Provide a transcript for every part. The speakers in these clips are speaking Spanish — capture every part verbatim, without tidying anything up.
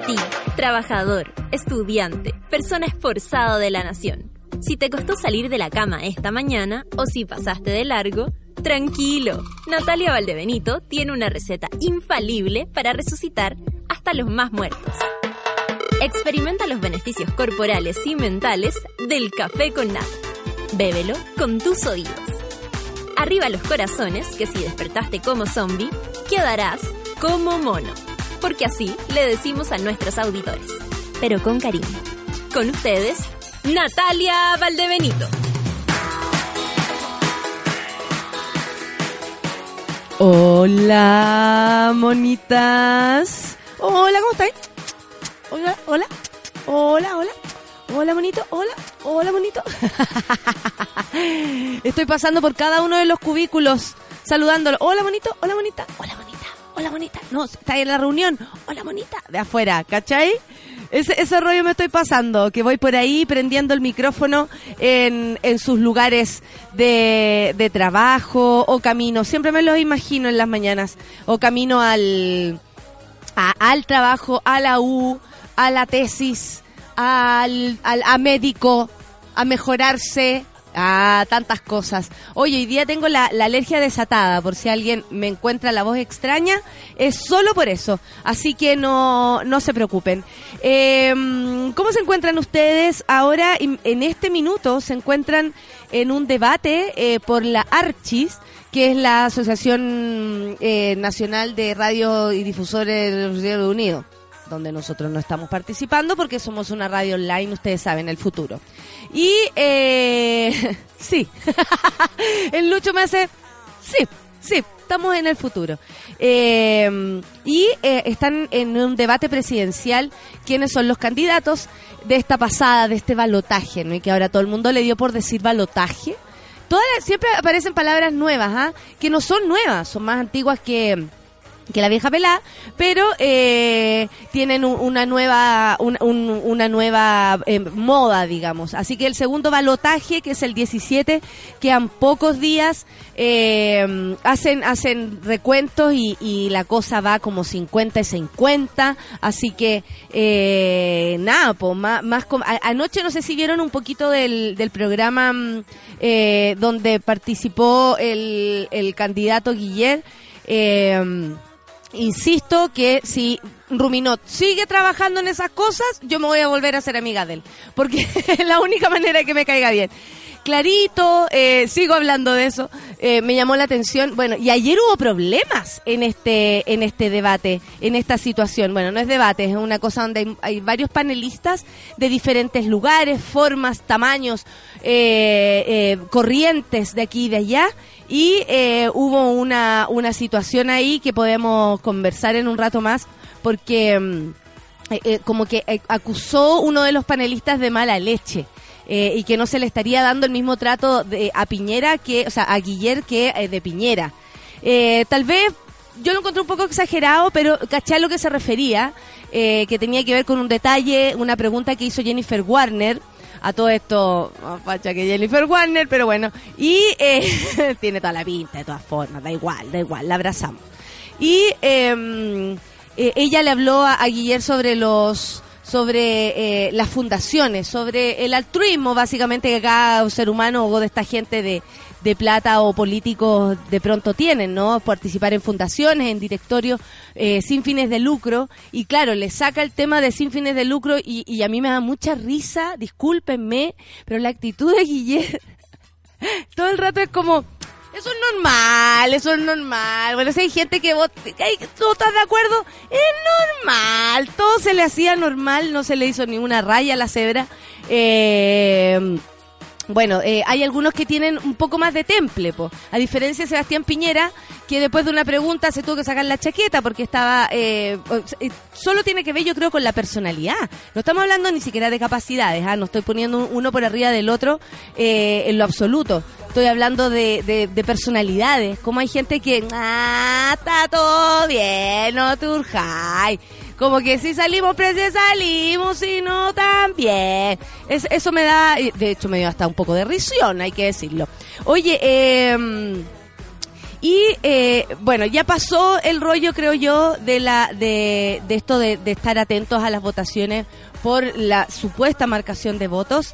ti, trabajador, estudiante, persona esforzado de la nación. Si te costó salir de la cama esta mañana o si pasaste de largo, tranquilo. Natalia Valdebenito tiene una receta infalible para resucitar hasta los más muertos. Experimenta los beneficios corporales y mentales del café con nata. Bébelo con tus oídos. Arriba los corazones, que si despertaste como zombie, quedarás como mono. Porque así le decimos a nuestros auditores, pero con cariño. Con ustedes, Natalia Valdebenito. Hola, monitas. Hola, ¿cómo estáis? Hola, hola, hola, hola. Hola, monito, hola, hola, monito. Estoy pasando por cada uno de los cubículos, saludándolo. Hola, monito, hola, monita, hola, monita, hola, monita. No, está ahí en la reunión. Hola, monita, de afuera, ¿cachai? Ese, ese rollo me estoy pasando, que voy por ahí prendiendo el micrófono en, en sus lugares de, de trabajo o camino. Siempre me los imagino en las mañanas. O camino al, a, al trabajo, a la U, a la tesis, al, al a médico, a mejorarse, a tantas cosas. Oye, hoy día tengo la, la alergia desatada, por si alguien me encuentra la voz extraña, es solo por eso, así que no, no se preocupen. Eh, ¿Cómo se encuentran ustedes? Ahora, en este minuto, se encuentran en un debate eh, por la Archis, que es la Asociación eh, Nacional de Radio y Difusores del Reino Unido, donde nosotros no estamos participando porque somos una radio online, ustedes saben, el futuro. Y, eh, sí, el Lucho me hace, sí, sí, estamos en el futuro. Eh, y eh, están en un debate presidencial quiénes son los candidatos de esta pasada, de este balotaje, ¿no? Y que ahora todo el mundo le dio por decir balotaje. Todas las, siempre aparecen palabras nuevas, ¿ah? ¿eh? Que no son nuevas, son más antiguas que... que la vieja pelá, pero eh, tienen un, una nueva un, un, una nueva eh, moda, digamos. Así que el segundo balotaje, que es el diecisiete, quedan pocos días, eh, hacen hacen recuentos y, y la cosa va como cincuenta y cincuenta, así que eh, nada, pues más, más com- a, anoche no sé si vieron un poquito del, del programa eh, donde participó el, el candidato Guillet. eh, Insisto que si Ruminot sigue trabajando en esas cosas, yo me voy a volver a ser amiga de él, porque es la única manera que me caiga bien. Clarito, eh, sigo hablando de eso, eh, me llamó la atención. Bueno, y ayer hubo problemas en este en este debate, en esta situación. Bueno, no es debate, es una cosa donde hay, hay varios panelistas de diferentes lugares, formas, tamaños, eh, eh, corrientes de aquí y de allá. Y eh, hubo una, una situación ahí que podemos conversar en un rato más, porque eh, eh, como que eh, acusó uno de los panelistas de mala leche. Eh, y que no se le estaría dando el mismo trato de, a Piñera, que, o sea, a Guillet que eh, de Piñera. Eh, tal vez yo lo encontré un poco exagerado, pero caché a lo que se refería, eh, que tenía que ver con un detalle, una pregunta que hizo Jennifer Warner. A todo esto, más facha que Jennifer Warner, pero bueno. Y eh, tiene toda la pinta, de todas formas, da igual, da igual, la abrazamos. Y eh, eh, ella le habló a, a Guillet sobre los... sobre eh, las fundaciones, sobre el altruismo, básicamente, que cada ser humano o de esta gente de, de plata o políticos de pronto tienen, ¿no? Participar en fundaciones, en directorios eh, sin fines de lucro. Y claro, le saca el tema de sin fines de lucro y, y a mí me da mucha risa, discúlpenme, pero la actitud de Guillet todo el rato es como... Eso es normal, eso es normal. Bueno, si hay gente que vota, que tú estás de acuerdo, es normal. Todo se le hacía normal, no se le hizo ni una raya a la cebra. Eh, bueno, eh, hay algunos que tienen un poco más de temple, po. A diferencia de Sebastián Piñera, que después de una pregunta se tuvo que sacar la chaqueta porque estaba... Eh, solo tiene que ver, yo creo, con la personalidad. No estamos hablando ni siquiera de capacidades, ¿ah? No estoy poniendo uno por arriba del otro eh, en lo absoluto. Estoy hablando de, de, de personalidades. Como hay gente que... Ah, está todo bien, no te urjáis. Como que si salimos, pues salimos, si no, también. Es, eso me da... De hecho, me dio hasta un poco de risión, hay que decirlo. Oye, eh... Y eh, bueno, ya pasó el rollo, creo yo, de la de, de esto de, de estar atentos a las votaciones por la supuesta marcación de votos.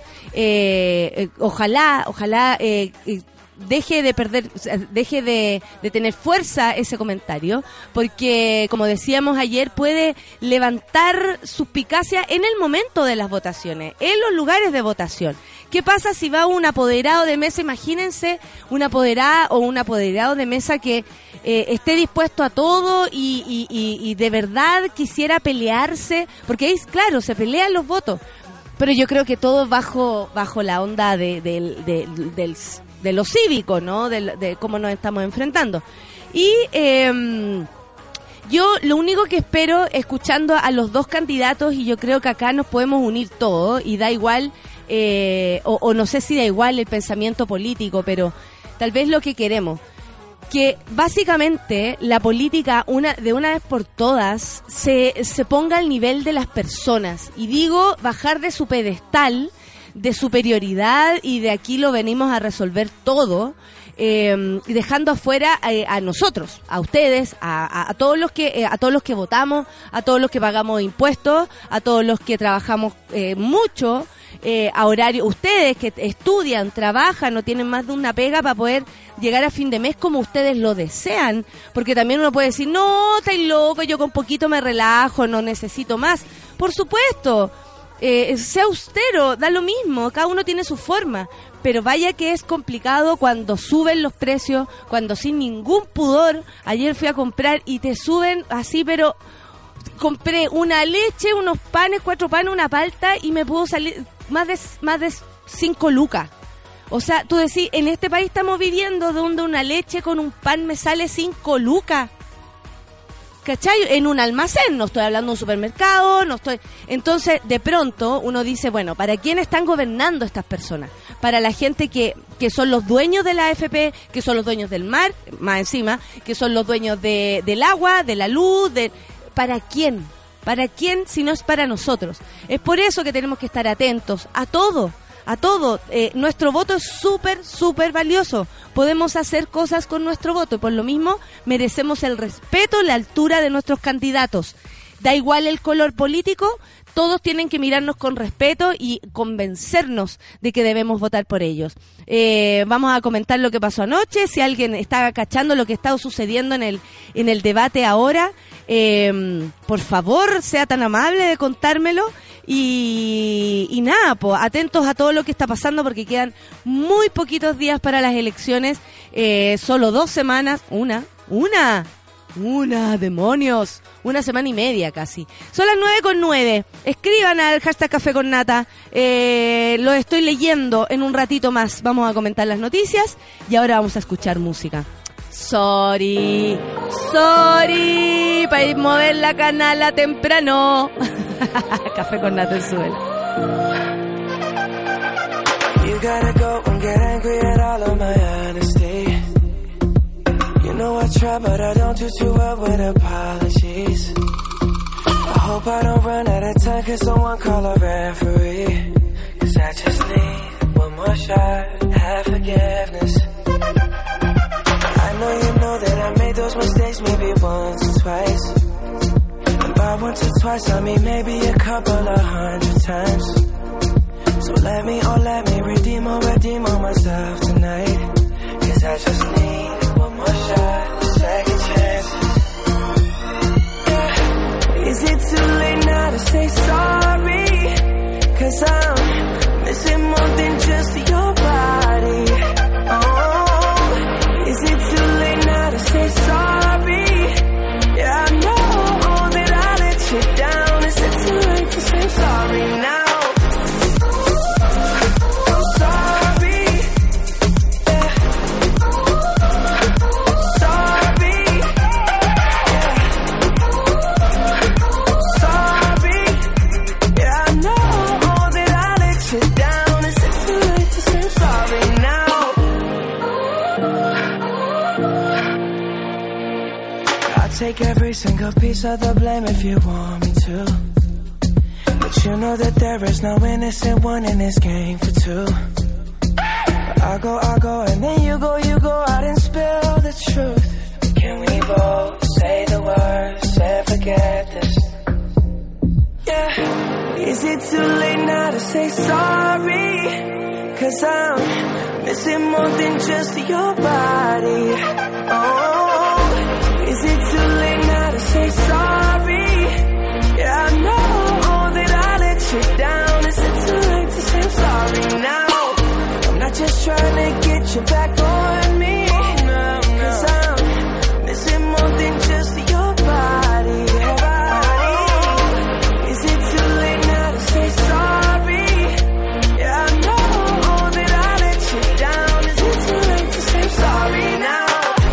Eh, eh, ojalá, ojalá eh, eh, deje de perder, deje de, de tener fuerza ese comentario, porque como decíamos ayer, puede levantar suspicacia en el momento de las votaciones, en los lugares de votación. ¿Qué pasa si va un apoderado de mesa? Imagínense una apoderada o un apoderado de mesa que eh, esté dispuesto a todo y, y, y, y de verdad quisiera pelearse, porque ahí, claro, se pelean los votos, pero yo creo que todo bajo bajo la onda de, de, de, de, del de lo cívico, ¿no? De, de cómo nos estamos enfrentando. Y eh, yo lo único que espero, escuchando a los dos candidatos, y yo creo que acá nos podemos unir todos, y da igual, eh, o, o no sé si da igual el pensamiento político, pero tal vez lo que queremos, que básicamente la política una de una vez por todas se, se ponga al nivel de las personas, y digo, bajar de su pedestal de superioridad y de aquí lo venimos a resolver todo, eh, dejando afuera a, a nosotros, a ustedes, a, a, a todos los que eh, a todos los que votamos, a todos los que pagamos impuestos, a todos los que trabajamos eh, mucho eh, a horario, ustedes que estudian, trabajan, no tienen más de una pega para poder llegar a fin de mes como ustedes lo desean, porque también uno puede decir, no, estáis loco, yo con poquito me relajo, no necesito más. Por supuesto, Eh, sea austero, da lo mismo, cada uno tiene su forma, pero vaya que es complicado cuando suben los precios, cuando sin ningún pudor, ayer fui a comprar y te suben así, pero compré una leche, unos panes, cuatro panes, una palta y me pudo salir más de más de cinco lucas. O sea, tú decís, en este país estamos viviendo donde una leche con un pan me sale cinco lucas. ¿Cachai? En un almacén, no estoy hablando de un supermercado, no estoy... Entonces, de pronto, uno dice, bueno, ¿para quién están gobernando estas personas? Para la gente que, que son los dueños de la A F P, que son los dueños del mar, más encima, que son los dueños de, del agua, de la luz, de... ¿Para quién? ¿Para quién si no es para nosotros? Es por eso que tenemos que estar atentos a todo. A todo, eh, nuestro voto es súper, súper valioso. Podemos hacer cosas con nuestro voto y por lo mismo merecemos el respeto, la altura de nuestros candidatos. Da igual el color político, todos tienen que mirarnos con respeto y convencernos de que debemos votar por ellos. Eh, vamos a comentar lo que pasó anoche, si alguien está cachando lo que está sucediendo en el, en el debate ahora, eh, por favor, sea tan amable de contármelo. Y, y nada, pues atentos a todo lo que está pasando porque quedan muy poquitos días para las elecciones, eh, solo dos semanas, una, una, una, demonios, una semana y media casi. Son las nueve con nueve, escriban al hashtag Café con Nata, eh, lo estoy leyendo en un ratito más, vamos a comentar las noticias y ahora vamos a escuchar música. Sorry, sorry, para ir mover la canala temprano. Café con Nata en suelo. You gotta go and get angry at all of my honesty. You know I try but I don't do too well with apologies. I hope I don't run out of time, cause someone call a referee. Cause I just need one more shot, have forgiveness. I know you know that I made those mistakes maybe once or twice. And by once or twice I mean maybe a couple of hundred times. So let me, oh let me redeem or redeem on myself tonight. Cause I just need one more shot, second chances. Yeah. Is it too late now to say sorry? Cause I'm missing more than just your body. Oh, is it too late now to say sorry? Yeah, I know that I let you down. Is it too late to say sorry now? Take every single piece of the blame if you want me to. But you know that there is no innocent one in this game for two. But I go, I go, and then you go, you go out and spill the the truth? Can we both say the words and forget this? Yeah. Is it too late now to say sorry? Cause I'm missing more than just your body. Oh, is it too late now to say sorry? Yeah, I know that I let you down. Is it too late to say I'm sorry now? I'm not just trying to get you back on me. Cause I'm missing more than just your body. Oh, is it too late now to say sorry? Yeah, I know that I let you down. Is it too late to say I'm sorry now?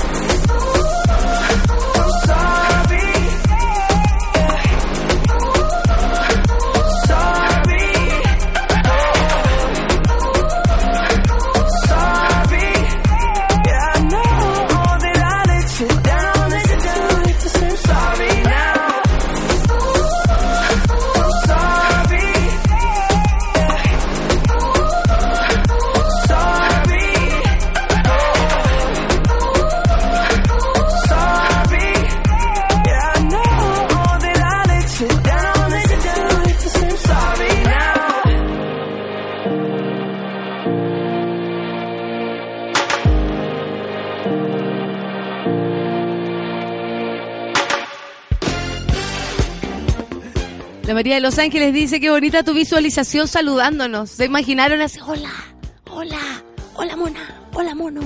La María de Los Ángeles dice, qué bonita tu visualización saludándonos. ¿Se imaginaron así? Hola, hola, hola mona, hola mono.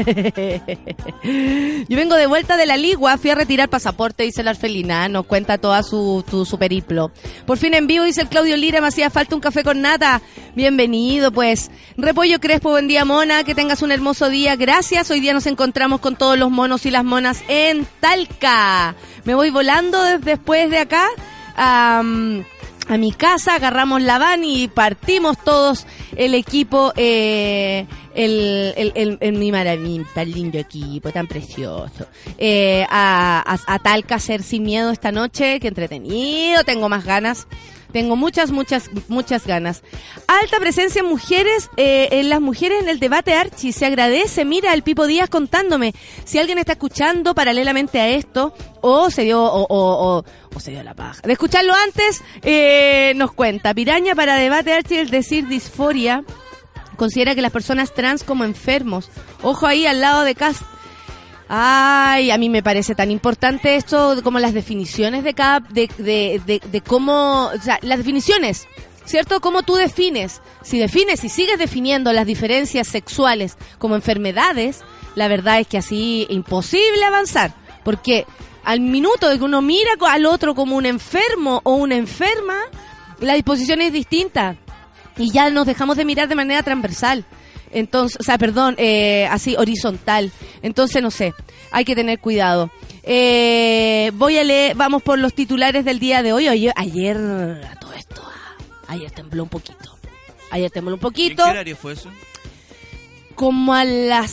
Yo vengo de vuelta de la Ligua, fui a retirar pasaporte, dice la Arfelina, nos cuenta toda su, tu, su periplo. Por fin en vivo, dice el Claudio Lira, me hacía falta un café con nata. Bienvenido, pues. Repollo Crespo, buen día, mona, que tengas un hermoso día. Gracias, hoy día nos encontramos con todos los monos y las monas en Talca. Me voy volando desde después de acá a, a mi casa, agarramos la van y partimos todos el equipo, eh, el, el, el, el mi maravilla, tan lindo equipo, tan precioso, eh, a, a, a Talca, hacer Sin Miedo esta noche. Qué entretenido, tengo más ganas. Tengo muchas, muchas, muchas ganas. Alta presencia en mujeres, eh, en las mujeres en el debate Archi. Se agradece. Mira, el Pipo Díaz contándome. Si alguien está escuchando paralelamente a esto, o se dio, o, o, o, o se dio la paja de escucharlo antes, eh, nos cuenta. Piraña para debate Archi, es decir, disforia. Considera que las personas trans como enfermos. Ojo ahí al lado de Cast. Ay, a mí me parece tan importante esto como las definiciones de cada, de, de, de, de cómo, o sea, las definiciones, ¿cierto? Cómo tú defines. Si defines y sigues definiendo las diferencias sexuales como enfermedades, la verdad es que así es imposible avanzar, porque al minuto de que uno mira al otro como un enfermo o una enferma, la disposición es distinta y ya nos dejamos de mirar de manera transversal. Entonces, o sea, perdón, eh, así horizontal. Entonces, no sé, hay que tener cuidado. Eh, voy a leer, vamos por los titulares del día de hoy. Oye, ayer, a todo esto, ayer tembló un poquito. Ayer tembló un poquito. ¿En qué horario fue eso? Como a las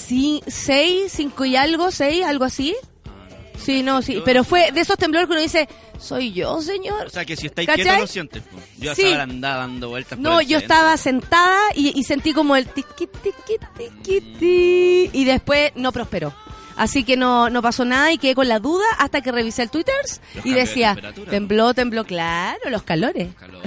seis, cinco y algo, seis, algo así. Sí, no, sí, pero fue de esos temblores que uno dice, soy yo, señor. O sea, que si estáis ¿cachai? quieto lo sientes. Po. Yo sí. estaba andando dando vueltas. No, por el yo centro. estaba sentada y, y sentí como el tiqui, tiqui, tiqui, tiqui, y después no prosperó. Así que no no pasó nada y quedé con la duda hasta que revisé el Twitter y decía, de tembló, tembló, claro, los calores. Los calores.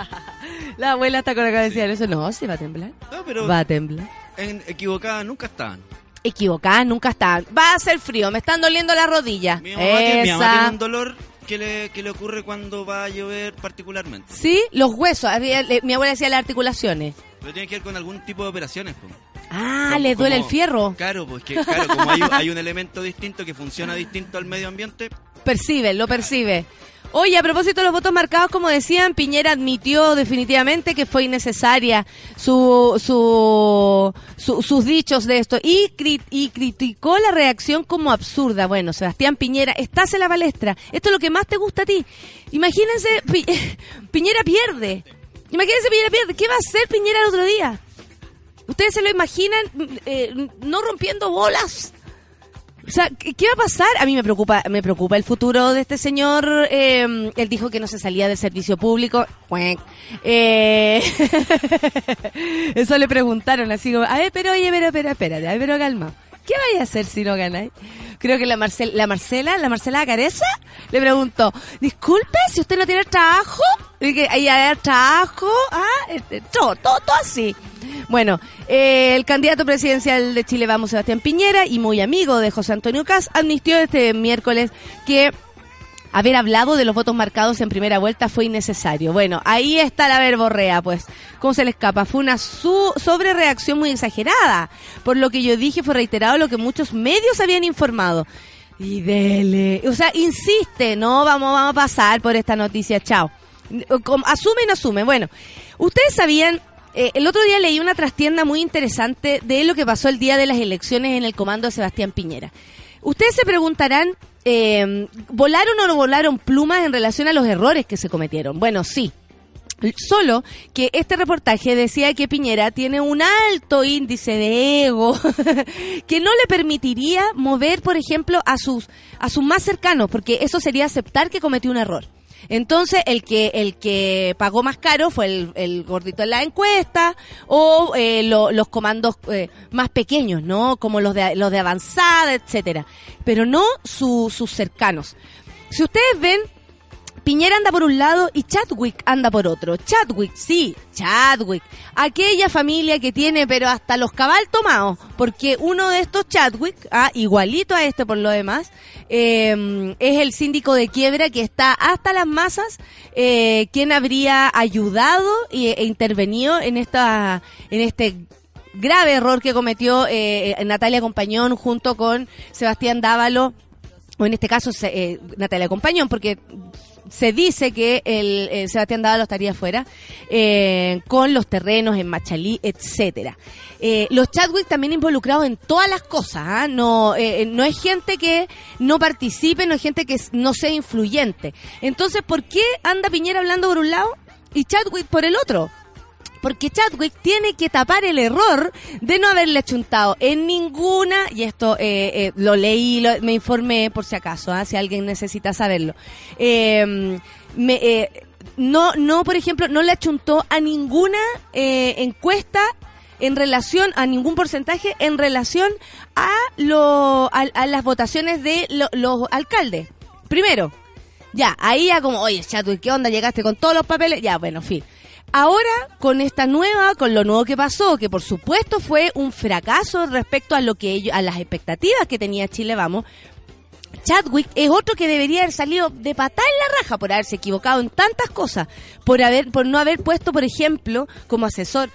La abuela hasta con la cabeza decía, eso no, sí va a temblar. No, pero Va a temblar. en, equivocadas nunca estaban. Equivocada, nunca está. Va a hacer frío, me están doliendo las rodillas. Mi mamá, tiene, mi mamá Esa. tiene un dolor que le, que le ocurre cuando va a llover particularmente. Sí, los huesos. Había- le- Mi abuela decía las articulaciones. Pero tiene que ver con algún tipo de operaciones. Po. Ah, Como- le duele como- el fierro. Claro, pues que claro, como hay, hay un elemento distinto que funciona distinto al medio ambiente. Percibe, lo percibe. Oye, a propósito de los votos marcados, como decían, Piñera admitió definitivamente que fue innecesaria su, su, su- sus dichos de esto y, cri- y criticó la reacción como absurda. Bueno, Sebastián Piñera, estás en la palestra. Esto es lo que más te gusta a ti. Imagínense, Pi- Piñera pierde. Imagínense, Piñera pierde. ¿Qué va a hacer Piñera el otro día? ¿Ustedes se lo imaginan eh, no rompiendo bolas? O sea, ¿qué, qué va a pasar? A mí me preocupa me preocupa el futuro de este señor. Eh, él dijo que no se salía del servicio público. Cuenc. Eh, eso le preguntaron así como, a ver, pero oye, pero, pero, espérate, a ver, pero calma. ¿Qué vais a hacer si no ganáis? Creo que la, Marcel, la Marcela, la Marcela Careza, le preguntó, disculpe, si usted no tiene trabajo, y que ahí hay trabajo, ah, este, todo, todo, todo así. Bueno, eh, el candidato presidencial de Chile Vamos, Sebastián Piñera, y muy amigo de José Antonio Kast, admitió este miércoles que haber hablado de los votos marcados en primera vuelta fue innecesario. Bueno, ahí está la verborrea, pues. ¿Cómo se le escapa? Fue una su- sobrereacción muy exagerada. Por lo que yo dije fue reiterado lo que muchos medios habían informado. Y dele. O sea, insiste, no, vamos, vamos a pasar por esta noticia, chao. Asume y no asume. Bueno, ustedes sabían, eh, el otro día leí una trastienda muy interesante de lo que pasó el día de las elecciones en el comando de Sebastián Piñera. Ustedes se preguntarán, eh, ¿volaron o no volaron plumas en relación a los errores que se cometieron? Bueno, sí. Solo que este reportaje decía que Piñera tiene un alto índice de ego que no le permitiría mover, por ejemplo, a sus a sus más cercanos, porque eso sería aceptar que cometió un error. Entonces, el que el que pagó más caro fue el, el gordito en la encuesta o eh, lo, los comandos eh, más pequeños, ¿no? Como los de los de avanzada, etcétera. Pero no su, sus cercanos. Si ustedes ven, Piñera anda por un lado y Chadwick anda por otro. Chadwick, sí, Chadwick. Aquella familia que tiene, pero hasta los cabal tomados. Porque uno de estos Chadwick, ah, igualito a este por lo demás, eh, es el síndico de quiebra que está hasta las masas, eh, quien habría ayudado e, e intervenido en esta, en este grave error que cometió eh, Natalia Compañón junto con Sebastián Dávalo, o en este caso eh, Natalia Compañón, porque se dice que el, el Sebastián Dávalo estaría fuera eh, con los terrenos en Machalí, etcétera. Eh, los Chadwick también involucrados en todas las cosas, ¿eh? no eh, no es gente que no participe, no es gente que no sea influyente. Entonces, ¿por qué anda Piñera hablando por un lado y Chadwick por el otro? Porque Chadwick tiene que tapar el error de no haberle achuntado en ninguna, y esto eh, eh, lo leí, lo, me informé por si acaso, ¿eh? Si alguien necesita saberlo. Eh, me, eh, no, no, por ejemplo, no le achuntó a ninguna eh, encuesta en relación, a ningún porcentaje en relación a, lo, a, a las votaciones de lo, los alcaldes. Primero, ya, ahí ya como, oye, Chadwick, ¿qué onda? ¿Llegaste con todos los papeles? Ya, bueno, fin. Ahora, con esta nueva, con lo nuevo que pasó, que por supuesto fue un fracaso respecto a lo que ellos, a las expectativas que tenía Chile Vamos, Chadwick es otro que debería haber salido de patada en la raja por haberse equivocado en tantas cosas, por haber, por no haber puesto, por ejemplo, como asesor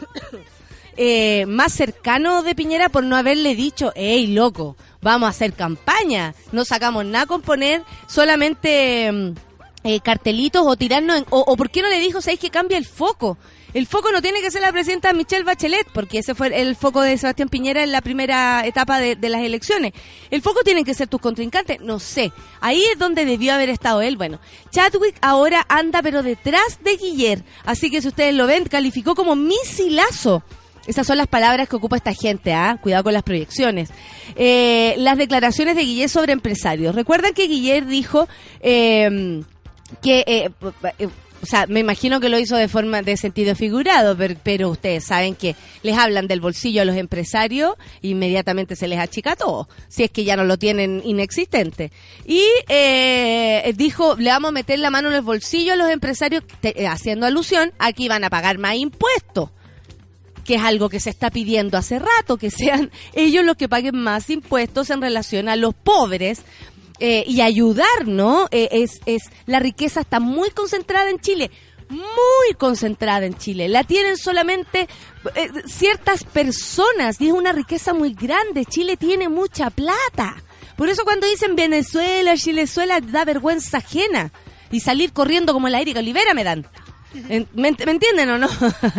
eh, más cercano de Piñera, por no haberle dicho, hey, loco, vamos a hacer campaña, no sacamos nada con poner solamente Eh, cartelitos o tirarnos en, o, o por qué no le dijo, ¿sabéis que cambia el foco? El foco no tiene que ser la presidenta Michelle Bachelet, porque ese fue el foco de Sebastián Piñera en la primera etapa de, de las elecciones. El foco tienen que ser tus contrincantes, no sé. Ahí es donde debió haber estado él. Bueno, Chadwick ahora anda pero detrás de Guiller, así que si ustedes lo ven, calificó como misilazo. Esas son las palabras que ocupa esta gente, ¿ah? ¿eh? Cuidado con las proyecciones. Eh, las declaraciones de Guiller sobre empresarios. Recuerdan que Guiller dijo eh, que, eh, eh, o sea, me imagino que lo hizo de forma de sentido figurado, pero, pero ustedes saben que les hablan del bolsillo a los empresarios, inmediatamente se les achica todo, si es que ya no lo tienen inexistente. Y eh, dijo, le vamos a meter la mano en el bolsillo a los empresarios, te, haciendo alusión a que iban a pagar más impuestos, que es algo que se está pidiendo hace rato, que sean ellos los que paguen más impuestos en relación a los pobres. Eh, y ayudar, ¿no? Eh, es, es, la riqueza está muy concentrada en Chile, muy concentrada en Chile. La tienen solamente eh, ciertas personas y es una riqueza muy grande. Chile tiene mucha plata. Por eso cuando dicen Venezuela, Chilezuela, da vergüenza ajena. Y salir corriendo como la Erika Olivera me dan. ¿Me, me entienden o no?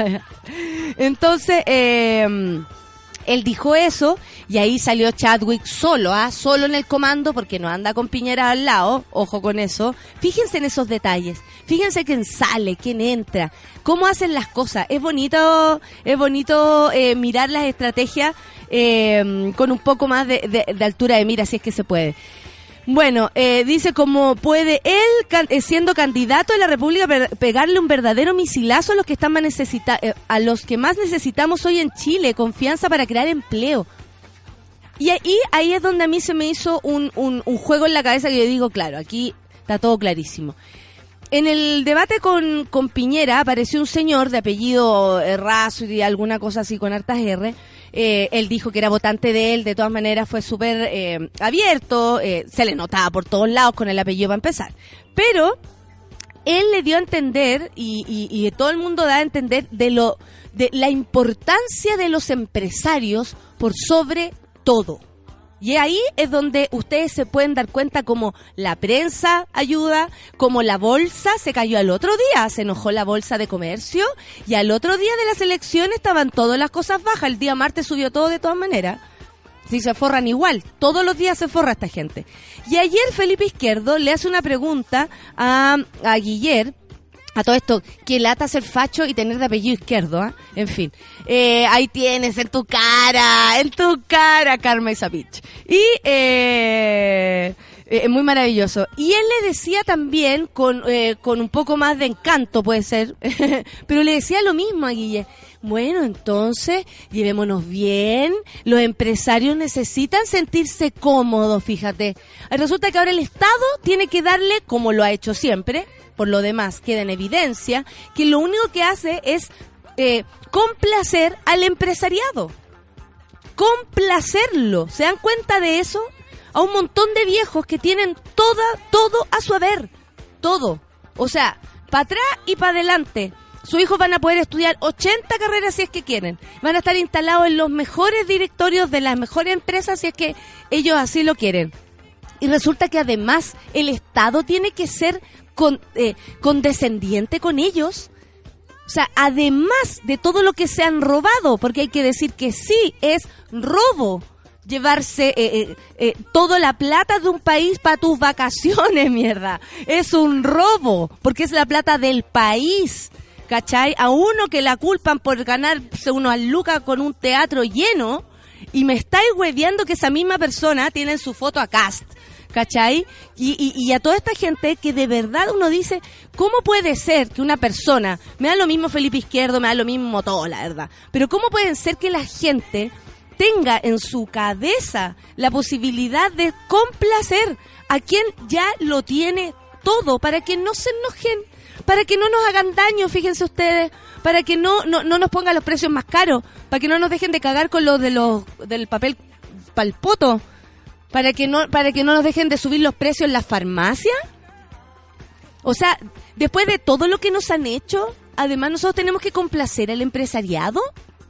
Entonces, eh... él dijo eso y ahí salió Chadwick solo, ¿ah? Solo en el comando porque no anda con Piñera al lado, ojo con eso. Fíjense en esos detalles, fíjense quién sale, quién entra, cómo hacen las cosas. Es bonito, es bonito eh, mirar las estrategias eh, con un poco más de, de, de altura de mira, si es que se puede. Bueno, eh, dice cómo puede él, can, eh, siendo candidato de la República, pe- pegarle un verdadero misilazo a los que están más necesita- eh, a los que más necesitamos hoy en Chile, confianza para crear empleo. Y ahí, ahí es donde a mí se me hizo un, un, un juego en la cabeza que yo digo, claro, aquí está todo clarísimo. En el debate con, con Piñera apareció un señor de apellido eh, Razo y alguna cosa así con hartas R. Eh, él dijo que era votante de él, de todas maneras fue súper eh, abierto, eh, se le notaba por todos lados con el apellido para empezar. Pero él le dio a entender, y, y, y todo el mundo da a entender, de, lo, de la importancia de los empresarios por sobre todo. Y ahí es donde ustedes se pueden dar cuenta como la prensa ayuda, como la bolsa se cayó al otro día, se enojó la bolsa de comercio y al otro día de las elecciones estaban todas las cosas bajas, el día martes subió todo de todas maneras. Si se forran igual, todos los días se forra esta gente. Y ayer Felipe Izquierdo le hace una pregunta a, a Guiller. A todo esto, que lata ser facho y tener de apellido Izquierdo, ¿eh? En fin. Eh, ahí tienes, en tu cara, en tu cara, Karma Isapich. Y, eh, eh, muy maravilloso. Y él le decía también, con, eh, con un poco más de encanto, puede ser, pero le decía lo mismo a Guille. Bueno, entonces, llevémonos bien, los empresarios necesitan sentirse cómodos, fíjate. Resulta que ahora el Estado tiene que darle, como lo ha hecho siempre, por lo demás queda en evidencia, que lo único que hace es eh, complacer al empresariado. Complacerlo. ¿Se dan cuenta de eso? A un montón de viejos que tienen toda, todo a su haber. Todo. O sea, para atrás y para adelante. Sus hijos van a poder estudiar ochenta carreras si es que quieren. Van a estar instalados en los mejores directorios de las mejores empresas si es que ellos así lo quieren. Y resulta que además el Estado tiene que ser con, eh, condescendiente con ellos. O sea, además de todo lo que se han robado, porque hay que decir que sí, es robo llevarse eh, eh, eh, toda la plata de un país para tus vacaciones, mierda. Es un robo, porque es la plata del país. ¿Cachai? A uno que la culpan por ganarse unos lucas con un teatro lleno y me estáis hueveando que esa misma persona tiene en su foto a Cast, ¿cachai? Y, y, y a toda esta gente que de verdad uno dice, ¿cómo puede ser que una persona, me da lo mismo Felipe Izquierdo, me da lo mismo todo, la verdad, pero cómo puede ser que la gente tenga en su cabeza la posibilidad de complacer a quien ya lo tiene todo para que no se enojen? Para que no nos hagan daño, fíjense ustedes, para que no, no, no nos pongan los precios más caros, para que no nos dejen de cagar con lo de los del papel palpoto, para que no para que no nos dejen de subir los precios en las farmacias. O sea, después de todo lo que nos han hecho, además nosotros tenemos que complacer al empresariado.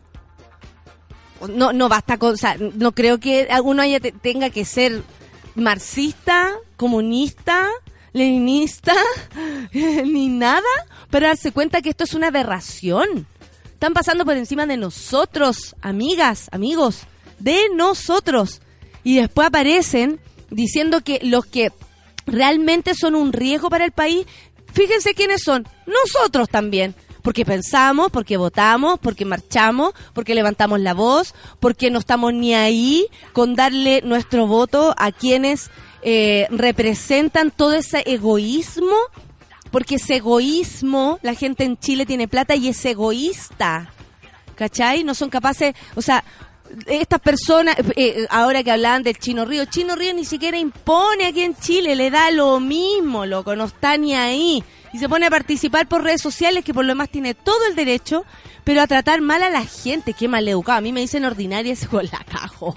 No no basta con, o sea, no creo que alguno haya te, tenga que ser marxista, comunista, leninista, ni nada, para darse cuenta que esto es una aberración. Están pasando por encima de nosotros, amigas, amigos, de nosotros. Y después aparecen diciendo que los que realmente son un riesgo para el país, fíjense quiénes son, nosotros también. Porque pensamos, porque votamos, porque marchamos, porque levantamos la voz, porque no estamos ni ahí con darle nuestro voto a quienes eh, representan todo ese egoísmo, porque ese egoísmo, la gente en Chile tiene plata y es egoísta, ¿cachai? No son capaces, o sea, estas personas, eh, ahora que hablaban del Chino Río, Chino Río ni siquiera impone aquí en Chile, le da lo mismo, loco, no está ni ahí. Y se pone a participar por redes sociales, que por lo demás tiene todo el derecho, pero a tratar mal a la gente, qué maleducado. A mí me dicen ordinaria, ese la cago.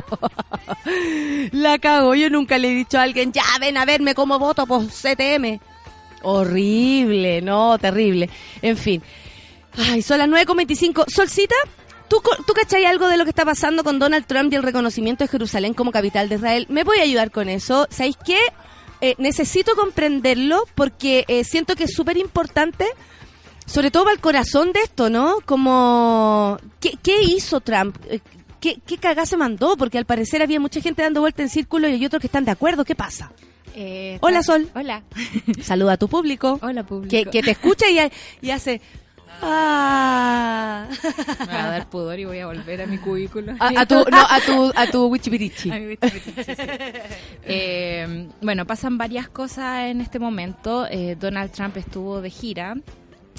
La cago. Yo nunca le he dicho a alguien, ya ven a verme cómo voto por C T M. Horrible, no, terrible. En fin. Ay, son las nueve con veinticinco. Solcita, ¿tú, ¿tú cachai algo de lo que está pasando con Donald Trump y el reconocimiento de Jerusalén como capital de Israel? ¿Me voy a ayudar con eso? ¿Sabéis qué? Eh, necesito comprenderlo porque eh, siento que es súper importante, sobre todo para el corazón de esto, ¿no? Como, ¿qué, qué hizo Trump? ¿Qué, ¿Qué cagá se mandó? Porque al parecer había mucha gente dando vuelta en círculo y hay otros que están de acuerdo. ¿Qué pasa? Eh, Hola, Sol. Hola. Saluda a tu público. Hola, público. Que, que te escucha y, y hace... Ah. Me va a dar pudor y voy a volver a mi cubículo. A, a tu, no, a tu, a tu wichipirichi. A mi wichipirichi, sí. eh, bueno, pasan varias cosas en este momento. Eh, Donald Trump estuvo de gira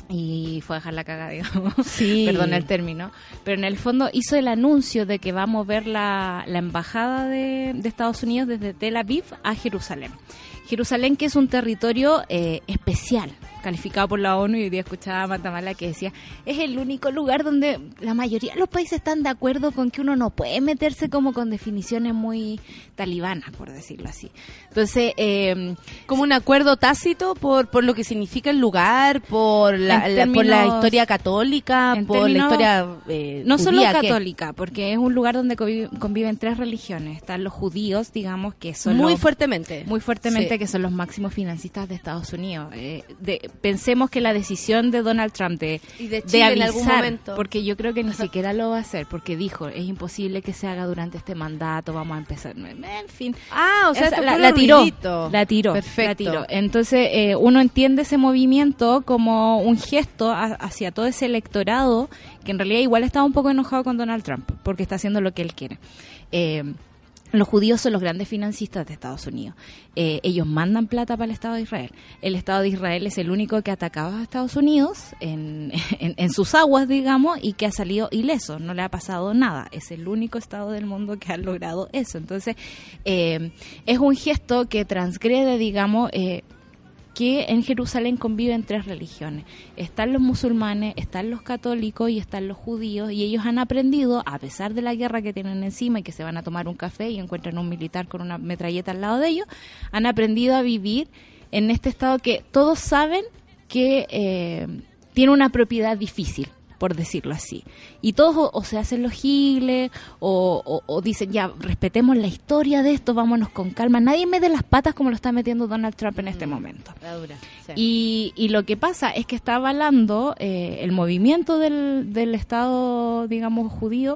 y fue a dejar la caga, digamos, Sí. perdón el término, pero en el fondo hizo el anuncio de que va a mover la, la embajada de, de Estados Unidos desde Tel Aviv a Jerusalén. Jerusalén, que es un territorio eh, especial, calificado por la ONU, y hoy día escuchaba a Matamala que decía, es el único lugar donde la mayoría de los países están de acuerdo con que uno no puede meterse como con definiciones muy talibanas, por decirlo así. Entonces, eh, Como un acuerdo tácito por por lo que significa el lugar, por la, En la- por la términos- historia católica, en por la términos- historia eh, no solo judía, ¿qué? católica, porque es un lugar donde conviven, conviven tres religiones. Están los judíos, digamos, que son Muy los- fuertemente. muy fuertemente, Sí. que son los máximos financistas de Estados Unidos. Eh, de, pensemos que la decisión de Donald Trump de, Y de de Chile en avisar, algún momento. porque yo creo que ni siquiera lo va a hacer, porque dijo, es imposible que se haga durante este mandato, vamos a empezar. En fin. Ah, o sea, Esa- esto la, fue la un tiró, ruidito. la tiró, Perfecto. la tiró. Entonces, eh, uno entiende ese movimiento como un gesto a- hacia todo ese electorado que en realidad igual estaba un poco enojado con Donald Trump, porque está haciendo lo que él quiere. Eh, Los judíos son los grandes financistas de Estados Unidos. Eh, ellos mandan plata para el Estado de Israel. El Estado de Israel es el único que ha atacado a Estados Unidos en, en, en sus aguas, digamos, y que ha salido ileso. No le ha pasado nada. Es el único Estado del mundo que ha logrado eso. Entonces, eh, es un gesto que transgrede, digamos, eh, que en Jerusalén conviven tres religiones. Están los musulmanes, están los católicos y están los judíos, y ellos han aprendido, a pesar de la guerra que tienen encima y que se van a tomar un café y encuentran un militar con una metralleta al lado de ellos, han aprendido a vivir en este estado que todos saben que eh, tiene una propiedad difícil, por decirlo así. Y todos o, o se hacen los giles o, o, o dicen, ya, respetemos la historia de esto, vámonos con calma. Nadie mete las patas como lo está metiendo Donald Trump en este momento. La dura, sí. Y, y lo que pasa es que está avalando eh, el movimiento del, del Estado, digamos, judío,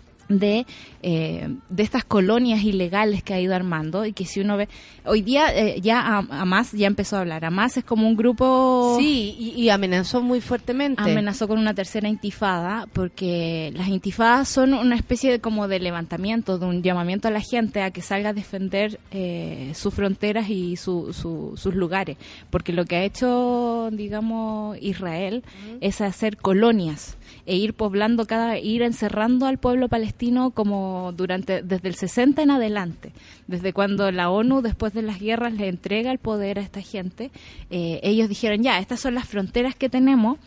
de eh, de estas colonias ilegales que ha ido armando, y que si uno ve hoy día eh, ya Hamas ya empezó a hablar. Hamas es como un grupo, Sí, y, y amenazó muy fuertemente. amenazó con una tercera intifada, porque las intifadas son una especie de como de levantamiento, de un llamamiento a la gente a que salga a defender eh, sus fronteras y su, su- sus lugares, porque lo que ha hecho, digamos, Israel es hacer colonias e ir poblando cada ir encerrando al pueblo palestino como durante desde el sesenta en adelante, desde cuando la ONU después de las guerras le entrega el poder a esta gente. Eh, ellos dijeron, ya, estas son las fronteras que tenemos,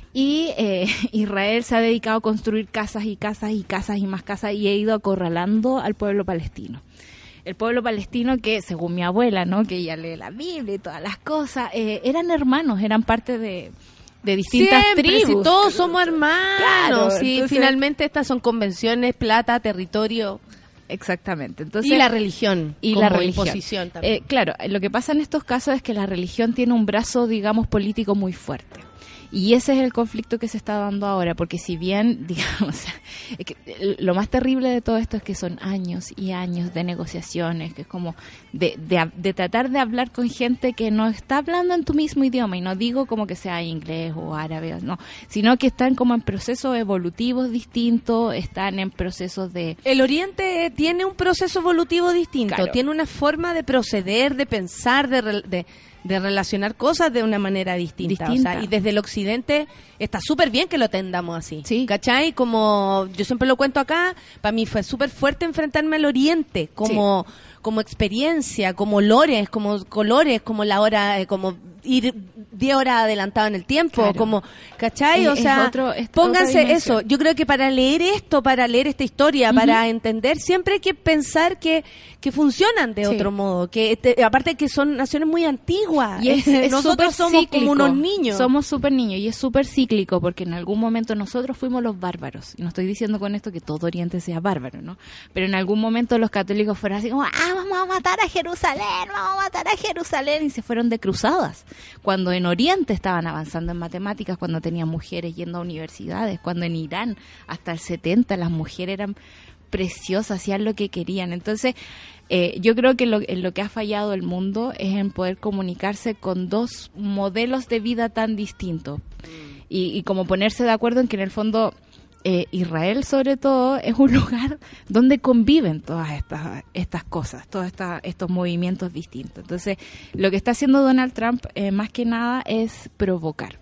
y eh, Israel se ha dedicado a construir casas y casas y casas y más casas, y ha ido acorralando al pueblo palestino. El pueblo palestino que, según mi abuela, ¿no?, que ella lee la Biblia y todas las cosas, eh, eran hermanos, eran parte de, de distintas Siempre, tribus. si todos somos hermanos. Claro, Sí, entonces- finalmente estas son convenciones, plata, territorio Exactamente. Entonces, y la religión. y como la religión. imposición también. Eh, claro, lo que pasa en estos casos es que la religión tiene un brazo, digamos, político muy fuerte. Y ese es el conflicto que se está dando ahora, porque si bien, digamos, es que lo más terrible de todo esto es que son años y años de negociaciones, que es como de, de, de tratar de hablar con gente que no está hablando en tu mismo idioma, y no digo como que sea inglés o árabe, no, sino que están como en procesos evolutivos distintos, están en procesos de... El Oriente tiene un proceso evolutivo distinto, Claro. tiene una forma de proceder, de pensar, de, re- de, de relacionar cosas de una manera distinta. Distinta. O sea, y desde el Occidente está súper bien que lo tendamos así. Sí. ¿Cachai? Como yo siempre lo cuento acá, para mí fue súper fuerte enfrentarme al Oriente como, como experiencia, como olores, como colores, como la hora, eh, como ir diez horas adelantado en el tiempo, Claro. como, ¿cachai? Es- o es sea, otro- es otra pónganse dimensión. eso. Yo creo que para leer esto, para leer esta historia, para entender, siempre hay que pensar que, que funcionan de Sí. otro modo, que te- aparte que son naciones muy antiguas. Y es, es nosotros súper somos cíclico. como unos niños. Somos súper niños, y es súper cíclico, porque en algún momento nosotros fuimos los bárbaros. Y no estoy diciendo con esto que todo Oriente sea bárbaro, ¿no? Pero en algún momento los católicos fueron así como, ah, vamos a matar a Jerusalén, vamos a matar a Jerusalén, y se fueron de cruzadas. Cuando en Oriente estaban avanzando en matemáticas, cuando tenían mujeres yendo a universidades, cuando en Irán hasta el setenta las mujeres eran preciosas, hacían lo que querían. Entonces, eh, yo creo que lo, en lo que ha fallado el mundo es en poder comunicarse con dos modelos de vida tan distintos. Y, y como ponerse de acuerdo en que en el fondo eh, Israel, sobre todo, es un lugar donde conviven todas estas estas cosas, todos esta, estos movimientos distintos. Entonces, lo que está haciendo Donald Trump, eh, más que nada, es provocar.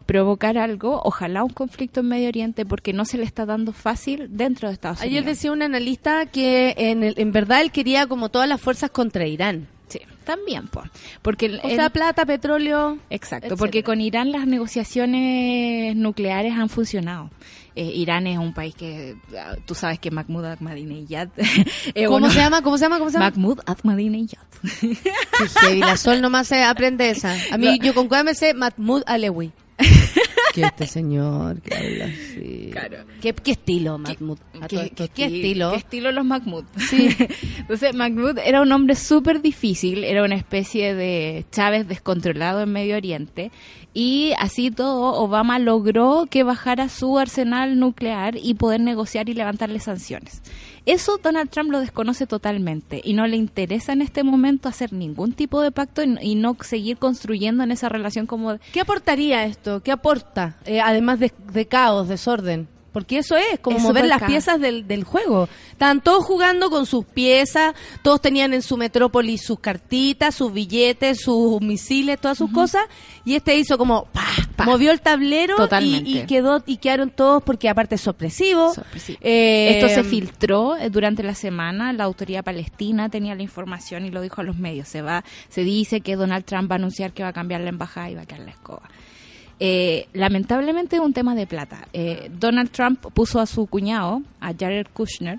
provocar algo, ojalá un conflicto en Medio Oriente, porque no se le está dando fácil dentro de Estados Unidos. Ayer decía un analista que en, el, en verdad él quería como todas las fuerzas contra Irán. Sí, también, po, porque el, O sea, el- plata, petróleo. exacto, etcétera. porque con Irán las negociaciones nucleares han funcionado. Eh, Irán es un país que, ah, tú sabes que Mahmoud Ahmadinejad es ¿Cómo uno- se llama? ¿Cómo se llama? ¿Cómo se llama? Mahmoud Ahmadinejad. Qué heavy, la Sol nomás se aprende esa. A mí, yo con cuál me sé Mahmoud Alewi. Que este señor que habla así. Claro. ¿Qué, qué estilo, Mahmoud? A todo esto, ¿Qué, estilo? ¿Qué estilo los Mahmoud? Sí. Entonces, Mahmoud era un hombre súper difícil, era una especie de Chávez descontrolado en Medio Oriente, y así todo, Obama logró que bajara su arsenal nuclear y poder negociar y levantarle sanciones. Eso Donald Trump lo desconoce totalmente y no le interesa en este momento hacer ningún tipo de pacto y, y no seguir construyendo en esa relación como... ¿Qué aportaría esto? ¿Qué aporta? Eh, además de, de caos, desorden. Porque eso es, como Eso mover fue las caos. piezas del, del juego. Estaban todos jugando con sus piezas, todos tenían en su metrópolis sus cartitas, sus billetes, sus misiles, todas sus cosas, y este hizo como, pa, Pa. movió el tablero Totalmente. y, y quedó y quedaron todos, porque aparte es sorpresivo. Sorpresivo. Eh, Esto se filtró eh, durante la semana, la autoridad palestina tenía la información y lo dijo a los medios. Se va, se dice que Donald Trump va a anunciar que va a cambiar la embajada y va a quedar la escoba. Eh, lamentablemente es un tema de plata. Eh, Donald Trump puso a su cuñado, a Jared Kushner,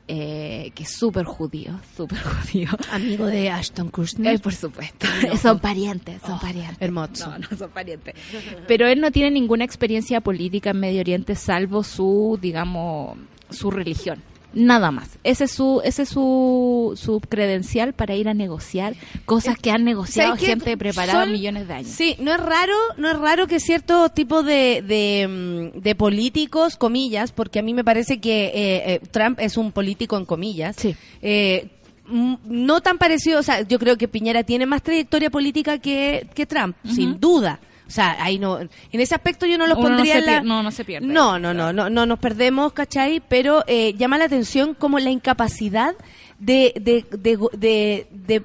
eh, que es súper judío, súper judío. Amigo de Ashton Kutcher. Eh, por supuesto, son parientes, son parientes. hermoso. No, no son parientes. Pero él no tiene ninguna experiencia política en Medio Oriente salvo su, digamos, su religión. Nada más. Ese es su ese es su, su credencial para ir a negociar cosas que han negociado ¿Sabes qué? gente preparada Son- millones de años. Sí, no es raro, no es raro que cierto tipo de, de, mm, de políticos, comillas, porque a mí me parece que eh, eh, Trump es un político en comillas. Sí. Eh, mm, no tan parecido, o sea, yo creo que Piñera tiene más trayectoria política que, que Trump, sin duda. O sea, ahí no, en ese aspecto yo no los Uno no pondría se en la... pier- no, no se pierde. No, no, no, no, no nos perdemos, ¿cachai? Pero eh, llama la atención como la incapacidad de, de, de, de, de,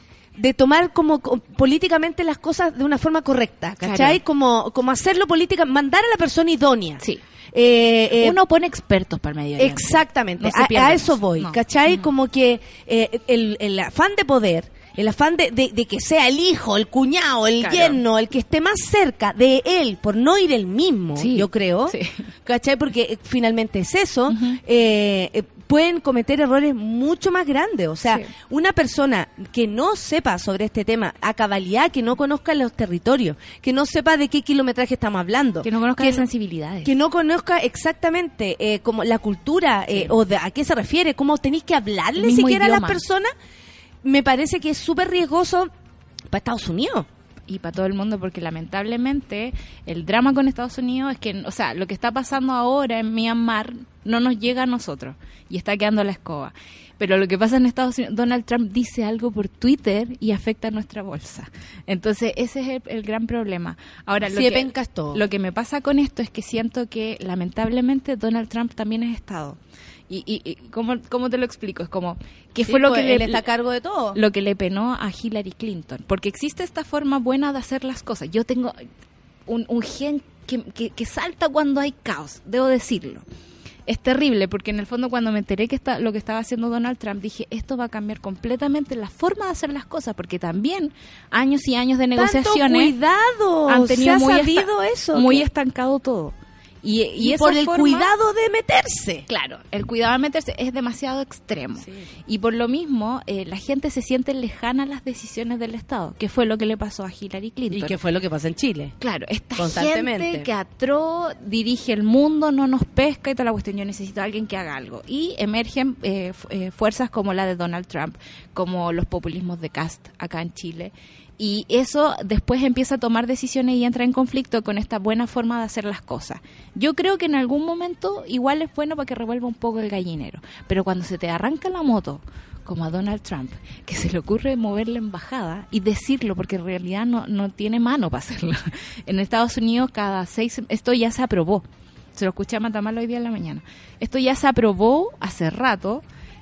de tomar como co- políticamente las cosas de una forma correcta, ¿cachai? Claro. Como, como hacerlo política, mandar a la persona idónea. Sí. Eh, eh, Uno pone expertos para el Medio Oriente. Exactamente, No se a, pierden a eso eso. voy, No. ¿cachai? No. Como que eh, el, el afán de poder, el afán de, de, de que sea el hijo, el cuñado, el Claro. yerno, el que esté más cerca de él, por no ir el mismo, Sí, yo creo, sí. ¿cachai? Porque eh, finalmente es eso, Ujú. eh, eh, pueden cometer errores mucho más grandes. O sea, Sí. una persona que no sepa sobre este tema a cabalidad, que no conozca los territorios, que no sepa de qué kilometraje estamos hablando, Que no conozca que las sensibilidades. que no conozca exactamente eh, como la cultura eh, o de, a qué se refiere, cómo tenéis que hablarle El mismo siquiera a las idioma. personas, me parece que es súper riesgoso para Estados Unidos. Y para todo el mundo, porque lamentablemente el drama con Estados Unidos es que, o sea, lo que está pasando ahora en Myanmar no nos llega a nosotros y está quedando la escoba. Pero lo que pasa en Estados Unidos, Donald Trump dice algo por Twitter y afecta a nuestra bolsa. Entonces, ese es el, el gran problema. Ahora, lo Así de que, penca es todo. lo que me pasa con esto es que siento que, lamentablemente, Donald Trump también es Estado. Y, y, y ¿cómo, ¿cómo te lo explico? Es como, ¿qué Sí, fue lo pues, que él le, está a cargo de todo. lo que le penó a Hillary Clinton? Porque existe esta forma buena de hacer las cosas. Yo tengo un, un gen que, que, que salta cuando hay caos, debo decirlo. Es terrible, porque en el fondo cuando me enteré que está, lo que estaba haciendo Donald Trump, dije, esto va a cambiar completamente la forma de hacer las cosas, porque también años y años de negociaciones Tanto cuidado, han tenido se ha muy, sabido esta- eso. muy que- estancado todo. Y, y, y esa por el forma- cuidado de meterse. Claro, el cuidado de meterse es demasiado extremo. Y por lo mismo, eh, la gente se siente lejana a las decisiones del Estado, que fue lo que le pasó a Hillary Clinton. ¿Y qué fue lo que pasa en Chile? Claro, esta Constantemente. gente que atroz dirige el mundo, no nos pesca y toda la cuestión. Yo necesito a alguien que haga algo. Y emergen eh, fu- eh, fuerzas como la de Donald Trump, como los populismos de Cast acá en Chile. Y eso después empieza a tomar decisiones y entra en conflicto con esta buena forma de hacer las cosas. Yo creo que en algún momento igual es bueno para que revuelva un poco el gallinero. Pero cuando se te arranca la moto, como a Donald Trump, que se le ocurre mover la embajada y decirlo, porque en realidad no, no tiene mano para hacerlo. En Estados Unidos cada seis... Esto ya se aprobó. Se lo escuché a Matamala hoy día en la mañana. Esto ya se aprobó hace rato.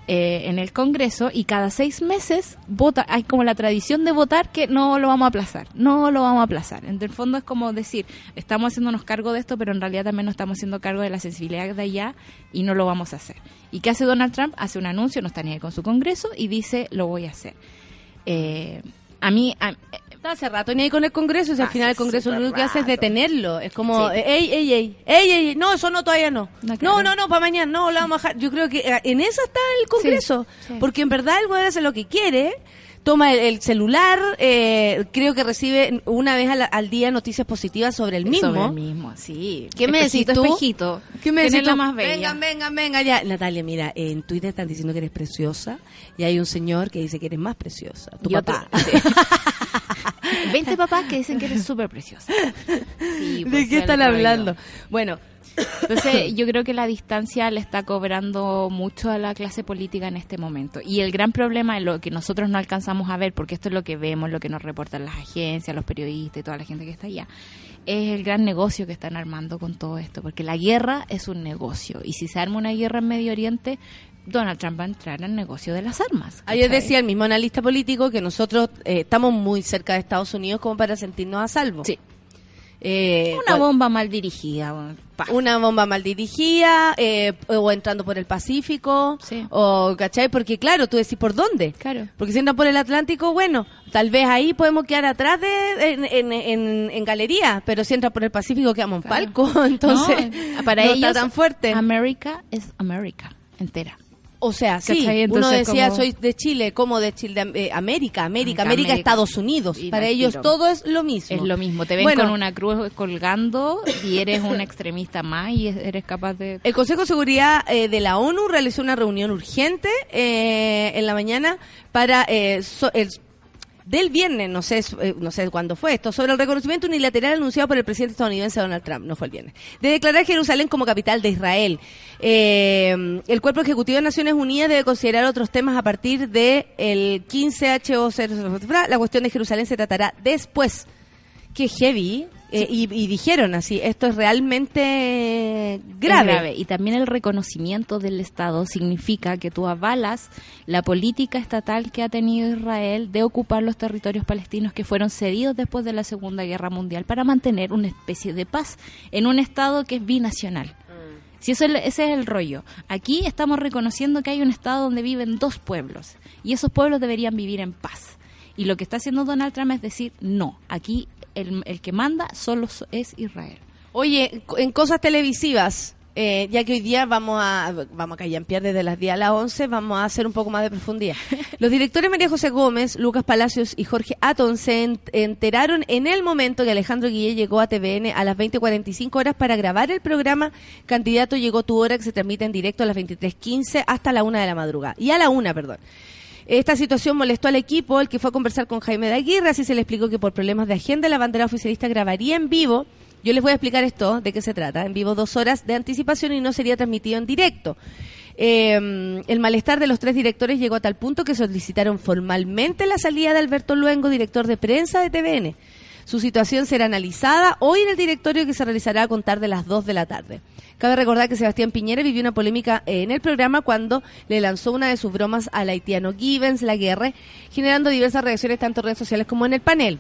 eh, en el Congreso, y cada seis meses vota, hay como la tradición de votar que no lo vamos a aplazar, no lo vamos a aplazar. En el fondo es como decir, estamos haciéndonos cargo de esto, pero en realidad también nos estamos haciendo cargo de la sensibilidad de allá y no lo vamos a hacer. ¿Y qué hace Donald Trump? Hace un anuncio, no está ni ahí con su Congreso, y dice, lo voy a hacer. Eh, a mí... A, Hace rato ni ahí con el Congreso, y si al final el Congreso lo único que hace es detenerlo. Es como, Sí. ey, ey, ey, ey, ey, no, eso no, todavía no. No, claro. No, no, no, para mañana, no, lo vamos a dejar. Yo creo que eh, en eso está el Congreso, Sí, sí. porque en verdad el güey hace lo que quiere, toma el, el celular, eh, creo que recibe una vez al, al día noticias positivas sobre el mismo. Sobre el mismo, sí. ¿Qué me decís Espejito, tú? espejito. ¿Qué me ¿Quién decís es la tú? más bella? Vengan, vengan, vengan ya. Natalia, mira, en Twitter están diciendo que eres preciosa y hay un señor que dice que eres más preciosa. Tu Y papá. otro- sí. veinte papás que dicen que eres súper preciosa. Sí, ¿De pues, qué ya están lo creo hablando? yo. Bueno, Entonces, yo creo que la distancia le está cobrando mucho a la clase política en este momento. Y el gran problema es lo que nosotros no alcanzamos a ver, porque esto es lo que vemos, lo que nos reportan las agencias, los periodistas y toda la gente que está allá, es el gran negocio que están armando con todo esto. Porque la guerra es un negocio. Y si se arma una guerra en Medio Oriente, Donald Trump va a entrar al negocio de las armas. ayer ¿cachai? decía el mismo analista político que nosotros eh, estamos muy cerca de Estados Unidos como para sentirnos a salvo. Sí. Eh, Una cual- bomba mal dirigida. bueno, pa. Una bomba mal dirigida, eh, o entrando por el Pacífico, Sí. o, ¿cachai? Porque claro, tú decís, ¿por dónde? Claro. Porque si entran por el Atlántico, bueno, tal vez ahí podemos quedar atrás de en, en, en, en galería, pero si entran por el Pacífico quedamos en Claro. palco, entonces No, para no ellos está tan fuerte. América es América entera. O sea, sí, ¿Cachai? uno Entonces, decía, como- soy de Chile, como de Chile, de, eh, América, América, América, América, América. Estados Unidos. Y Para al ellos tiro. todo es lo mismo. Es lo mismo. Te ven Bueno, con una cruz colgando y eres un extremista más y eres capaz de... El Consejo de Seguridad eh, de la ONU realizó una reunión urgente eh, en la mañana para eh, so- el del viernes, no sé eh, no sé cuándo fue esto, sobre el reconocimiento unilateral anunciado por el presidente estadounidense Donald Trump, no fue el viernes, de declarar Jerusalén como capital de Israel. Eh, el Cuerpo Ejecutivo de Naciones Unidas debe considerar otros temas a partir de el quince H O cero cero. La cuestión de Jerusalén se tratará después. Qué heavy. Eh, y, y dijeron así, esto es realmente grave. Es grave. Y también el reconocimiento del Estado significa que tú avalas la política estatal que ha tenido Israel de ocupar los territorios palestinos que fueron cedidos después de la Segunda Guerra Mundial para mantener una especie de paz en un Estado que es binacional. Si eso es, ese es el rollo. Aquí estamos reconociendo que hay un Estado donde viven dos pueblos y esos pueblos deberían vivir en paz. Y lo que está haciendo Donald Trump es decir, no, aquí el, el que manda solo es Israel. Oye, en cosas televisivas, eh, ya que hoy día vamos a vamos a callampear desde las diez a las once, vamos a hacer un poco más de profundidad. Los directores María José Gómez, Lucas Palacios y Jorge Atón se ent- enteraron en el momento que Alejandro Guillé llegó a T V N a las veinte cuarenta y cinco horas para grabar el programa Candidato Llegó Tu Hora, que se transmite en directo a las veintitrés quince hasta la una de la madrugada. Y a la una, perdón. Esta situación molestó al equipo, el que fue a conversar con Jaime de Aguirre, así se le explicó que por problemas de agenda la bandera oficialista grabaría en vivo. Yo les voy a explicar esto, de qué se trata. En vivo dos horas de anticipación y no sería transmitido en directo. Eh, el malestar de los tres directores llegó a tal punto que solicitaron formalmente la salida de Alberto Luengo, director de prensa de T V N. Su situación será analizada hoy en el directorio, que se realizará a contar de las dos de la tarde. Cabe recordar que Sebastián Piñera vivió una polémica en el programa cuando le lanzó una de sus bromas al haitiano Givens Laguerre, generando diversas reacciones tanto en redes sociales como en el panel.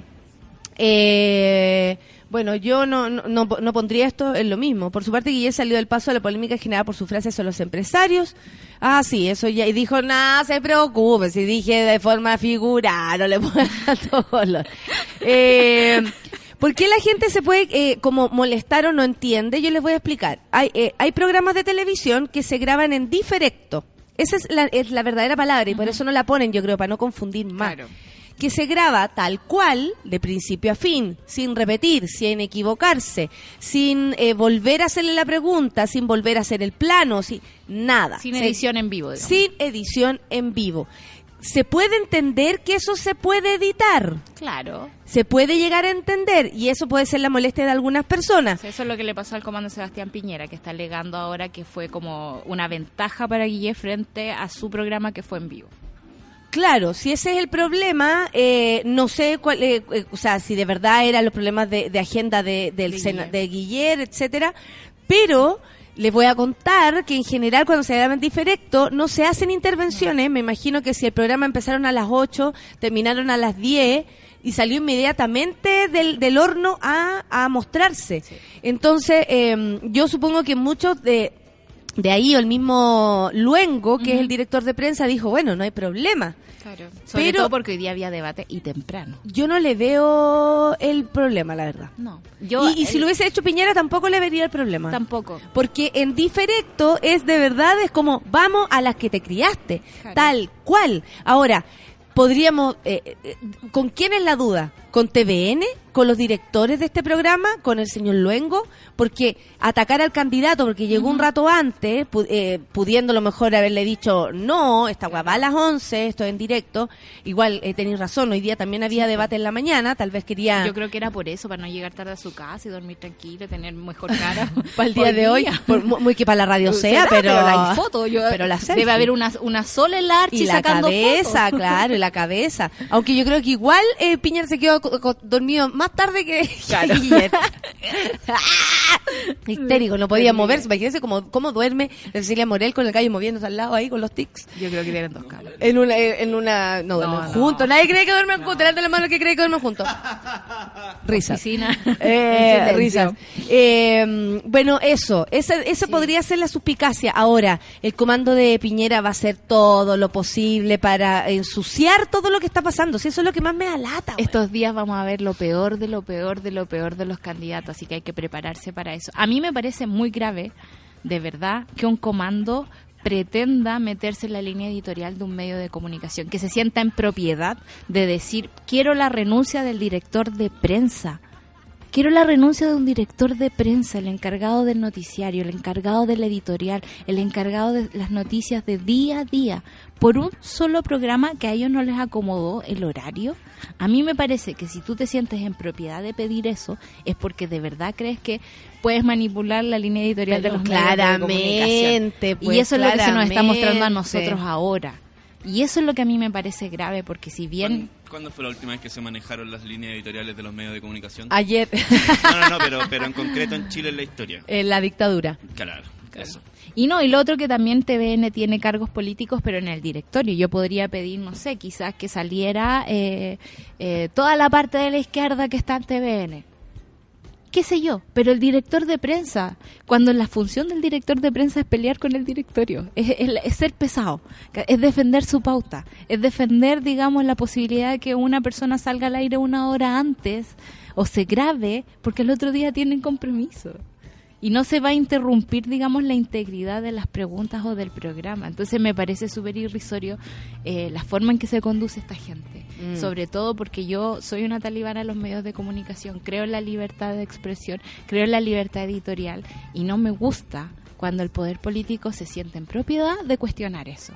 Eh, bueno, yo no, no, no, no pondría esto en lo mismo. Por su parte, Guillén salió del paso de la polémica generada por sus frases sobre los empresarios. Ah, sí, eso ya. Y dijo, nada, se preocupe, si dije de forma figurada, no le pongan tanto color. Eh, ¿Por qué la gente se puede eh, como molestar o no entiende? Yo les voy a explicar. Hay, eh, hay programas de televisión que se graban en diferecto. Esa es la, es la verdadera palabra y por eso no la ponen, yo creo, para no confundir más. Claro. Que se graba tal cual, de principio a fin, sin repetir, sin equivocarse, sin eh, volver a hacerle la pregunta, sin volver a hacer el plano, sin nada. Sin Se- edición en vivo, digamos. Sin edición en vivo. Se puede entender que eso se puede editar. Claro. Se puede llegar a entender y eso puede ser la molestia de algunas personas. Eso es lo que le pasó al comando Sebastián Piñera, que está alegando ahora que fue como una ventaja para Guillén frente a su programa que fue en vivo. Claro, si ese es el problema, eh, no sé cuál, eh, eh, o sea, si de verdad eran los problemas de, de agenda de, del De Sena- Guillermo. de Guillermo, etcétera, pero les voy a contar que en general cuando se graban diferecto no se hacen intervenciones. Me imagino que si el programa empezaron a las ocho, terminaron a las diez y salió inmediatamente del, del horno a, a mostrarse. Sí. Entonces, eh, yo supongo que muchos de, de ahí, o el mismo Luengo, que uh-huh. es el director de prensa, dijo, bueno, no hay problema. Claro. Sobre pero todo porque hoy día había debate y temprano. Yo no le veo el problema, la verdad. No. Yo, y y el... si lo hubiese hecho Piñera tampoco le vería el problema. Tampoco. Porque en diferecto es de verdad, es como, vamos a las que te criaste. Claro. Tal cual. Ahora, podríamos, eh, eh, ¿con quién es la duda? ¿Con T V N? ¿Con los directores de este programa? ¿Con el señor Luengo? Porque atacar al candidato, porque llegó uh-huh. un rato antes, pu- eh, pudiendo a lo mejor haberle dicho, no, esta guapa va a las once, esto es en directo. Igual, eh, tenéis razón, hoy día también había debate en la mañana, tal vez quería... Yo creo que era por eso, para no llegar tarde a su casa y dormir tranquilo, tener mejor cara. Para el día de día. hoy, por, muy que para la radio sea, pero... Pero la foto, yo, pero la debe haber una, una sola en la archi sacando fotos. Y la cabeza, claro, y la cabeza. Aunque yo creo que igual eh, Piñera se quedó co- co- dormido más tarde que claro. histérico, no podía moverse. Imagínense cómo, cómo duerme Cecilia Morel con el gallo moviéndose al lado ahí con los tics. Yo creo que tienen dos camas. En una, en una, no, duermen no, no. juntos. Nadie cree que duermen no. juntos. Delante de la mano que cree que duermen juntos. Risas. Oficina. Eh, risas. Eh, bueno, eso, esa, eso sí. podría ser la suspicacia. Ahora, el comando de Piñera va a hacer todo lo posible para ensuciar todo lo que está pasando. Si eso es lo que más me da lata. Estos bueno. días vamos a ver lo peor de lo peor de lo peor de los candidatos, así que hay que prepararse para eso. A mí me parece muy grave, de verdad, que un comando pretenda meterse en la línea editorial de un medio de comunicación, que se sienta en propiedad de decir, quiero la renuncia del director de prensa. Quiero la renuncia de un director de prensa, el encargado del noticiario, el encargado del editorial, el encargado de las noticias de día a día, por un solo programa que a ellos no les acomodó el horario. A mí me parece que si tú te sientes en propiedad de pedir eso, es porque de verdad crees que puedes manipular la línea editorial Pero de los claramente, medios de comunicación. pues, y eso es lo que se nos está mostrando a claramente. nosotros ahora. Y eso es lo que a mí me parece grave, porque si bien... ¿Cuándo, ¿Cuándo fue la última vez que se manejaron las líneas editoriales de los medios de comunicación? Ayer. No, no, no, pero, pero en concreto en Chile en la historia. En la dictadura. Claro, eso. Y no, y lo otro que también T V N tiene cargos políticos, pero en el directorio. Yo podría pedir, no sé, quizás que saliera eh, eh, toda la parte de la izquierda que está en T V N. Qué sé yo, pero el director de prensa, cuando la función del director de prensa es pelear con el directorio, es, es, es ser pesado, es defender su pauta, es defender, digamos, la posibilidad de que una persona salga al aire una hora antes o se grabe porque el otro día tienen compromiso. Y no se va a interrumpir, digamos, la integridad de las preguntas o del programa. Entonces me parece súper irrisorio eh, la forma en que se conduce esta gente. Mm. Sobre todo porque yo soy una talibana de los medios de comunicación. Creo en la libertad de expresión, creo en la libertad editorial. Y no me gusta cuando el poder político se siente en propiedad de cuestionar eso.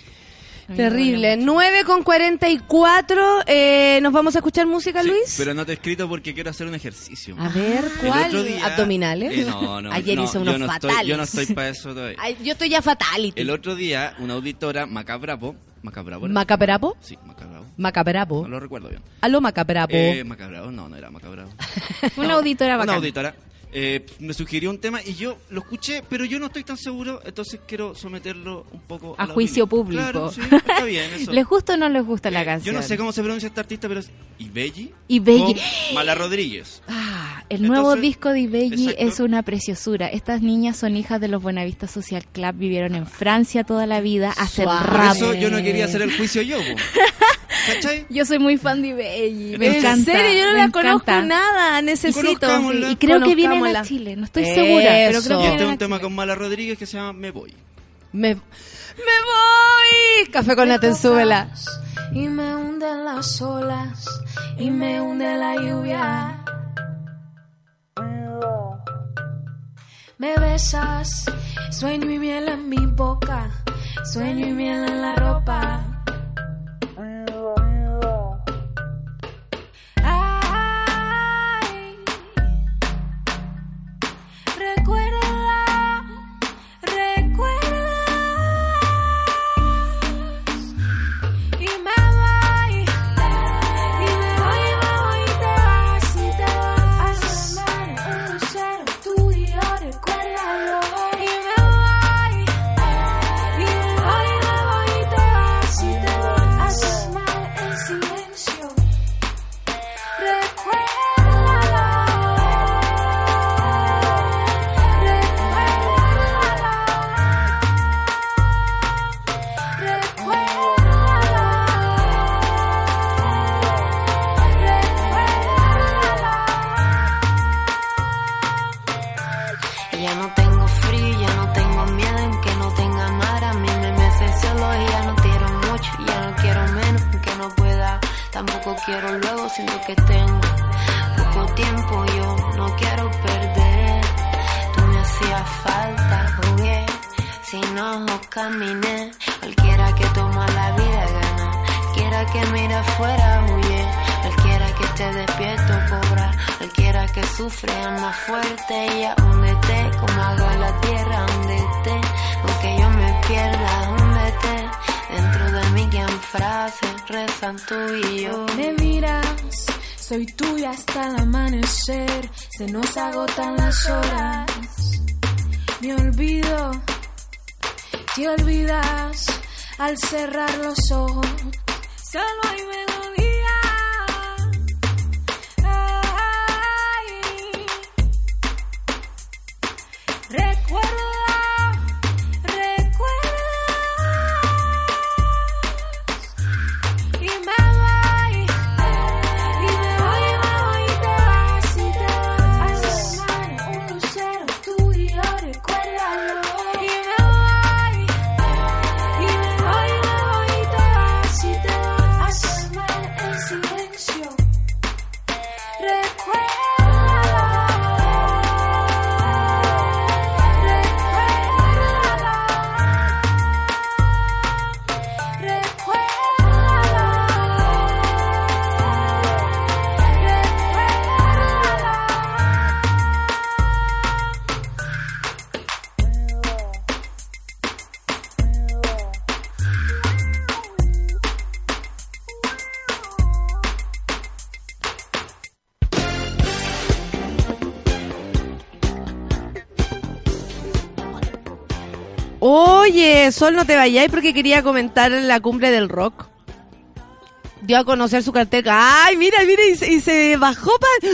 Terrible. nueve con cuarenta y cuatro. Eh, ¿Nos vamos a escuchar música, sí, Luis? Pero no te he escrito porque quiero hacer un ejercicio. A ver, ¿cuál? Día, ¿Abdominales? Eh, no, no. Ayer no, hice unos yo no fatales. Estoy, yo no estoy para eso todavía. Ay, yo estoy ya fatality. El otro día, una auditora, Macabrapo. ¿Macabrapo? ¿Macabrapo? Sí, Macabrapo. Macabrapo. No lo recuerdo bien. ¿Aló, Macabrapo? Eh, Macabrapo, no, no era Macabrapo. Una no, auditora bacana. Una auditora. Eh, me sugirió un tema y yo lo escuché, pero yo no estoy tan seguro, entonces quiero someterlo un poco a, a juicio opinión. público. Claro, sí, está bien eso. ¿Les gusta o no les gusta la eh, canción? Yo no sé cómo se pronuncia este artista, pero es Ibelli. Ibelli. Con Mala Rodríguez. Ah, el Entonces, nuevo disco de Ibelli exacto. es una preciosura. Estas niñas son hijas de los Buenavista Social Club, vivieron en Francia toda la vida, hacen Suave. Por rap. eso yo no quería hacer el juicio yo, po. ¿Cachai? Yo soy muy fan de Ibelli, me ¿En encanta. serio? Yo no me la encanta. conozco nada, necesito. Conozcámosla. Y creo que vienen Conozcámosla. a Chile, no estoy segura, pero creo Eso. que Y este es vienen un a tema Chile. con Mala Rodríguez que se llama Me Voy. Me, me voy. Café con Nata en Súbela. Y me hunden las olas y me hunde la lluvia. Me besas, sueño y miel en mi boca, sueño y miel en la ropa. Ay, recuerda, recuerdas y me voy, y me voy, y me voy y te vas, y te vas. Hace un crucero, tú y yo, recuérdalo. Y prefiero luego, siento que tengo poco tiempo, yo no quiero perder. Tú me hacías falta, jugué, sin ojos caminé. Cualquiera que toma la vida gana, cualquiera que mira afuera huye, cualquiera que esté despierto cobra, cualquiera que sufre ama fuerte. Y ahúndete como agua en la tierra, húndete, aunque yo me pierda, húndete. Dentro de mí que en frases rezan tú y yo. Me miras, soy tuya hasta el amanecer, se nos agotan las horas. Me olvido, te olvidas al cerrar los ojos. Solo hay melodía. Ay. Recuerda, recuerda. Y me voy, y me voy, y me voy, y te vas, y te vas. Hace semana, un lucero, tú y yo, recuérdalo. Y me voy, y me voy, y me voy, y te vas, y te vas. Hace semana, en silencio, recuérdalo. Oye, Sol, no te vayáis porque quería comentar en la cumbre del rock. Dio a conocer su cartel. ¡Ay, mira, mira! Y se, y se bajó para...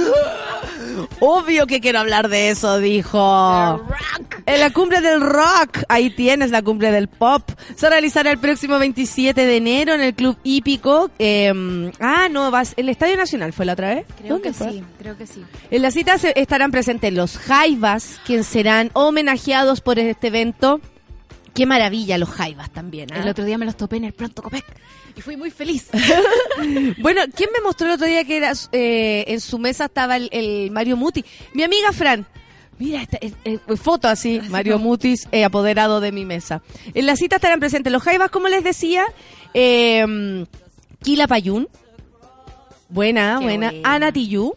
Obvio que quiero hablar de eso, dijo. En la cumbre del rock. Ahí tienes la cumbre del pop. Se realizará el próximo veintisiete de enero en el Club Hípico. Eh, ah, no, vas, el Estadio Nacional fue la otra vez. Creo ¿Dónde que fue? sí, creo que sí. En la cita se estarán presentes los Jaivas, quienes serán homenajeados por este evento. Qué maravilla los Jaivas también, ¿eh? El otro día me los topé en el Pronto Copec y fui muy feliz. Bueno, ¿quién me mostró el otro día que era eh, en su mesa estaba el, el Mario Muti? Mi amiga Fran. Mira, esta, eh, eh, foto así, Mario Mutis, eh, apoderado de mi mesa. En la cita estarán presentes los Jaivas, como les decía, eh, Kila Payún, buena, Qué buena, buena. Ana Tillú,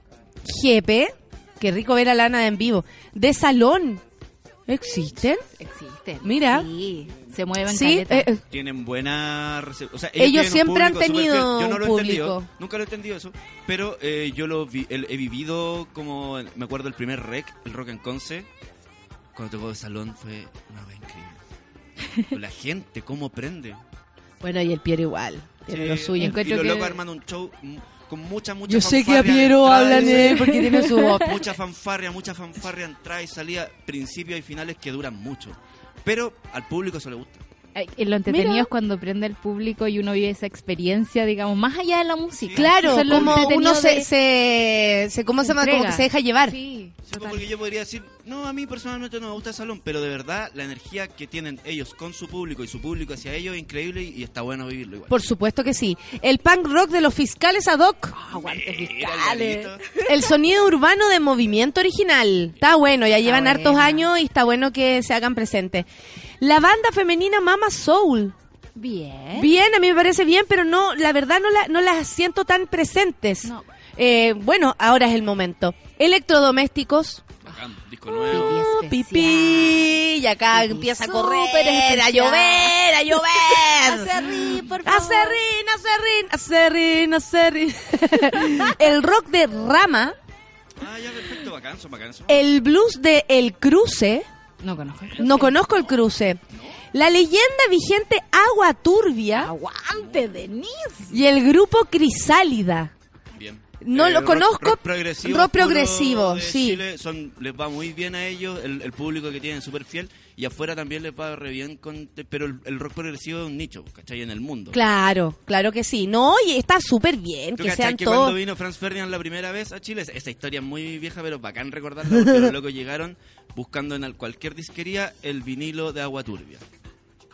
Jepe, qué rico ver a Lana en vivo, De Salón, ¿existen? Existen. Mira. Sí, se mueven Sí, caleta. eh, eh, Tienen buena rece- o sea, Ellos tienen un siempre han público súper tenido fiel. Yo no lo he público. entendido, nunca lo he entendido eso, pero eh, yo lo vi, el- he vivido como, me acuerdo el primer rec, el Rock en Conce, cuando tocó de salón fue una vez increíble. Con la gente, cómo prende. bueno, y el Piero igual, tiene Sí, lo suyo. y Encuentro los que- locos arman un show mm, con mucha, mucha Yo sé que a fanfarria Piero de entrada hablan y de él salida. porque tiene su voz. Mucha fanfarria, mucha fanfarria, entrada y salida, principios y finales que duran mucho. Pero al público eso le gusta. Ay, eh, Lo entretenido Mira. es cuando prende el público y uno vive esa experiencia, digamos, más allá de la música. Claro, Eso es lo como entretenido uno se, de- se, se, ¿cómo se, llama? Como entrega. que se deja llevar. Sí, Sí, total. porque yo podría decir, no, a mí personalmente no me gusta el salón, pero de verdad la energía que tienen ellos con su público y su público hacia ellos es increíble y, y está bueno vivirlo igual. Por supuesto que sí. El punk rock de los fiscales ad hoc. Aguante Mira, fiscales. Lalito. El sonido urbano de Movimiento Original. Está bueno, ya llevan buena. hartos años y está bueno que se hagan presentes. La banda femenina Mama Soul. Bien. Bien, a mí me parece bien, pero no, la verdad no, la, no las siento tan presentes. No. Eh, bueno, ahora es el momento. Electrodomésticos. Bacán, disco nuevo. Oh, pipí, y acá Pipí empieza a súper correr, a especial. llover, a llover. Acerrín, por favor. Acerrín, acerrín, acerrín, acerrín. El rock de Rama, Ah, ya, perfecto, bacán, son bacán eso. el blues de El Cruce, No conozco. no conozco El Cruce, la leyenda vigente Agua Turbia Aguante, Denise. y el grupo Crisálida. Bien. No lo rock- conozco. Rock progresivo. Rock puro progresivo, de sí. Chile, son, les va muy bien a ellos, el, el público que tienen es súper fiel. Y afuera también les va re bien, con, pero el, el rock progresivo es un nicho, ¿cachai? En el mundo. Claro, claro que sí. No, y está súper bien ¿Tú que cachai sean que todos. cuando vino Franz Ferdinand la primera vez a Chile? Esa historia es muy vieja, pero bacán recordarla, porque los locos llegaron buscando en el- cualquier disquería el vinilo de Agua Turbia.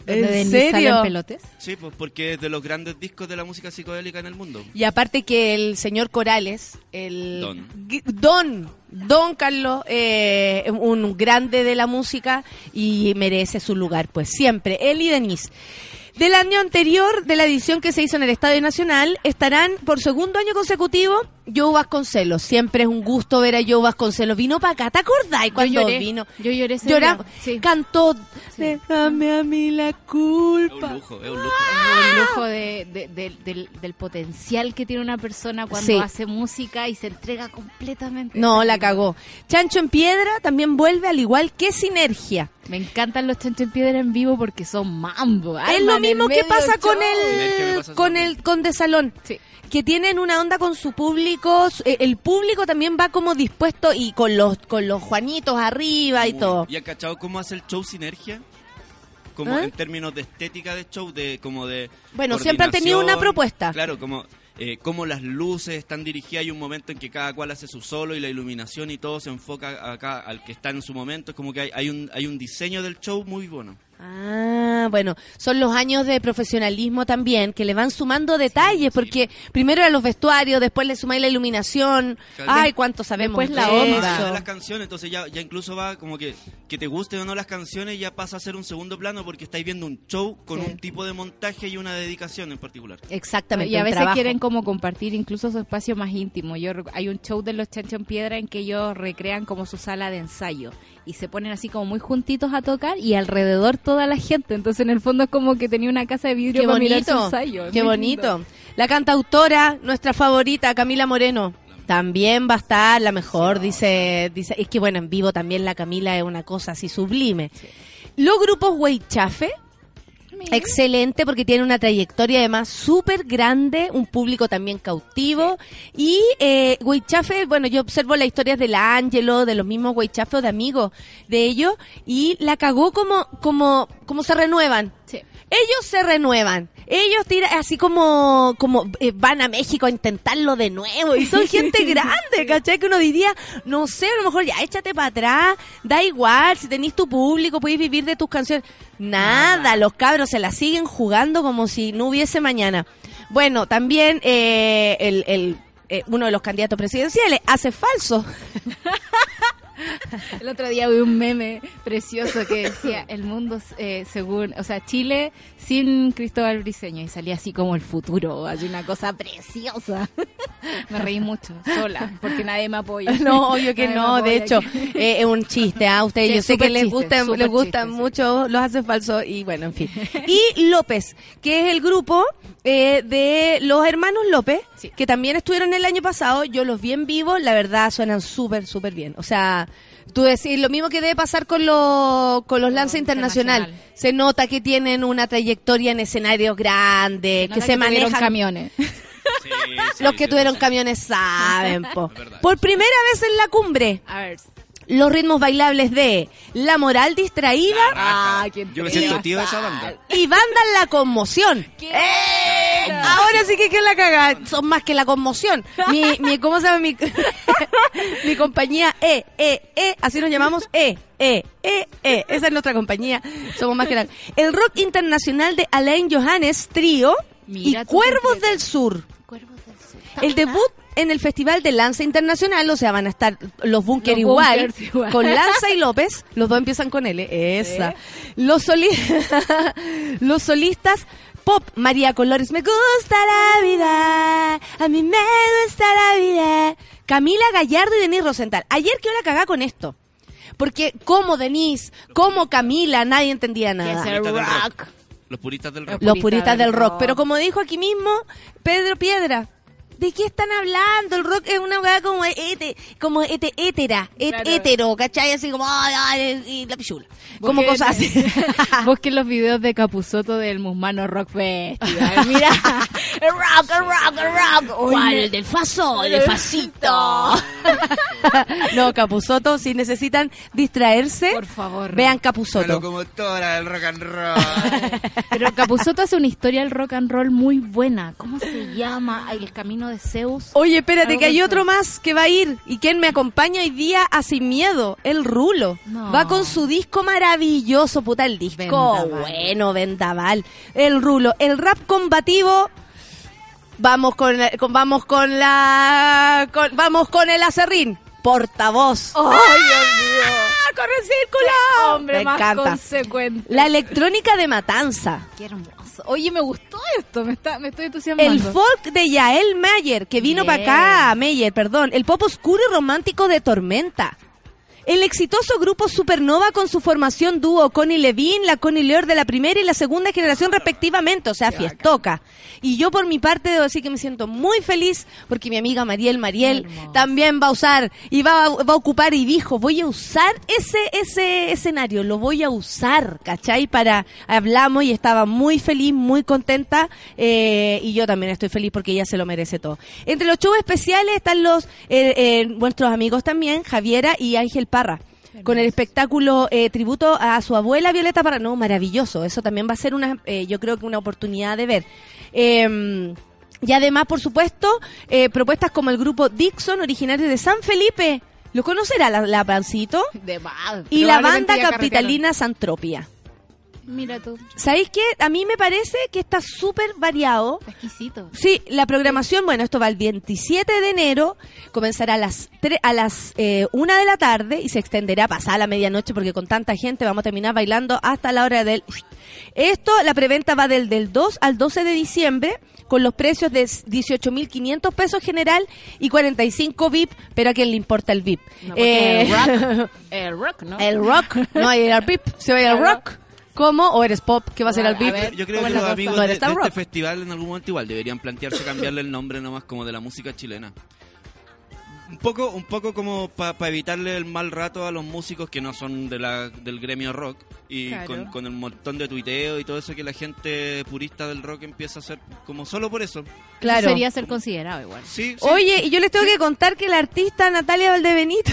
¿Donde ¿En Denis serio? sale en pelotes? Sí, pues porque es de los grandes discos de la música psicodélica en el mundo. Y aparte que el señor Corales, el Don. Gui- Don, Don Carlos, eh, un grande de la música y merece su lugar, pues siempre, él y Denise. Del año anterior, de la edición que se hizo en el Estadio Nacional, estarán por segundo año consecutivo Joe Vasconcelos. Siempre es un gusto ver a Joe Vasconcelos. Vino para acá, ¿te acordás? Cuando lloré. vino, Yo lloré ese lloraba, día, sí. cantó, déjame a mí la Es culpa. un lujo, es un lujo. El lujo de, de- de- del, del potencial que tiene una persona cuando Sí. hace música y se entrega completamente. No, la cagó. Chancho en Piedra también vuelve, al igual que Sinergia. Me encantan los Chancho en Piedra en vivo porque son mambo. Es lo mismo que pasa con Sinergia me el pasa con eso el con De Salón. Sí. Que tienen una onda con su público, su- eh, el público también va como dispuesto y con los con los Juanitos arriba y Muy- todo. ¿Y has cachado cómo hace el show Sinergia? Como ¿Ah? en términos de estética de show, de como de Bueno, siempre han tenido una coordinación. propuesta. Claro, como eh, como las luces están dirigidas, hay un momento en que cada cual hace su solo y la iluminación y todo se enfoca acá al que está en su momento. Es como que hay, hay un hay un diseño del show muy bueno. Ah, bueno, son los años de profesionalismo también, que le van sumando detalles, porque primero eran los vestuarios, después le sumáis la iluminación. Claro. Ay, cuánto sabemos Después la de onda. Más allá eso. de las canciones, entonces ya, ya incluso va como que que te gusten o no las canciones ya pasa a ser un segundo plano porque estáis viendo un show con Sí. un tipo de montaje y una dedicación en particular. Exactamente. Y a un veces trabajo. quieren como compartir incluso su espacio más íntimo. Yo rec- hay un show de los Chancho en Piedra en que ellos recrean como su sala de ensayo y se ponen así como muy juntitos a tocar y alrededor toda la gente. Entonces en el fondo es como que tenía una casa de vidrio Qué para mirar su bonito, ensayo. Es qué muy bonito. lindo. La cantautora, nuestra favorita, Camila Moreno, también va a estar la mejor, dice, dice, es que bueno, en vivo también la Camila es una cosa así sublime. Los grupos Weichafe, excelente porque tiene una trayectoria además súper grande, un público también cautivo y eh, Weichafe, bueno, yo observo las historias del Ángelo, de los mismos Weichafe o de amigos de ellos y la cagó como, como, como se renuevan. Sí. Ellos se renuevan. Ellos tiran así como como eh, van a México a intentarlo de nuevo y son gente grande, ¿cachai? Que uno diría, no sé, a lo mejor ya échate para atrás, da igual, si tenés tu público, podés vivir de tus canciones. Nada, los cabros se la siguen jugando como si no hubiese mañana. Bueno, también eh, el, el eh, uno de los candidatos presidenciales hace falso. El otro día vi un meme precioso que decía el mundo eh, según, o sea, Chile sin Cristóbal Briceño y salía así como el futuro, así una cosa preciosa. Me reí mucho, sola, porque nadie me apoya. No, obvio que Nadie me no, de apoya hecho, aquí. eh, es un chiste, ¿ah? Ustedes, Sí, yo sé que súper les chiste, gustan, súper les gustan chiste, sí. mucho los hace falsos y bueno, en fin. Y López, que es el grupo eh, de los hermanos López, Sí. que también estuvieron el año pasado, yo los vi en vivo, la verdad suenan súper, súper bien. O sea, tú decís, lo mismo que debe pasar con los, con los Lanza Internacional. Internacional. Se nota que tienen una trayectoria en escenarios grandes, Nota que se tuvieron manejan. camiones. Sí, sí, Los que sí, tuvieron sí. camiones saben, po. Es verdad. Por primera vez en la cumbre, A ver. los ritmos bailables de La Moral Distraída La raja. Ah, ¿quién Yo me te siento va a tío de esa estar? banda. y Banda La Conmoción. ¡Eh! Ahora sí que que la caga, son más que La Conmoción. Mi, mi ¿cómo se llama mi mi compañía? E, E, E, así nos llamamos E, E, E, E. Esa es nuestra compañía. Somos más que la. El rock internacional de Alain Johannes Trío Mira y tú Cuervos qué del Sur. Cuervos del Sur. El debut en el Festival de Lanza Internacional, o sea, van a estar los Bunker Los igual, Bunkers igual. con Lanza y López, los dos empiezan con L, esa. Los, soli los solistas pop, María Colores, me gusta la vida, a mí me gusta la vida. Camila Gallardo y Denise Rosenthal. Ayer quedó la cagada con esto. Porque como Denise, como Camila, nadie entendía nada. es el Puristas del rock. Los puristas del rock. Los puristas del rock. Pero como dijo aquí mismo Pedro Piedra, ¿de qué están hablando? El rock es una weá como ete, como ete, hétera, et- Claro. hétero, ¿cachai? Así como, ay, ay, y la pichula. Como Busquen- cosas así. Busquen los videos de Capusotto del Musmano Rock Festival. Mira, el rock, el rock, el rock. ¿Cuál? El del faso, el del fasito. No, Capusotto, si necesitan distraerse, Por favor. vean La Capusotto. locomotora del rock and roll. Pero Capusotto hace una historia del rock and roll muy buena. ¿Cómo se llama? Ay, el camino de Zeus. Oye, espérate, Algo que hay de otro eso. más que va a ir. ¿Y quién me acompaña hoy día a Sin Miedo? El Rulo. No. Va con su disco maravilloso, puta, el disco. Vendaval. Bueno, Vendaval. El Rulo. El rap combativo. Vamos con, la- con vamos con la... con- vamos con el acerrín. Portavoz. ¡Ay, Dios mío! ¡Corre el círculo! Hombre Me más encanta. consecuente. La electrónica de Matanza. Qué hermoso. Oye, me gustó esto, me está, me estoy entusiasmando. El folk de Yael Mayer, que vino Bien. para acá, Mayer, perdón. El pop oscuro y romántico de Tormenta. El exitoso grupo Supernova con su formación dúo Connie Levine, la Connie Leor de la primera y la segunda generación respectivamente, o sea, fiestoca. Y yo por mi parte debo decir que me siento muy feliz porque mi amiga Mariel Mariel Hermoso. también va a usar y va, a- va a ocupar y dijo, voy a usar ese ese escenario, lo voy a usar, ¿cachai? Para, hablamos y estaba muy feliz, muy contenta eh, y yo también estoy feliz porque ella se lo merece todo. Entre los shows especiales están los eh, eh, nuestros amigos también, Javiera y Ángel Parra. Con el espectáculo eh, tributo a su abuela Violeta Parra. No, maravilloso. Eso también va a ser una, eh, yo creo que una oportunidad de ver. Eh, y además, por supuesto, eh, propuestas como el grupo Dixon, originario de San Felipe. ¿Lo conocerá la, la Pancito? De mal. Y la Probablemente banda ya carretearon. capitalina Santropia. Mira tú, ¿Sabéis qué? A mí me parece que está súper variado. está exquisito. Sí, la programación, bueno, esto va el veintisiete de enero, comenzará a las tre- a las eh, una de la tarde y se extenderá pasada la medianoche porque con tanta gente vamos a terminar bailando hasta la hora del... Esto, la preventa va del, del dos al doce de diciembre con los precios de dieciocho mil quinientos pesos general y cuarenta y cinco V I P, pero a quién le importa el V I P. No, porque Eh, el rock, el rock, ¿no? el rock, no hay el V I P, se va a ir al Claro. rock. ¿Cómo? ¿O eres pop? ¿Qué va a ser el A V I P? ver, Yo creo ¿cómo que es la los cosa? amigos No de, eres de tan este rock. festival en algún momento igual deberían plantearse cambiarle el nombre nomás como de la música chilena. Un poco, un poco como para evitarle el mal rato a los músicos que no son de la, del gremio rock y Claro. con, con el montón de tuiteo y todo eso que la gente purista del rock empieza a hacer como solo por eso. Claro. Sería ser considerado igual. Sí, sí. Oye, y yo les tengo que contar que la artista Natalia Valdebenito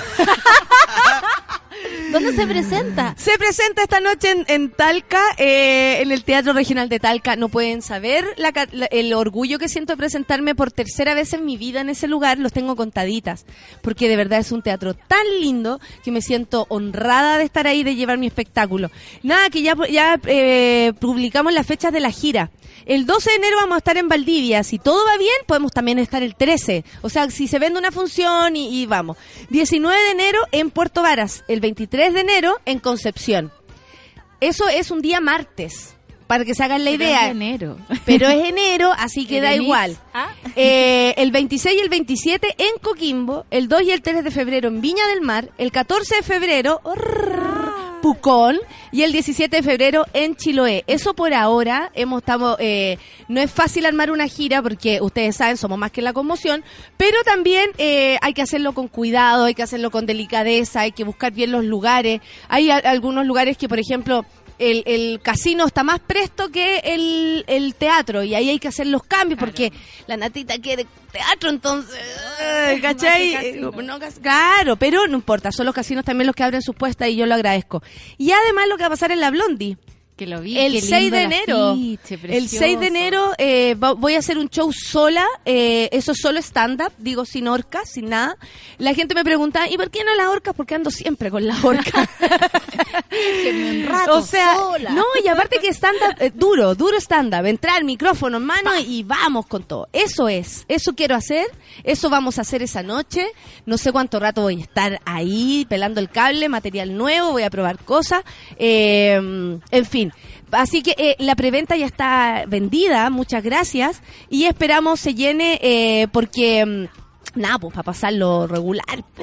¿Dónde se presenta? se presenta esta noche en, en Talca, eh, en el Teatro Regional de Talca. No pueden saber la ca- la- el orgullo que siento de presentarme por tercera vez en mi vida en ese lugar. Los tengo contaditas, porque de verdad es un teatro tan lindo que me siento honrada de estar ahí, de llevar mi espectáculo. Nada, que ya, ya eh, publicamos las fechas de la gira. El doce de enero vamos a estar en Valdivia. Si todo va bien, podemos también estar el trece. O sea, si se vende una función y, y vamos. diecinueve de enero en Puerto Varas. El veintitrés de enero en Concepción. Eso es un día martes, para que se hagan la Pero idea. es enero. Pero es enero, así que da Erenix. igual. Ah. Eh, el veintiséis y el veintisiete en Coquimbo, el dos y el tres de febrero en Viña del Mar, el catorce de febrero Pucón y el diecisiete de febrero en Chiloé. Eso por ahora. Hemos estado, eh, no es fácil armar una gira porque ustedes saben, somos más que la conmoción, pero también eh, hay que hacerlo con cuidado, hay que hacerlo con delicadeza, hay que buscar bien los lugares. Hay a- algunos lugares que, por ejemplo, el, el casino está más presto que el, el teatro y ahí hay que hacer los cambios porque la Natita quiere teatro, entonces, eh, ¿cachai? Más que casino. Eh, no, cas- claro, pero no importa, son los casinos también los que abren sus puestas y yo lo agradezco. Y además lo que va a pasar en la Blondie. Que lo vi. El qué seis lindo de el enero. afiche, El precioso. seis de enero eh, va- voy a hacer un show sola, eh, eso es solo stand-up, digo sin orcas, sin nada. La gente me pregunta, ¿y por qué no las orcas? Porque ando siempre con las orcas. Déjenme un rato O sea, sola. no, y aparte que stand-up, eh, duro, duro stand-up, entrar, micrófono en mano y vamos con todo. Eso es, eso quiero hacer, eso vamos a hacer esa noche. No sé cuánto rato voy a estar ahí pelando el cable, material nuevo, voy a probar cosas. Eh, en fin, así que eh, la preventa ya está vendida, muchas gracias, y esperamos se llene eh, porque... mm, nada, pues para pasarlo regular. po.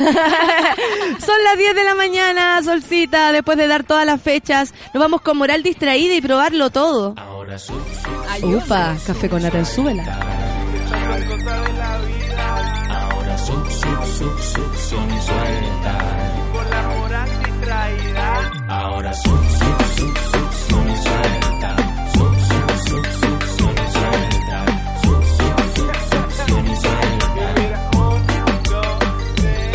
Son las diez de la mañana, Solcita, después de dar todas las fechas. Nos vamos con moral distraída y probarlo todo. Ahora sub, sub, Upa, café con nata en súbela. ahora sub, sub, sub, succión y suelta. Por la moral distraída. Ahora sub, sub, sub, succión y suelta. Sub, sub, sub, succión y suelta. Sub, sub, sub, succión y suelta.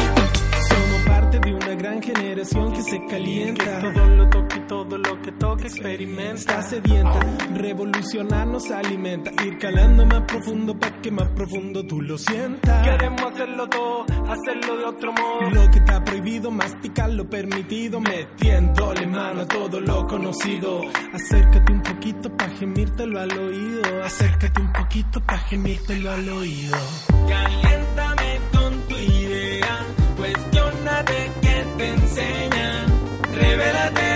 Somos parte de una gran generación que se calienta. Todo lo toque, todo lo que toque se experimenta. Está sedienta, revolucionar nos alimenta. Ir calando más profundo pa' que más profundo tú lo sientas. Queremos hacerlo todo, hacerlo de otro modo. Lo que está prohibido, masticar lo permitido. Metiéndole mano a todo lo conocido. Acércate un poquito pa' gemírtelo al oído. Acércate un poquito pa' gemírtelo al oído. Caliéntame con tu idea. Cuestiónate que te enseñan. Revélate.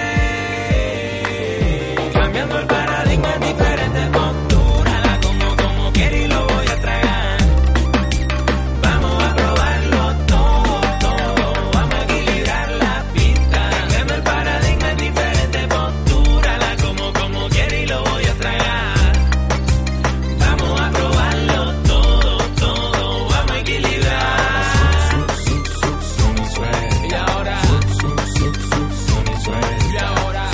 Cambiando el paradigma en diferentes posturas. La como como quiero y lo voy a tragar. Vamos a probarlo todo, todo. Vamos a equilibrar la pista. Cambiando el paradigma en diferentes posturas. La como como quiero y lo voy a tragar. Vamos a probarlo todo, todo. Vamos a equilibrar. Y ahora. Y ahora.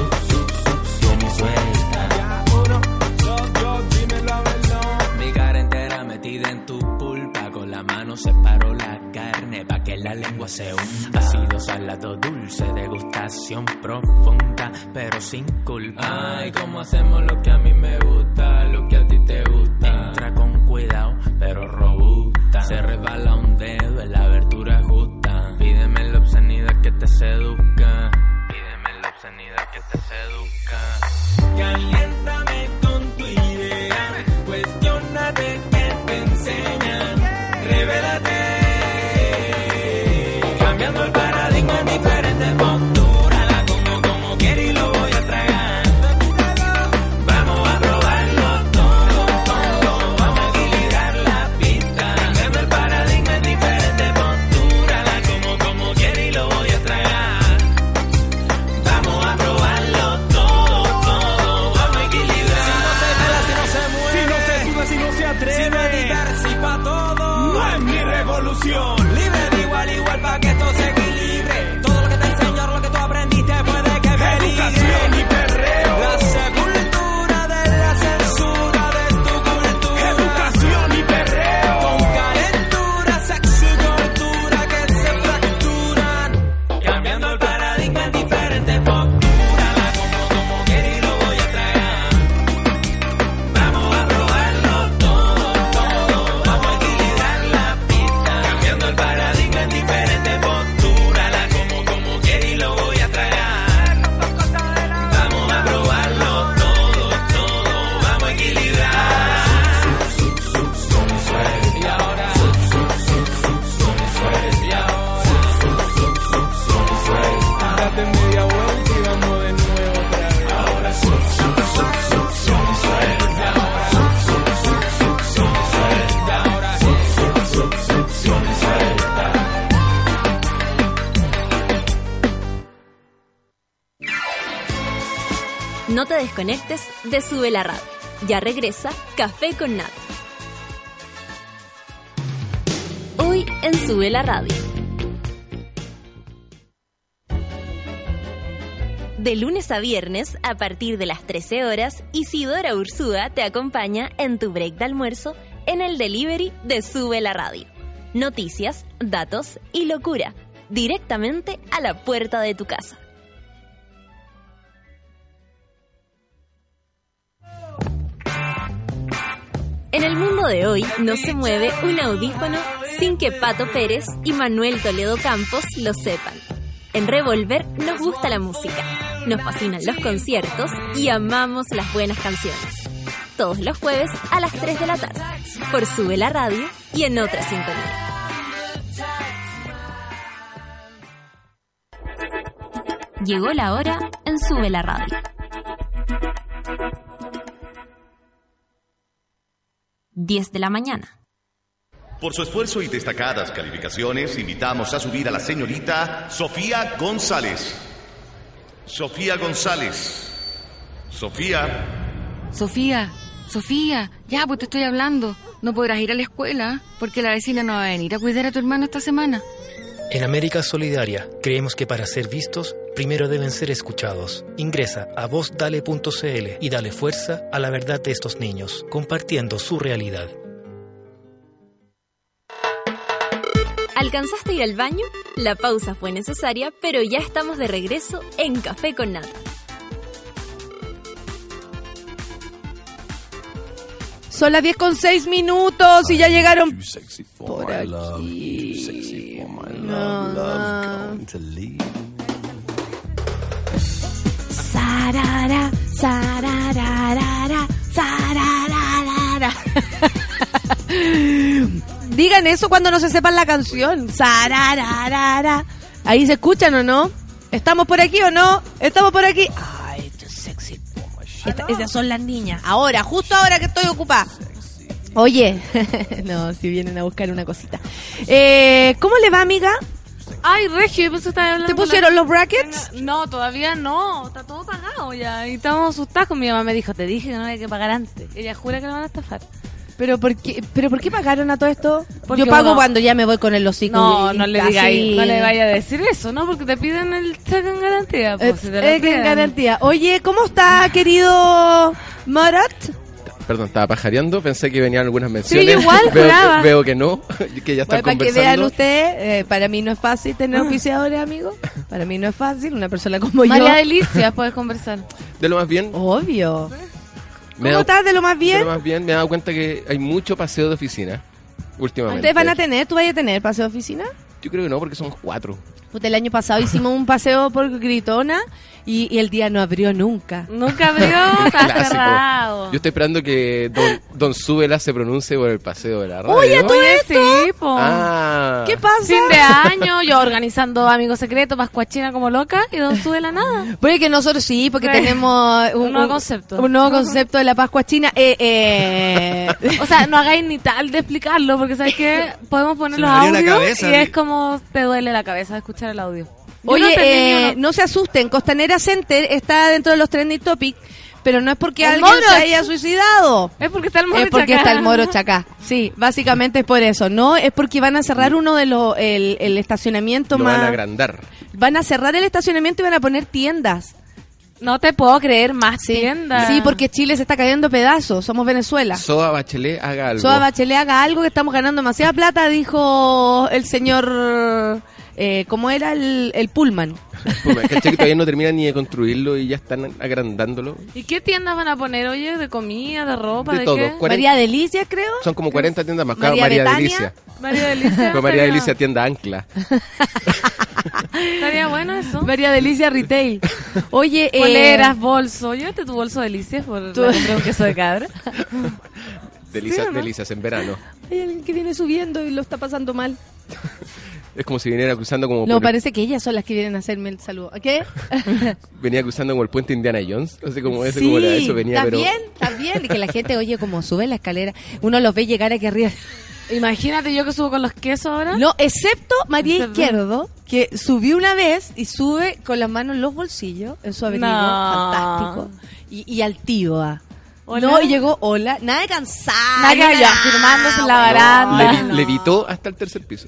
Mi cara entera metida en tu pulpa. Con la mano separo la carne pa' que la lengua se hunda. Ácido, salado, dulce, degustación profunda, pero sin culpa. Ay, cómo hacemos lo que a mí me gusta, lo que a ti te gusta. Entra con cuidado, pero robusta. Se resbala un dedo en la abertura justa. Pídeme la obscenidad que te seduzca. Pídeme la obscenidad que te seduzca. Caliéntame con tu idea. Cuestiónate que te enseñan. Revélate. Cambiando el paradigma en diferentes posturas. La como como quiero y lo voy a tragar. Vamos a probarlo todo, todo. Vamos a equilibrar la pista. Cambiando el paradigma en diferentes posturas. La como como quiero y lo voy a tragar. Vamos a probarlo todo, todo. Vamos a equilibrar. Si no se pela, si no se mueve, si no se sube, si no se atreve, si no es diversipa todo, no es mi revolución. Libre de igual, igual pa' que esto se equilibre. Todo lo que te enseño, lo que tú aprendiste puede que peligre. Educación y perreo. La sepultura de la censura de tu cultura. Educación y perreo. Con calentura, sexo y cultura que se fracturan. Cambiando el paradigma en diferentes posturas. La como como quiero y lo voy a tragar. Vamos a probarlo todo, todo. Vamos a equilibrar la pista. Cambiando el paradigma en diferentes posturas. La como como quiero y lo voy a tragar. Vamos a probarlo todo, todo. Vamos a equilibrar. Y ahora. Y ahora. Date media vuelta y vamos de nuevo otra vez. Ahora. No te desconectes de Sube la Radio. Ya regresa Café con Nat. Hoy en Sube la Radio. De lunes a viernes, a partir de las trece horas, Isidora Ursúa te acompaña en tu break de almuerzo en el delivery de Sube la Radio. Noticias, datos y locura, directamente a la puerta de tu casa. En el mundo de hoy no se mueve un audífono sin que Pato Pérez y Manuel Toledo Campos lo sepan. En Revolver nos gusta la música, nos fascinan los conciertos y amamos las buenas canciones. Todos los jueves a las tres de la tarde, por Sube la Radio y en otra sintonía. Llegó la hora en Sube la Radio. diez de la mañana. Por su esfuerzo y destacadas calificaciones, invitamos a subir a la señorita Sofía González. Sofía González. Sofía. Sofía, Sofía, ya pues te estoy hablando. No podrás ir a la escuela porque la vecina no va a venir a cuidar a tu hermano esta semana. En América Solidaria creemos que para ser vistos, primero deben ser escuchados. Ingresa a voz dale punto c l y dale fuerza a la verdad de estos niños, compartiendo su realidad. ¿Alcanzaste a ir al baño? La pausa fue necesaria, pero ya estamos de regreso en Café con Nata. Son las diez con seis minutos y ya llegaron por aquí. No, no. Sarara, sarararara, sarararara. Digan eso cuando no se sepan la canción. Sarararara. Ahí se escuchan o no. ¿Estamos por aquí o no? ¿Estamos por aquí? Ay, too sexy. Esta, esas son las niñas. Ahora, justo ahora que estoy ocupada. Oye, no, si vienen a buscar una cosita. Eh, ¿Cómo le va, amiga? Ay, Regio, yo pensé que estaba hablando. ¿Te con pusieron la- los brackets? No, todavía no. Está todo pagado ya. Y estamos asustados con mi mamá. Me dijo, te dije que no había que pagar antes. Ella jura que lo van a estafar. ¿Pero por qué, pero por qué pagaron a todo esto? Porque Yo pago uno- cuando ya me voy con el hocico. No, y- no le así. diga ahí, no le vaya a decir eso, ¿no? Porque te piden el cheque en garantía. Pues, Eh, si te lo eh, que en piden. garantía. Oye, ¿cómo está, querido Marat? Perdón, estaba pajareando, pensé que venían algunas menciones. yo igual, veo, juraba. que, veo que no, que ya están Bueno, para que conversando. vean ustedes, eh, para mí no es fácil tener auspiciadores, amigos. Para mí no es fácil, una persona como yo. María Delicia, puedes conversar. De lo más bien, Obvio. me he ¿Cómo dado- estás de lo más de bien? lo más bien, me he dado cuenta que hay mucho paseo de oficina últimamente. ¿Ustedes van a tener? ¿Tú vas a tener paseo de oficina? Yo creo que no, porque somos cuatro. Puta, el año pasado hicimos un paseo por Gritona y, y el día no abrió nunca. Nunca abrió, está Clásico. cerrado. Yo estoy esperando que Don, don Súbela se pronuncie por el paseo de la radio. Oye, ¿todo Oye, esto? sí, po. Ah. ¿Qué pasa? Fin de año, yo organizando Amigos Secretos, Pascuachina como loca y no sube la nada. Puede que nosotros sí, porque Sí. tenemos un, Un nuevo concepto. Un nuevo concepto de la Pascua China. Eh, eh. O sea, no hagáis ni tal de explicarlo, porque ¿sabes qué? Podemos poner Se los me abrió la audios cabeza. y es como te duele la cabeza de escuchar el audio. Yo Oye, no entendí ni eh, uno. no se asusten, Costanera Center está dentro de los trending topics, pero no es porque El alguien Moro. se haya suicidado. Es porque está el moro Es porque Chacá. está el Moro Chacá. Sí, básicamente es por eso. No, es porque van a cerrar uno de los, el, el estacionamiento Lo más... van a agrandar. Van a cerrar el estacionamiento y van a poner tiendas. No te puedo creer más tiendas. Sí, porque Chile se está cayendo a pedazos. Somos Venezuela. Soa Bachelet haga algo. Soa Bachelet haga algo, que estamos ganando demasiada plata, dijo el señor... Eh, ¿Cómo era el, el Pullman? Puma, ¿cachai que todavía no terminan ni de construirlo y ya están agrandándolo? ¿Y qué tiendas van a poner, oye? ¿De comida, de ropa, De de, todo. qué? cuarenta María Delicia, creo. Son como cuarenta tiendas más. Claro, María María Betania. Delicia. María Delicia. Con María estaría- Delicia tienda Ancla. Estaría bueno eso. María Delicia Retail. Oye, eh, Poleras, bolso. Llévate tu bolso Delicias por Tú- me compré un queso de cabra. Delicias, ¿Sí o no? delicias en verano. hay alguien que viene subiendo y lo está pasando mal. Es como si viniera cruzando como No, por- parece que ellas son las que vienen a hacerme el saludo. ¿Qué? venía cruzando como el puente Indiana Jones. No sé cómo ese, Sí, como era eso venía, está pero bien, está bien. Y que la gente, oye, como sube la escalera, uno los ve llegar aquí arriba. Imagínate yo que subo con los quesos ahora. No, excepto María Perdón. Izquierdo, que subió una vez y sube con las manos en los bolsillos, en su abrigo, No. fantástico. Y, y altiva. Hola. No, y llegó, hola, nada de cansada. Nada que ni haya, firmándose en la weón. baranda. le, levitó hasta el tercer piso.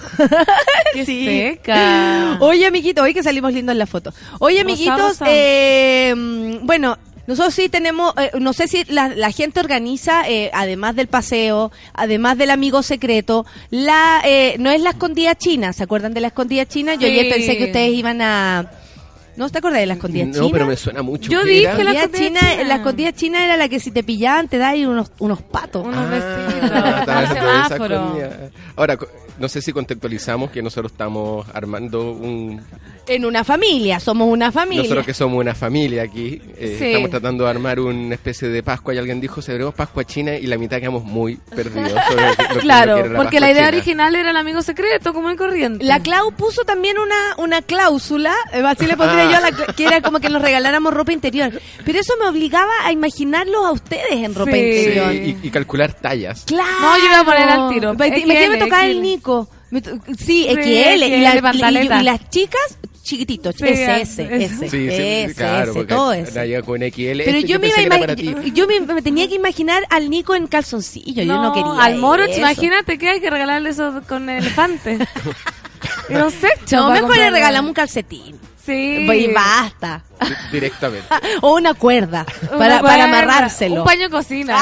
Qué Sí. seca. Oye, amiguitos, hoy que salimos lindos en la foto. Oye, Rosa, amiguitos, rosa. eh, mm, bueno, nosotros sí tenemos, eh, no sé si la, la gente organiza, eh, además del paseo, además del amigo secreto, la eh, no es la escondida china, ¿se acuerdan de la escondida china? Yo Sí. ayer pensé que ustedes iban a... ¿No te acordás de la escondida No, china? pero me suena mucho. Yo ¿Qué dije era? la La escondida china, china. la escondida china era la que si te pillaban te da ahí unos, unos patos. Unos Ah, besitos. estaba Un haciendo esa semáforo. coña. Ahora, co- no sé si contextualizamos que nosotros estamos armando un... En una familia, somos una familia. Nosotros que somos una familia aquí, eh, Sí. estamos tratando de armar una especie de Pascua y alguien dijo, celebremos Pascua China y la mitad quedamos muy perdidos. sobre lo que- lo que- Claro, lo que era porque Pascua la idea China. original era el amigo secreto, como el corriente. La Clau puso también una, una cláusula, eh, así le pondría Ah. yo, a la cla- que era como que nos regaláramos ropa interior. Pero eso me obligaba a imaginarlos a ustedes en ropa Sí. interior. Sí, y, y calcular tallas. Claro. No, yo iba a poner al tiro. Me, X L, imagínate me tocaba el X L. Nico. Me to- sí, Sí, X L. Y, X L, la- y- pantaleta. y las chicas, chiquititos. Sí, S, es- S, es- S, Sí, sí, S, claro, S, porque todo nadie eso. llega con X L. Pero Este yo, me, pensé iba que a era para ima- ti. yo me, me tenía que imaginar al Nico en calzoncillo. yo no quería al moro, eso. imagínate que hay que regalarle eso con elefante. Y no sé, No, mejor le regalamos un calcetín. Sí. Y basta. Di- Directamente. O una cuerda Una para, para cuerda, amarrárselo. Un paño de cocina.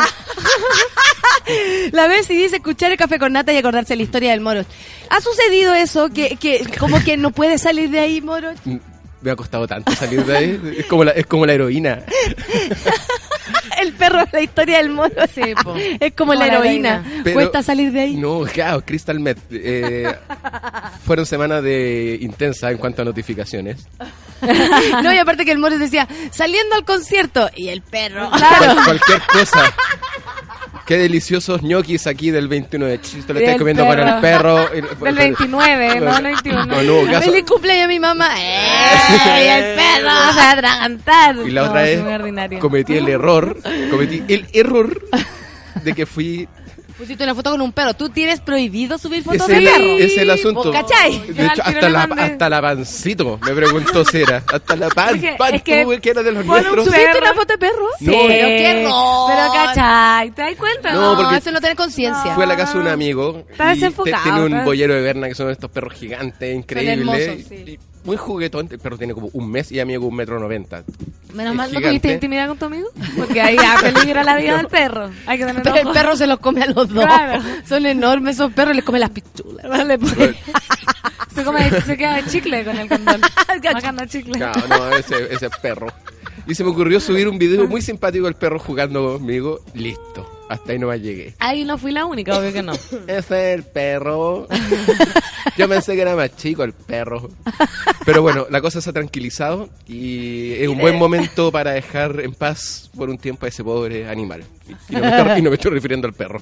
La vez y dice escuchar el café con nata y acordarse la historia del Moro. ¿Ha sucedido eso? Que, que como que no puede salir de ahí, Moro. Me ha costado tanto salir de ahí. Es como la, es como la heroína. El El perro es la historia del mono. Sí, po. Es como la Como la heroína. Pero- Cuesta salir de ahí. No, claro, Crystal Meth. Eh, fueron semanas de intensa en cuanto a notificaciones. No, y aparte que el mono decía, saliendo al concierto. Y el perro. Cual- cualquier cosa. Qué deliciosos ñoquis aquí del veintiuno de chiste. Lo Del estáis comiendo con el perro. perro. Del veintinueve, no el veintiuno. No, no, caso. Feliz cumpleaños a mi mamá. ¡Eh! Y el perro se va a atragantar. Y la No, otra sí, vez muy ordinario. cometí el error, cometí el error de que fui... Pusiste una foto con un perro. ¿Tú tienes prohibido subir fotos Es de el, perro? es el asunto. ¿Vos cachai? De Yo al hecho, tiro hasta le la, mandé. hasta la pancito me preguntó si era. Hasta la pan, Porque pan, es que tú, que era de los pon un nuestros. ¿Subiste perro. una foto de perro? No. Pero qué error. Pero cachai, ¿te das cuenta? No, porque eso no tener conciencia. Fue a la casa de un amigo Está y te- desenfocado, tiene un está- boyero de Berna que son estos perros gigantes, increíbles. hermosos, sí. y muy juguetón. El perro tiene como un mes y amigo un metro noventa. Menos Es mal no gigante. tuviste intimidad con tu amigo. Porque ahí ya peligra la vida del perro. Hay que tener Pero el ojo. perro se los come a los dos. Claro. Son enormes esos perros, les come las pichulas. Vale, pues. Se, come, se queda de chicle con el condón. Bajando chicle. Claro, no, ese, ese perro. Y se me ocurrió subir un video muy simpático del perro jugando conmigo. Listo. Hasta ahí nomás llegué. Ahí no fui la única, obvio que no. Ese es el perro. Yo pensé que era más chico el perro. Pero bueno, la cosa se ha tranquilizado y es un buen momento para dejar en paz por un tiempo a ese pobre animal. Y no me estoy, y no me estoy refiriendo al perro.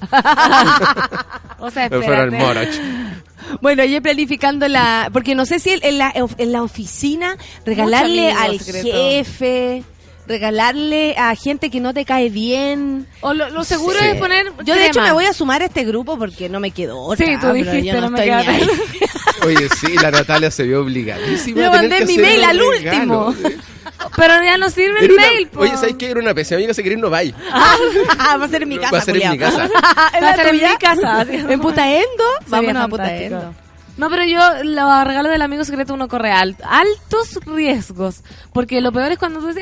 O sea, Me fuera al espérate. Moroch. Bueno, ella planificando la... Porque no sé si en en la, en la oficina regalarle Mucho amigo al secreto. jefe, regalarle a gente que no te cae bien. O lo, lo seguro Sí. es poner. Yo de hecho crema. me voy a sumar a este grupo porque no me quedó otra. Sí, tú pero dijiste, yo no me estoy queda ni ahí. Oye, sí, la Natalia se vio obligadísima. Yo a tener mandé que mi hacer mail un al regalo. último. Pero ya no sirve el Era una- mail, po. Oye, ¿sabes qué? Era una pésima amiga, si querés no vaya. Ah, va a ser en mi casa, Va a ser en mi culiao. casa. ¿En Va a la ser en tuya? mi casa. ¿En Putaendo? Vámonos a fantástico. Putaendo. No, pero yo, los regalos del amigo secreto uno corre alt- altos riesgos. Porque lo peor es cuando tú dices,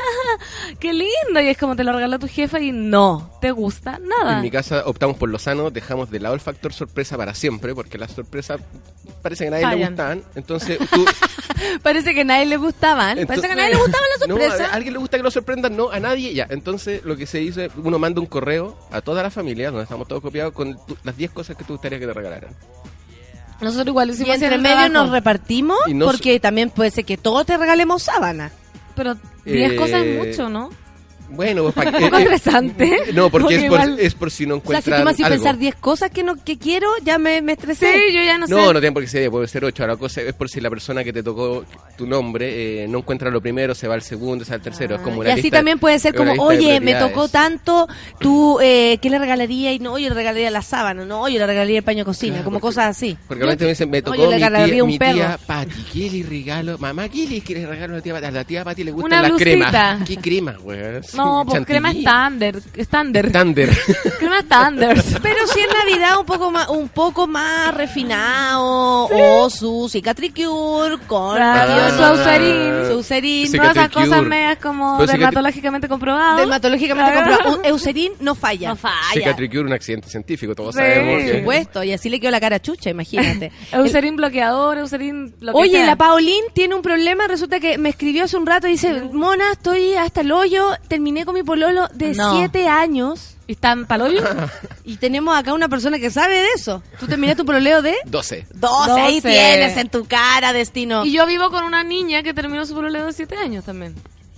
¡ah, qué lindo! Y es como te lo regaló tu jefa y no te gusta nada. En mi casa optamos por lo sano, dejamos de lado el factor sorpresa para siempre, porque las sorpresas parece que a nadie le Fallan. gustaban. Entonces, tú... Parece que a nadie le gustaban. Parece entonces- que a nadie le gustaban las No, sorpresas. a, a alguien le gusta que lo sorprendan, no, a nadie, ya. Entonces, lo que se hizo es, uno manda un correo a toda la familia, donde estamos todos copiados, con tu- las diez cosas que te gustaría que te regalaran. Nosotros igual Y hicimos entre el medio trabajo. nos repartimos, Y no porque también puede ser que todos te regalemos sábana. Pero diez Eh, cosas es mucho, ¿no? Bueno, pues, para Un poco estresante. No, porque, es, por, igual- es por si no O sea, si encuentran tú me haces algo. pensar diez cosas que no que quiero, ya me, me estresé. Sí, yo ya no, sé. No, no tiene por qué ser diez, puede ser ocho. La cosa es por si la persona que te tocó tu nombre eh, no encuentra lo primero, se va al segundo, se va al tercero. Es como una Y así lista- también puede ser es una como, lista de oye, me prioridades. tocó tanto, tú, eh, ¿qué le regalaría? Y no, yo le regalaría la sábana, no, yo le regalaría el paño de cocina, Claro, como porque- cosas así. Porque realmente me dicen, me No, tocó yo le mi tía, regalaría un mi tía perro. Pati. ¿Qué le regalo? Mamá, ¿qué le quiere regalo a la tía Pati? A la tía Pati le gusta Una la blusita. crema. ¿Qué crema, güey? No, pues crema estándar. Estándar. Estándar. Crema estándar. Pero si es Navidad un poco más, un poco más refinado, o su cicatricure con Claro, Dios, su Eucerin. su Eucerin, Sí, Todas esas Cicatricure. cosas medias como Pero Cicatri- dermatológicamente comprobadas. dermatológicamente Claro. comprobado. Un Eucerin no falla. No falla. Cicatricure, un accidente científico, todos Sí. sabemos. Por que- supuesto, y así le quedó la cara chucha, imagínate. Eucerin bloqueador, Eucerin lo que Oye, sea. la Paulín tiene un problema, resulta que me escribió hace un rato y dice, Mona, estoy hasta el hoyo, terminé con mi pololo de No. siete años ¿Y están paloyo? y tenemos acá una persona que sabe de eso. ¿Tú terminaste tu pololeo de? doce. doce, ahí doce. tienes en tu cara, destino. Y yo vivo con una niña que terminó su pololeo de siete años también.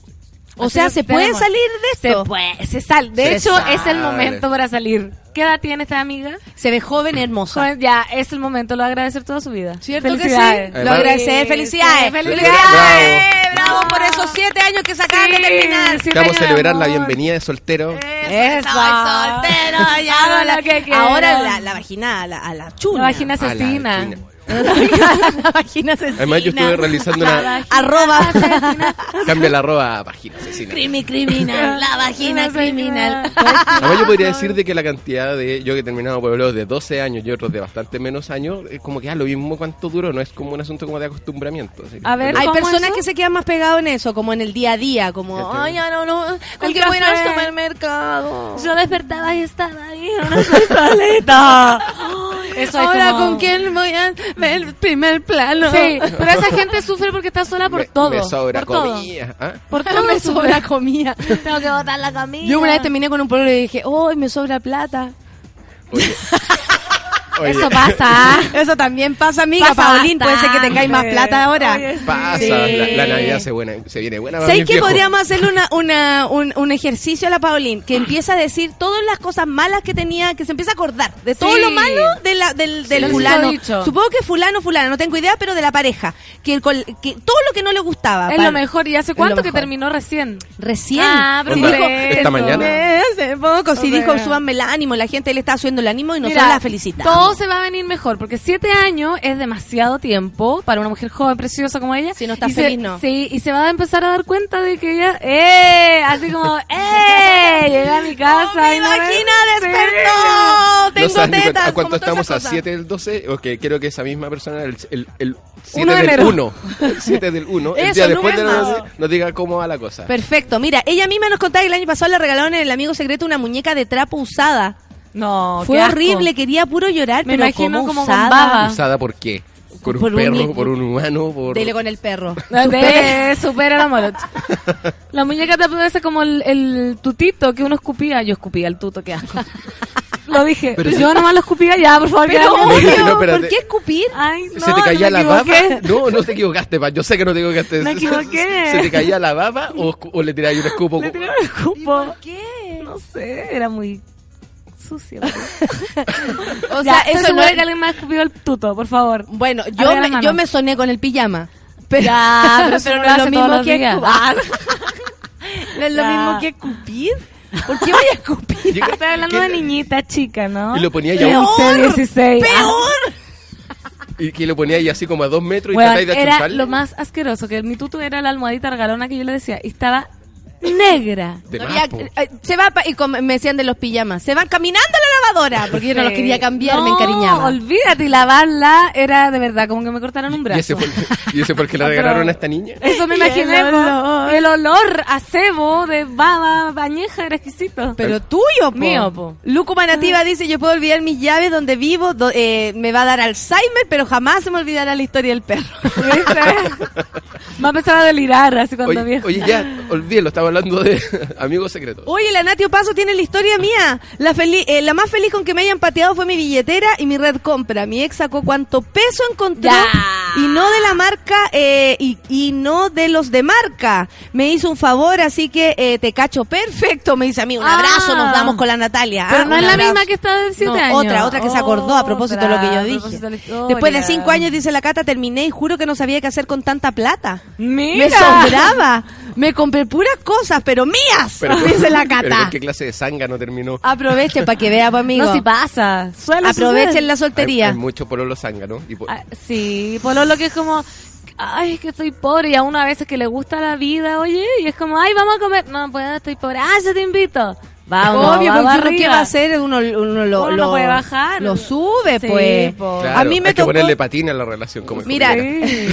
O Así sea, que ¿se puede tenemos- salir de Se esto? puede, se sale. De Se hecho, sale. es el momento para salir. ¿Qué edad tiene esta amiga? Se ve joven y hermosa. Joven, ya, es el momento, lo va a agradecer toda su vida. ¿Cierto que sí? Felicidades. Lo Además- agradecer, felicidades. Sí, ¡Felicidades! felicidades. ¡Bravo por esos siete años que se acaban de Sí, terminar! siete Te vamos a años de celebrar la amor. bienvenida de soltero. Eso, soy soltero, ya Hago no la- lo que quiero. Ahora la, la vagina a la, a la chuna. La vagina A la asesina. china. la vagina asesina. Además, yo estuve realizando una. Arroba. Cambia la arroba a vagina asesina. Crimi criminal. La vagina criminal. Además, yo podría decir de que la cantidad de. Yo que he terminado por los de doce años y otros de bastante menos años, es como que ya lo mismo cuánto duró, no es como un asunto como de acostumbramiento. así que- A ver, Hay ¿cómo personas eso? que se quedan más pegados en eso, como en el día a día, como, ¿Cachai? ay, ya no, no, ¿con El qué voy a ir al café. supermercado? Yo despertaba y estaba ahí, una solita. Eso es Ahora, como- ¿con quién voy a ver el primer plano? Sí, pero esa gente sufre porque está sola por Me- todo. me sobra por todo. comida. ¿Ah? Por todo me sufre. sobra comida. Tengo que botar la comida. Yo una vez terminé con un pueblo y dije, ¡oh, me sobra plata! Oye. Oye. Eso pasa. Eso también pasa, amiga. Pasa Paulín, puede ser que tengáis más bastante. plata ahora. Oye, sí. Pasa, Sí. la, la Navidad se, buena, se viene buena. para ¿Sabéis mis que viejos. podríamos hacerle una, una, un, un ejercicio a la Paulín? Que empieza a decir todas las cosas malas que tenía, que se empieza a acordar de todo Sí. lo malo de la, del, del Sí. fulano. Lo he dicho. Supongo que fulano, fulano, no tengo idea, pero de la pareja. Que, el col- que todo lo que no le gustaba. Es pa- lo mejor. ¿Y hace es cuánto lo que mejor. terminó recién? Recién. Ah, pero Sí, por dijo, eso. Esta mañana. Hace poco, sí O sea. dijo, súbanme el ánimo, la gente le está subiendo el ánimo y nosotros Mira, la felicitamos. todo se va a venir mejor, porque siete años es demasiado tiempo para una mujer joven, preciosa como ella. Si no está Y se- feliz, no. Sí, y se va a empezar a dar cuenta de que ella, ¡eh! Así como, ¡eh! Llegué a mi casa. ¡Oh, mi y no me- vagina Sí. despertó! No Tengo sabes ni tetas. ¿A cuánto como todas estamos? esas ¿A cosas. siete del doce? Ok, creo que esa misma persona, el, el, el siete uno de del enero. uno. El siete del uno. El Eso, día después de número. la doce, nos diga cómo va la cosa. Perfecto. Mira, ella misma nos contaba que el año pasado le regalaron en el amigo secreto una muñeca de trapo usada. No, Fue qué asco. horrible, quería puro llorar, Me pero imagino como como usada. con baba. ¿Usada por qué? ¿Por un Por un perro? ni- ¿Por un humano? Por... Dele con el perro. De supera la morocha. La muñeca te parece como el, el tutito que uno escupía. Yo escupía el tuto, qué asco. Lo dije. Pero yo si- nomás lo escupía, ya, por favor. Pero que- obvio, no, espérate. ¿por qué escupir? Ay, no, ¿Se te caía no la me baba? equivoqué. No, no te equivocaste, pa. Yo sé que no te equivocaste. Me equivoqué. ¿Se te caía la baba o, escu- o le tiráis un escupo? Le tiré un escupo. ¿Por qué? No sé, era muy sucio. O Ya, sea, eso no segura es... que alguien me ha escupido el tuto, por favor. Bueno, yo Arriba la me, mano. yo me soné con el pijama. Pero, Ya, pero eso no no lo es lo hace mismo todos los que días. escupir. No es lo Ya. mismo que escupir. ¿Por qué voy a escupir? Llega- Estoy hablando ¿qué- de niñita chica, ¿no? Y lo ponía ya once, dieciséis. ¡Peor! y que lo ponía ahí así como a dos metros y Bueno, tratáis de era achuntarle. lo más asqueroso, que mi tuto era la almohadita regalona que yo le decía, y estaba negra. De No, más, ya, po. eh, se va pa- y com- me decían de los pijamas. Se van caminando a la lavadora porque yo no los quería cambiar, me No, encariñaba. olvídate, y lavarla era de verdad como que me cortaron un brazo. Y ese fue, y ese fue el que le Pero- regalaron a esta niña. Eso me Y imaginé, el po. olor. Y el olor a cebo de baba bañeja era exquisito. Pero tuyo, po. Mío, po. Luco Manativa dice, yo puedo olvidar mis llaves donde vivo, do- eh, me va a dar Alzheimer, pero jamás se me olvidará la historia del perro. ¿Viste? Va a empezar a delirar así cuando Oye, viejo. oye, ya, olvídelo, estaba hablando de amigos secretos. Oye, la Natio Paso tiene la historia mía. La, feli- eh, la más feliz con que me hayan pateado fue mi billetera y mi red compra. Mi ex sacó cuánto peso encontró Ya. y no de la marca eh, y, y no de los de marca. Me hizo un favor, así que eh, te cacho perfecto. Me dice a mí, un Ah. abrazo, nos damos con la Natalia. Pero Ah, no un es la abrazo. misma que está de siete No, años. otra, otra que se acordó a propósito de lo que yo Otra, a dije. propósito de la historia. Después de cinco años, dice la Cata, terminé y juro que no sabía qué hacer con tanta plata. Mira. Me sobraba. Me compré puras cosas, pero mías, dice la pero Cata. ¿con qué clase de sanga no terminó? Aprovechen para que vea, pues, amigo. No, si pasa. Suele Aprovechen suceder. la Hay, soltería. hay mucho pololo zanga, ¿no? Y po- Ah, sí, por lo que es como, ay, es que estoy pobre, y a uno a veces que le gusta la vida, oye, y es como, ay, vamos a comer. No puedo, estoy pobre. Ah, yo te invito. Vamos, Obvio, vamos porque uno, arriba. ¿qué va a hacer? Uno, uno lo, Uno no lo- puede bajar. lo sube, Sí, pues. po. Claro, A mí me hay que tocó... ponerle patina a la relación. Como Mira. Sí.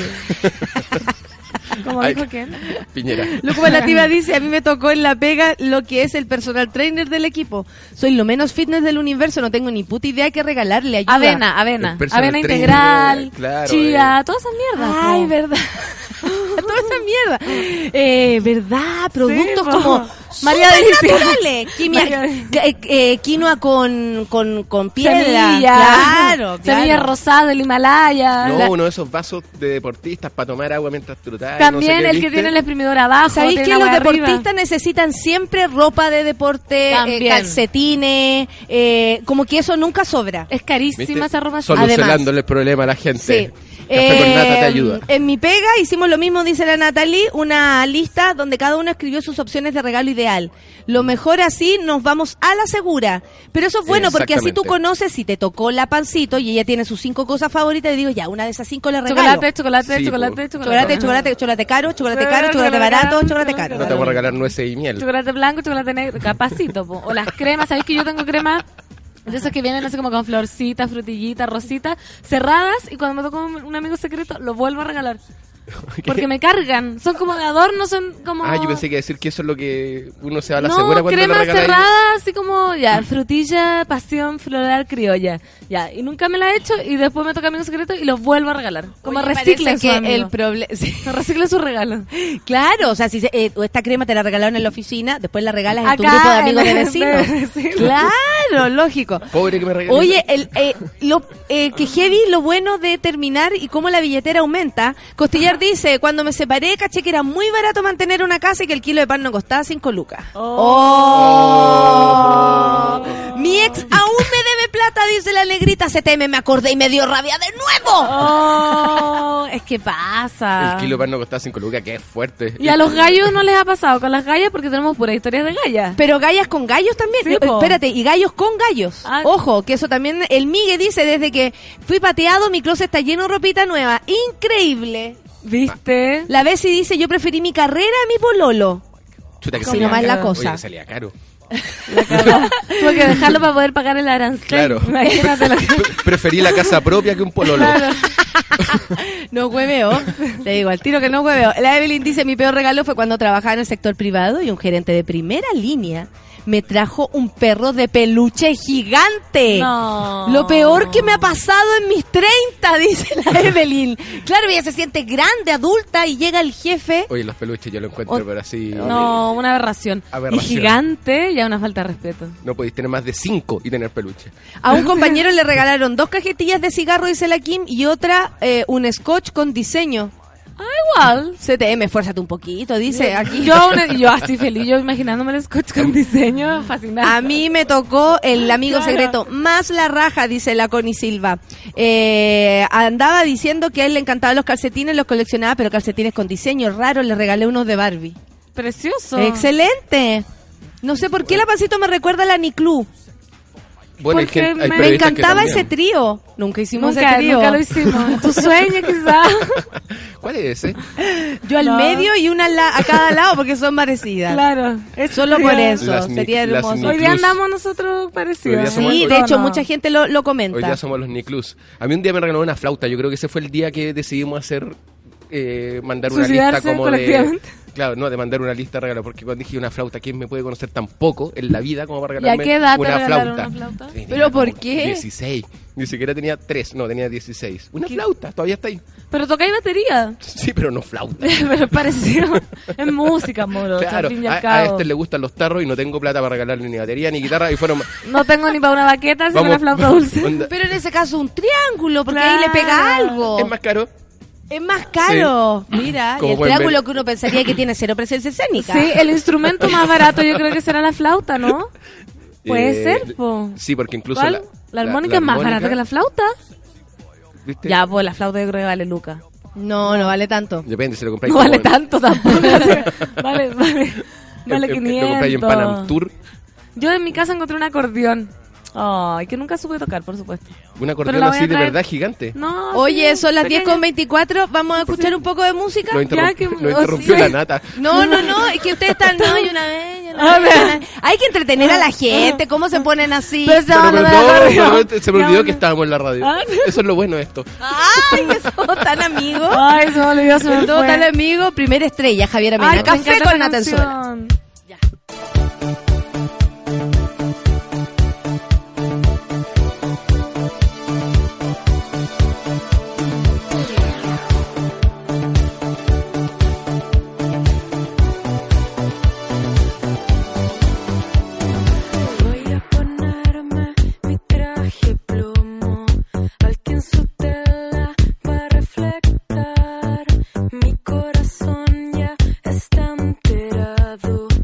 Como Ay, dijo quién. Piñera. Luco Manativa dice, a mí me tocó en la pega lo que es el personal trainer del equipo. Soy lo menos fitness del universo, no tengo ni puta idea que regalarle. Ayuda. Avena, avena. El personal Avena trainer, integral, claro, chía, eh. todas esas mierdas. Ay, po. verdad. Toda esa mierda. Eh, ¿verdad? Productos po. como María súper Delicia. naturales. Quimia- María- eh, eh, quinoa con, con, con piedra. Semilla. Claro, Semilla claro. rosada del Himalaya. No, La- uno de esos vasos de deportistas para tomar agua mientras trotáis. También no sé qué, el que ¿viste? tiene el exprimidor abajo. ¿Sabéis tiene que agua los arriba. deportistas necesitan siempre ropa de deporte, eh, También. calcetines, eh, como que eso nunca sobra? Es carísima ¿Viste? esa ropa. Solucionándole el problema a la gente. Sí. Café con nata te Eh, ayuda. En mi pega hicimos lo mismo, dice la Natalie, una lista donde cada uno escribió sus opciones de regalo ideal. Lo mejor así nos vamos a la segura. Pero eso es bueno porque así tú Exactamente. conoces si te tocó la pancito y ella tiene sus cinco cosas favoritas y digo, ya, una de esas cinco le regalo. Chocolate, chocolate, Sí, chocolate, po. chocolate. Chocolate, chocolate, chocolate caro, chocolate caro, Chocolate chocolate barato, caro, chocolate chocolate caro. No te vamos a regalar nueces y miel. Chocolate blanco, chocolate negro, capacito, po. O las cremas, ¿sabéis que yo tengo cremas de esas que vienen así como con florcitas, frutillitas, rositas, cerradas, y cuando me toca un, un amigo secreto, lo vuelvo a regalar. Porque me cargan. Son como de adorno, son como... Ah, yo pensé que decir que eso es lo que uno se va a la no, segura cuando le crema regaláis. cerrada, así como, ya, frutilla, pasión, floral, criolla. Ya, y nunca me la he hecho y después me toca amigo secreto y los vuelvo a regalar. Como Oye, reciclen parece su que amigo. el problema... Reciclen su regalo. Claro, o sea, si se- eh, esta crema te la regalaron en la oficina, después la regalas en tu Acá, grupo de amigos en de el- vecinos. de vecinos. Claro, lógico. Pobre que me regalé. Oye, el, eh, lo, eh, que heavy lo bueno de terminar y cómo la billetera aumenta. Costillar dice, cuando me separé, caché que era muy barato mantener una casa y que el kilo de pan no costaba cinco lucas. Oh. Mi ex aún me debe plata, dice la negrita. Se teme, me acordé y me dio rabia de nuevo. Oh, es que pasa. El kilo de pan no costaba cinco lucas, que es fuerte. Y a los gallos no les ha pasado con las gallas porque tenemos pura historias de gallas. Pero gallas con gallos también. Sí, Eh, po. Espérate, y gallos con gallos. Ah. Ojo, que eso también. El Migue dice, desde que fui pateado, mi closet está lleno de ropita nueva. Increíble. ¿Viste? La Bessie dice, yo preferí mi carrera a mi pololo. Chuta, que Sí, salía nomás la caro. cosa. Oye, salía caro. Tuve que dejarlo para poder pagar el arancel. Claro. Imagínate lo que... Preferí la casa propia que un pololo. No hueveo. Te digo al tiro que no hueveo. La Evelyn dice, mi peor regalo fue cuando trabajaba en el sector privado y un gerente de primera línea me trajo un perro de peluche gigante. No. Lo peor que me ha pasado en mis treinta, dice la Evelyn. Claro, ella se siente grande, adulta, y llega el jefe. Oye, los peluches yo lo encuentro, O- pero así... No, una aberración. Aberración. Y gigante, ya una falta de respeto. No podéis tener más de cinco y tener peluche. A un compañero le regalaron dos cajetillas de cigarro, dice la Kim, y otra, eh, un scotch con diseño. Ah, igual. C T M, esfuérzate un poquito, dice aquí. Yo, una- yo así feliz, yo imaginándome el scotch con diseño, fascinante. A mí me tocó el amigo Claro. secreto más la raja, dice la Connie Silva. Eh, andaba diciendo que a él le encantaban los calcetines, los coleccionaba, pero calcetines con diseño raro, le regalé unos de Barbie. Precioso. Excelente. No sé por qué la Pancito me recuerda a la Niclú. Bueno, hay Porque gente- hay me Me periodistas que encantaba también. ese trío. Nunca hicimos Nunca, ese trío. nunca lo hicimos. En tu sueño, quizás. ¿Cuál es ese? Yo al No. medio y una al la- a cada lado porque son parecidas. Claro. Solo por eso. Las ni- Sería las hermoso. ni- Hoy día Niclus. andamos nosotros Hoy parecidos. día somos- Sí, hoy- de hecho, No, no. mucha gente lo, lo Hoy comenta. día somos los Niclus. A mí un día me regaló una flauta. Yo creo que ese fue el día que decidimos hacer... Eh, mandar una lista Suicidarse como de... colectivamente. Claro, no, de mandar una lista de regalos. Porque cuando dije una flauta, ¿quién me puede conocer tan poco en la vida como para ¿Y a regalarme qué edad te una regalaron flauta? una flauta? Tenía ¿Pero por como qué? dieciséis. Ni siquiera tenía tres, no, tenía dieciséis. Una flauta, todavía está ahí. Pero tocáis batería. Sí, pero no flauta. Pero es parecido. Es música, moro. Claro, al fin y al a, a cabo. este le gustan los tarros y no tengo plata para regalarle ni batería ni guitarra y fueron... No tengo ni para una baqueta, sino una flauta dulce. onda- Pero en ese caso un triángulo, porque ahí le Claro. pega algo. es más caro. Es más caro. Mira, y Como el pueden triángulo ver. que uno pensaría que tiene cero presencia escénica. Sí, el instrumento más barato yo creo que será la flauta, ¿no? Puede Eh, ser, po. Sí, porque incluso ¿Cuál? la, La armónica es más armónica, barata que la flauta. ¿viste? Ya, pues la flauta yo creo que vale Luca. No, no vale tanto. Depende, si lo compráis No vale como- tanto tampoco. vale, vale, vale en- en- Lo compráis en quinientos. Panam Tour. Yo en mi casa encontré un acordeón. Ay, que nunca supe tocar, por supuesto. Un Pero acordeón la voy así a de traer. verdad gigante. No, Oye, sí, son las diez pequeña. con veinticuatro. ¿Vamos a escuchar un poco de música? Lo, interrump- Ya que- lo oh, interrumpió sí. la nata. No, no, no, es que ustedes están... No, y una vez, y una Ah, vez, y pero- una vez. Hay que entretener a la gente. ¿Cómo se ponen así? Pero se Pero, van a pero dar no, acordeón. pero se me Ya, olvidó bueno. que estábamos en la radio. Ah. Eso es lo bueno de esto. ¡Ay, que somos tan amigos! Ay, se me olvidó, se me Todo fue. tan amigo. Primera estrella, Javier Amena. Ay, me Café encanta con esa Nata Enzuela. canción. Voy a ponerme mi traje plomo, al que en su tela va a reflectar. Mi corazón ya está enterado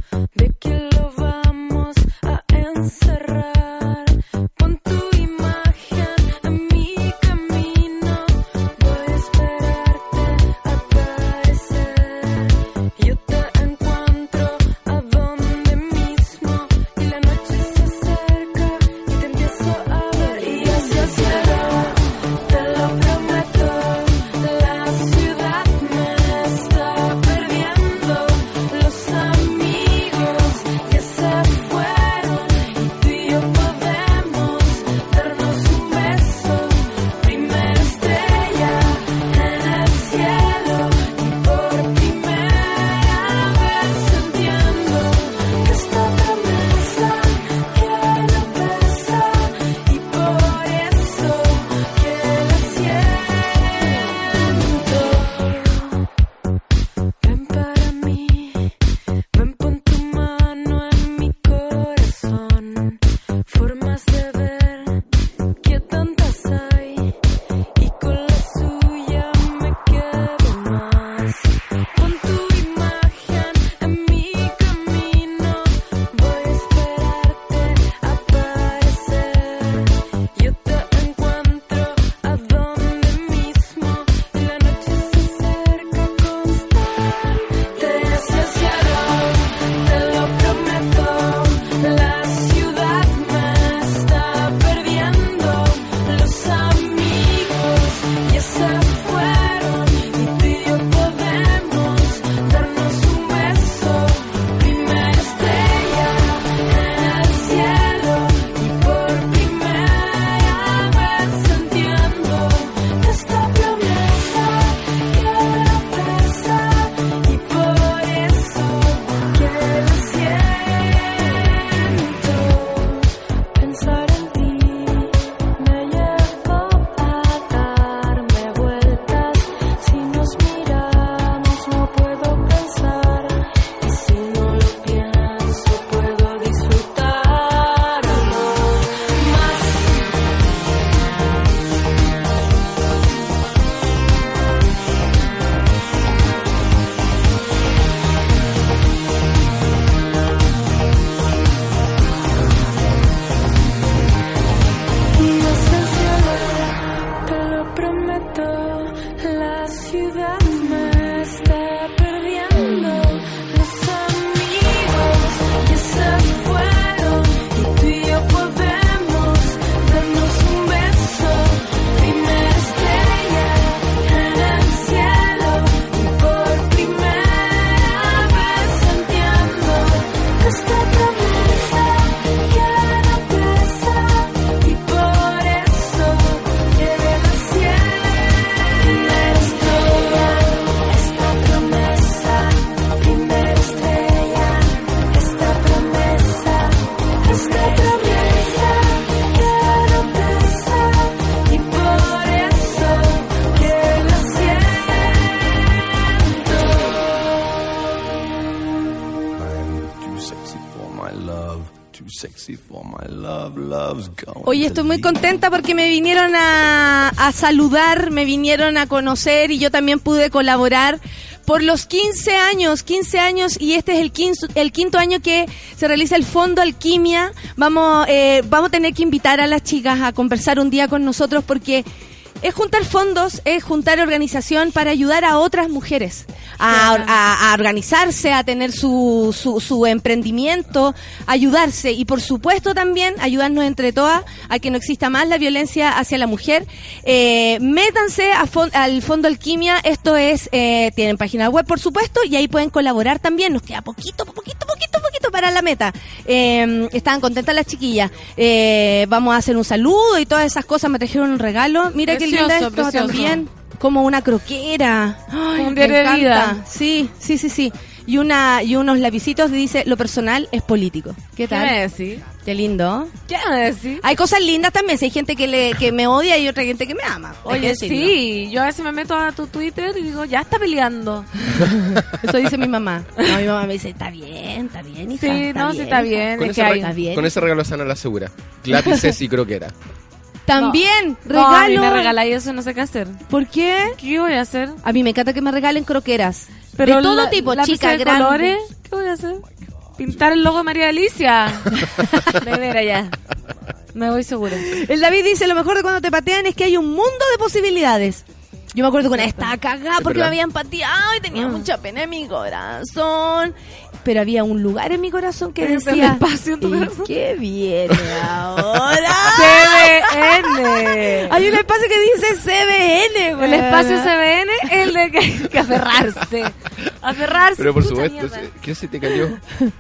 sexy for my love, love's gone. Oye, estoy muy contenta porque me vinieron a, a saludar, me vinieron a conocer y yo también pude colaborar por los quince años, quince años, y este es el quinto, el quinto año que se realiza el Fondo Alquimia. Vamos, eh, vamos a tener que invitar a las chicas a conversar un día con nosotros porque es juntar fondos, es juntar organización para ayudar a otras mujeres a, a, a organizarse, a tener su, su, su emprendimiento, ayudarse y por supuesto también ayudarnos entre todas a que no exista más la violencia hacia la mujer. Eh, métanse a fon- al Fondo Alquimia, esto es, eh, tienen página web por supuesto y ahí pueden colaborar también, nos queda poquito, poquito, poquito, poquito para la meta. Eh, estaban contentas las chiquillas, eh, vamos a hacer un saludo y todas esas cosas, me trajeron un regalo, mira que Precioso, linda esto precioso. también, como una croquera. Ay, Un me diario de encanta. vida. Sí, sí, sí, sí. Y una y unos lapicitos que dice, lo personal es político. ¿Qué ¿Qué tal? me decís? Qué lindo. ¿Qué me decís? Hay cosas lindas también, si hay gente que le que me odia y otra gente que me ama. Hay que Oye, decirlo. sí, yo a veces me meto a tu Twitter y digo, ya está peleando. Eso dice mi mamá. No, mi mamá me dice, está bien, está bien, hija, Sí, no, sí, está hija". bien. Con es ese, que re- hay- Está bien. con ese regalo sana la segura. Lápices y croquera. También, No, a mí regalo. me regaláis eso, no sé qué hacer. ¿Por qué? ¿Qué voy a hacer? A mí me encanta que me regalen croqueras. Pero de todo la- tipo, lápices chica, de grande. colores, ¿qué voy a hacer? Pintar el logo de María Alicia. De veras ya. Me voy segura. El David dice, lo mejor de cuando te patean es que hay un mundo de posibilidades. Yo me acuerdo que una vez estaba cagada porque me verdad. habían pateado y tenía Ah. mucha pena en mi corazón. Pero había un lugar en mi corazón que Hay un decía, espacio en tu "¿Y corazón?" qué viene ahora? C B N. Hay un espacio que dice C B N, güey. El espacio C B N es el de que hay que aferrarse. Aferrarse. Pero por puta supuesto, mierda. ¿qué se te cayó?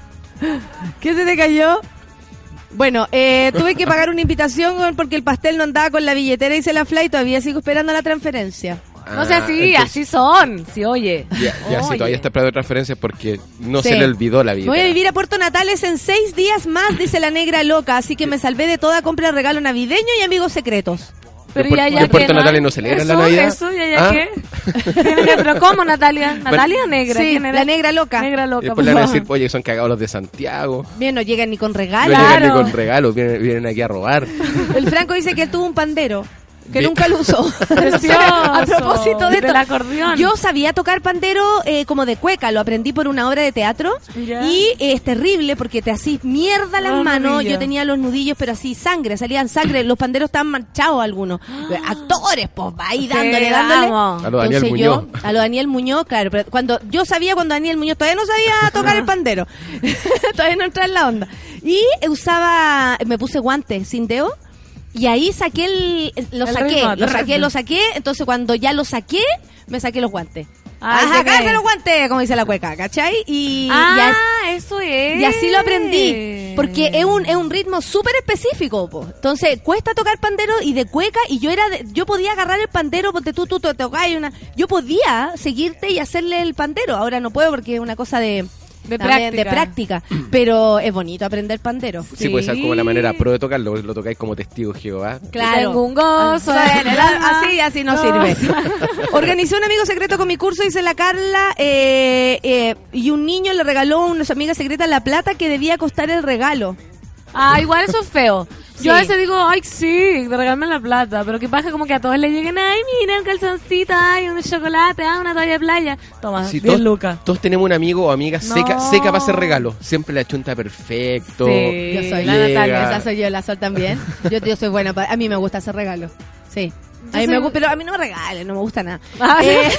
¿Qué se te cayó? Bueno, eh, tuve que pagar una invitación güey, porque el pastel no andaba con la billetera y se la fly y todavía sigo esperando la transferencia. No sé, Ah, sí, entonces- así son. Sí, oye. Ya, ya si Oye. todavía está esperando transferencias porque no Sí. se le olvidó la vida. Me voy a vivir a Puerto Natales en seis días más, dice la negra loca, así que me salvé de toda compra de regalo navideño y amigos secretos. Pero En ya, Puer- ya en Puerto que no. Natales no celebran la Eso, Navidad. Eso, ya, ya ¿Ah? qué. Pero ¿cómo, Natalia? ¿Natalia negra? Sí, ¿Quién era? la negra loca. Negra loca. Después por le van a favor. decir, oye, son cagados los de Santiago. Bien, no llegan ni con No regalo. llegan ni Claro. con regalos, vienen, vienen aquí a robar. El Franco dice que él tuvo un pandero, que Bien. nunca lo usó. Precioso. A propósito de Del esto, acordeón. yo sabía tocar pandero eh, como de cueca, lo aprendí por una obra de teatro Ya. y eh, es terrible porque te hacís mierda las Los manos. nudillos. Yo tenía los nudillos, pero así sangre, salían sangre. Los panderos estaban manchados algunos. Actores, pues, ahí Sí, dándole, dándole. vamos. A lo Daniel Entonces yo, Muñoz. a lo Daniel Muñoz, claro, pero cuando yo sabía cuando Daniel Muñoz todavía no sabía tocar el pandero, todavía no entraba en la onda. Y usaba, me puse guantes sin dedo y ahí saqué el, lo El saqué, ritmo, lo el saqué, ritmo. lo saqué, entonces cuando ya lo saqué, me saqué los guantes. Ay, Ajá, qué acá bien. los guantes, como dice la cueca, ¿cachai? Y, Ah, y, eso es. y así lo aprendí, porque es un es un ritmo súper específico, po. Entonces cuesta tocar pandero y de cueca y yo era de- yo podía agarrar el pandero porque tú tú te tocabas una, yo podía seguirte y hacerle el pandero. Ahora no puedo porque es una cosa de De también de práctica. práctica, pero es bonito aprender pandero. Sí, puede ser como la manera pro de tocarlo, lo tocáis como testigo de Jehová. Claro. Tengo un gozo Ah, en el alma. así, así no No. sirve. Organizé un amigo secreto con mi curso, dice la Carla, eh, eh, y un niño le regaló a una su amiga secreta la plata que debía costar el regalo. Ah, igual eso es feo. Sí. Yo a veces digo, ay, sí, de regalarme la plata. Pero que pasa como que a todos les lleguen, ay, mira, un calzoncito, ay, un chocolate, ah, una toalla de playa. Toma, Sí, diez todos, lucas. todos tenemos un amigo o amiga No. seca, seca para hacer regalo. Siempre la chunta perfecto. Sí. Yo soy Llega. la Natalia, esa soy yo, la Sol también. Yo, yo soy buena, pa- a mí me gusta hacer regalos. Sí. A mí Yo me soy- gu- pero a mí no me regalen, no me gusta nada. Ah, Eh,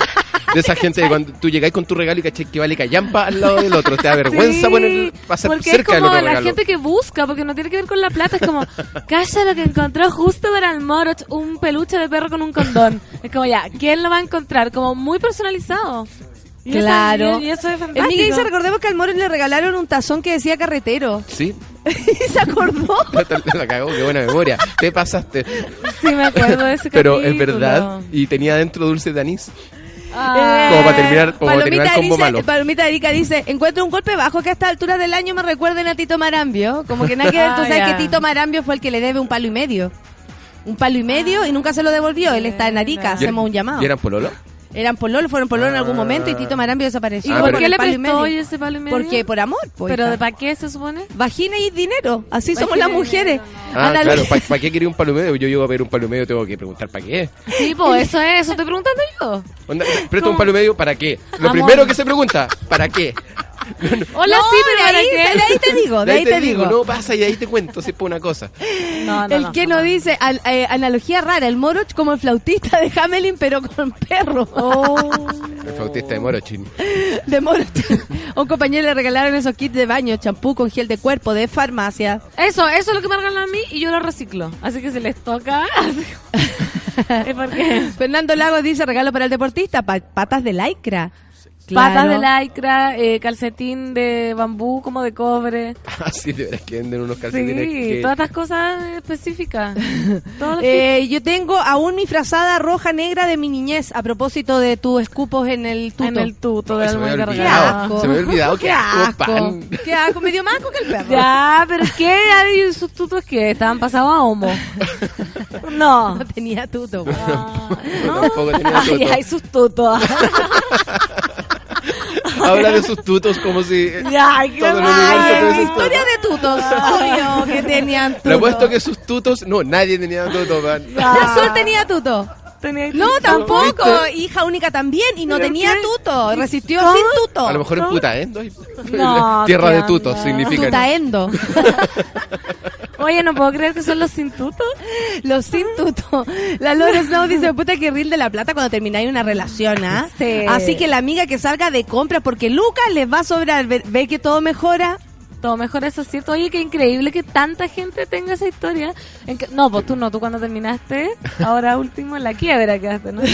De esa gente que cuando tú llegáis con tu regalo y caché que vale callampa al lado del otro. Te da vergüenza Sí, poner, pasar porque cerca es del como otro la regalo. gente que busca, porque no tiene que ver con la plata. Es como, calla lo que encontró justo para el Moroch, un peluche de perro con un condón. Es como, ya, ¿quién lo va a encontrar? Como muy personalizado. Y esa- claro. y, y eso es El fantástico. Miguel dice, recordemos que al Moro le regalaron un tazón que decía carretero. Sí, Y se acordó. la cagó, qué buena memoria. Te pasaste. Sí, me acuerdo de ese Pero capítulo. es verdad. Y tenía dentro dulce de anís. Ah. Como para terminar, como para terminar el combo dice, malo. Palomita Erika dice, encuentro un golpe bajo que a esta altura del año me recuerden a Tito Marambio. Como que nada que ver, tú Ah, sabes ya. que Tito Marambio fue el que le debe un palo y medio. Un palo y medio y nunca se lo devolvió. Él está en Arica, ¿Y- hacemos un llamado. ¿Y eran pololo? Eran pololo, fueron pololo en algún momento y Tito Marambio desapareció. ¿Y Ah, por pero- qué le Palo y prestó medio. hoy ese palo y medio? Porque por amor, po, ¿Pero hija. de para qué se supone? Vagina y dinero. Así somos Vagina las y mujeres. Ah, Ana claro, Lu- ¿para qué quería un palo y medio? Yo llego a ver un palo y medio, tengo que preguntar ¿para qué? Sí, pues eso es, eso estoy preguntando yo. Onda, ¿presto un palo y medio para qué? Lo Amor. primero que se pregunta, ¿para qué? Hola, No, sí, pero de ¿para ahí, qué? de ahí te digo, de ahí te digo. no pasa y ahí te cuento, si es por una cosa. No, no, El no, que no. nos dice, al- eh, analogía rara, el Moroch como el flautista de Hamelin, pero con perro. El flautista de Morochin. De Moroch. A un compañero le regalaron esos kits de baño, champú con gel de cuerpo de farmacia. Eso, eso es lo que me regalan a mí y yo lo reciclo. Así que si les toca... es porque... Fernando Lagos dice, regalo para el deportista, pa- patas de lycra. Patas de Claro. lycra, eh, calcetín de bambú como de cobre. Así de veras que venden unos calcetines Sí, que... todas estas cosas específicas. Todos los Eh, yo tengo aún mi frazada roja negra de mi niñez a propósito de tus escupos en el tuto. en el tuto de Se me algún había cargado. olvidado, se me había olvidado que Qué asco. pan. Qué asco, me dio más asco que el perro. Ya, pero ¿qué? ¿Y sus tutos qué? ¿Estaban pasados a homo? No. No tenía tuto. No. Tampoco tenía Ay, tuto. ay, sus tutos. Habla de sus tutos como si Ya, ay, qué todo el mal. universo tuviese sus Historia tutos. de tutos. Obvio que tenían tuto. Le apuesto que sus tutos... No, nadie tenía tutos, man. La Sol tenía tuto. Tenía No, tuto. tampoco. ¿Viste? Hija única también. Y no ¿Pero tenía qué? tuto. Resistió ¿Cómo? sin tuto. A lo mejor en ¿No? puta, ¿eh? No, Tierra qué de tutos onda. significa. Tutaendo. Oye, no puedo creer que son los sin tutos. Los sin tuto. La Laura Snow dice, puta que rinde la plata cuando termináis una relación, ¿ah? Sí. Así que la amiga que salga de compra porque Lucas les va a sobrar. Ve, ve que todo mejora. Todo mejor, eso es cierto. Oye, qué increíble que tanta gente tenga esa historia. En que- no, pues tú no, tú cuando terminaste, ahora último en la quiebra quedaste, ¿no?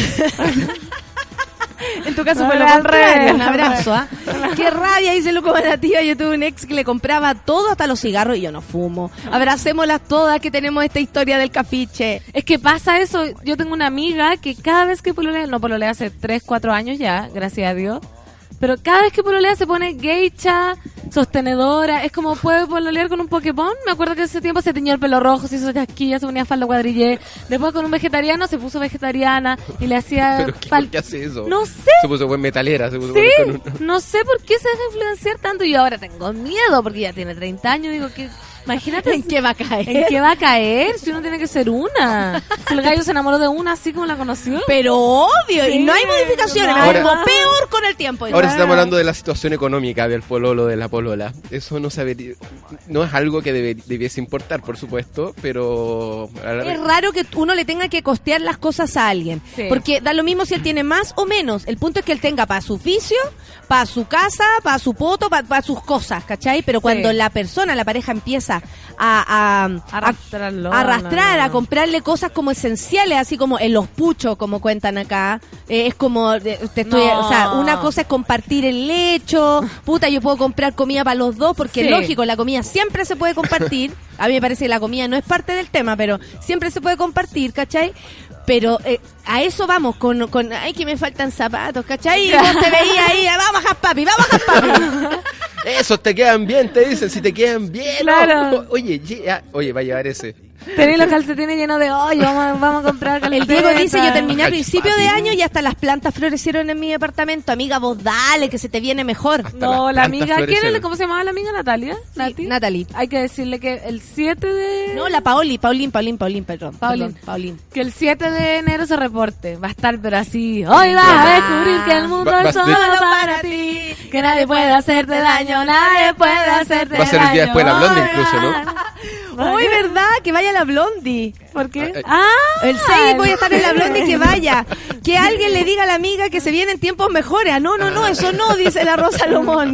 En tu caso fue lo Al contrario. revés. Un abrazo, ¿ah? Qué rabia, dice Luco Manativa. Yo tuve un ex que le compraba todo, hasta los cigarros, y yo no fumo. Abracémoslas todas que tenemos esta historia del cafiche. Es que pasa eso. Yo tengo una amiga que cada vez que pololea, no pololea hace tres, cuatro años ya, gracias a Dios. Pero cada vez que pololea se pone geisha, sostenedora. Es como puede pololear con un Pokémon. Me acuerdo que ese tiempo se teñió el pelo rojo, se hizo chasquilla, se ponía falda cuadrillé. Después con un vegetariano se puso vegetariana y le hacía... ¿Pero qué, pal- por qué hace eso? No sé. Se puso buen metalera. Se puso Sí, con un... no sé por qué se deja influenciar tanto. Y yo ahora tengo miedo porque ya tiene treinta años. Digo que... Imagínate ¿En qué va a caer? ¿En qué va a caer? Si uno tiene que ser una. Si el gallo se enamoró de una así como la conoció. Pero obvio, y Sí, no hay modificaciones. no. Me pongo Ahora- peor con el tiempo. Ahora se estamos hablando de la situación económica del pololo, de la polola. Eso no sabe, no es algo que debe- debiese importar, por supuesto, pero... a la- Es raro que uno le tenga que costear las cosas a alguien. Sí. Porque da lo mismo si él tiene más o menos. El punto es que él tenga para su oficio, para su casa, para su poto, para sus cosas, ¿cachai? Pero cuando Sí. la persona, la pareja empieza a, a, Arrastrarlo, a arrastrar, no, no. a comprarle cosas como esenciales, así como en los puchos, como cuentan acá, eh, es como, eh, te estoy, No. o sea, una cosa es compartir el lecho, puta, yo puedo comprar comida para los dos, porque Sí. lógico, la comida siempre se puede compartir. A mí me parece que la comida no es parte del tema, pero siempre se puede compartir, ¿cachai? Pero eh, a eso vamos, con, con, ay, que me faltan zapatos, ¿cachai? Y vos te veías ahí, vamos a papi, vamos a papi. Esos te quedan bien, te dicen, si te quedan bien. Claro. ¿no? Oye, ya- oye, va a llevar ese. Tenéis los calcetines llenos de hoyo, vamos, vamos a comprar El calcetines. Diego dice, yo terminé a Ay, principio papi. de año y hasta las plantas florecieron en mi departamento. Amiga, vos dale, que se te viene mejor. Hasta No, las la plantas amiga, ¿quién florecieron. es? ¿Cómo se llamaba la amiga? ¿Natalia? ¿Nati? Natalie. Hay que decirle que el siete de... No, la Paoli, Paulín, Paulín, Paulín, perdón. Paulín. Perdón, Paulín. Que el siete de enero se reporte. Va a estar, pero así. Hoy vas a descubrir que el mundo Va- va- es solo para ti. Que nadie puede hacerte daño, nadie puede hacerte daño. Va a ser el día después de la Blondie incluso, ¿no? Uy, ¿verdad? Que vaya la Blondie. ¿Por qué? Ah, Ah, El seis voy a estar en la Blondie, que vaya. Que alguien le diga a la amiga que se vienen tiempos mejores. Ah, no, no, no, eso no, dice la Rosa Lomón.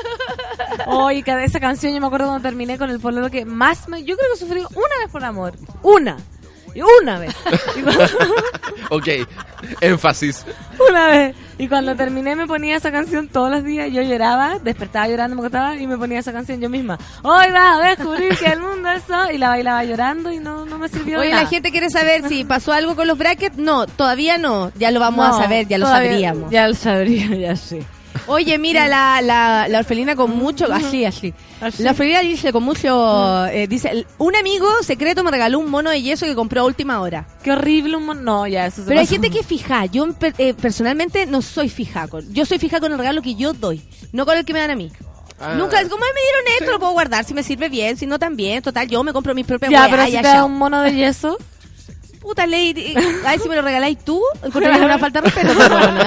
Oye, cada esa canción yo me acuerdo cuando terminé con el pololo que más me... Yo creo que sufrí una vez por amor. Una. Y una vez. Y cuando- Ok, énfasis. una vez. Y cuando terminé me ponía esa canción todos los días. Yo lloraba, despertaba llorando, me acostaba y me ponía esa canción yo misma. Hoy vas a descubrir que el mundo es eso. Y la bailaba llorando y no, no me sirvió Oye, de nada. la gente quiere saber si pasó algo con los brackets. No, todavía no. Ya lo vamos No, a saber, ya lo todavía- sabríamos. Ya lo sabría, ya sí. Oye, mira, la, la, la orfelina con mucho... Así, así. Así. La orfelina dice con mucho... eh, dice, un amigo secreto me regaló un mono de yeso que compró a última hora. Qué horrible un mon... No, ya, eso se Pero hay pasó. gente que es fija. Yo per- eh, personalmente no soy fija con... Yo soy fija con el regalo que yo doy, no con el que me dan a mí. Ah. Nunca, como me dieron esto, lo puedo guardar. Si me sirve bien, si no también. Total, yo me compro mis propias Ya, weas, pero si ya, te da chao. un mono de yeso... Puta ley, eh, ay, si me lo regaláis tú, encontraría una falta de respeto. Pero bueno.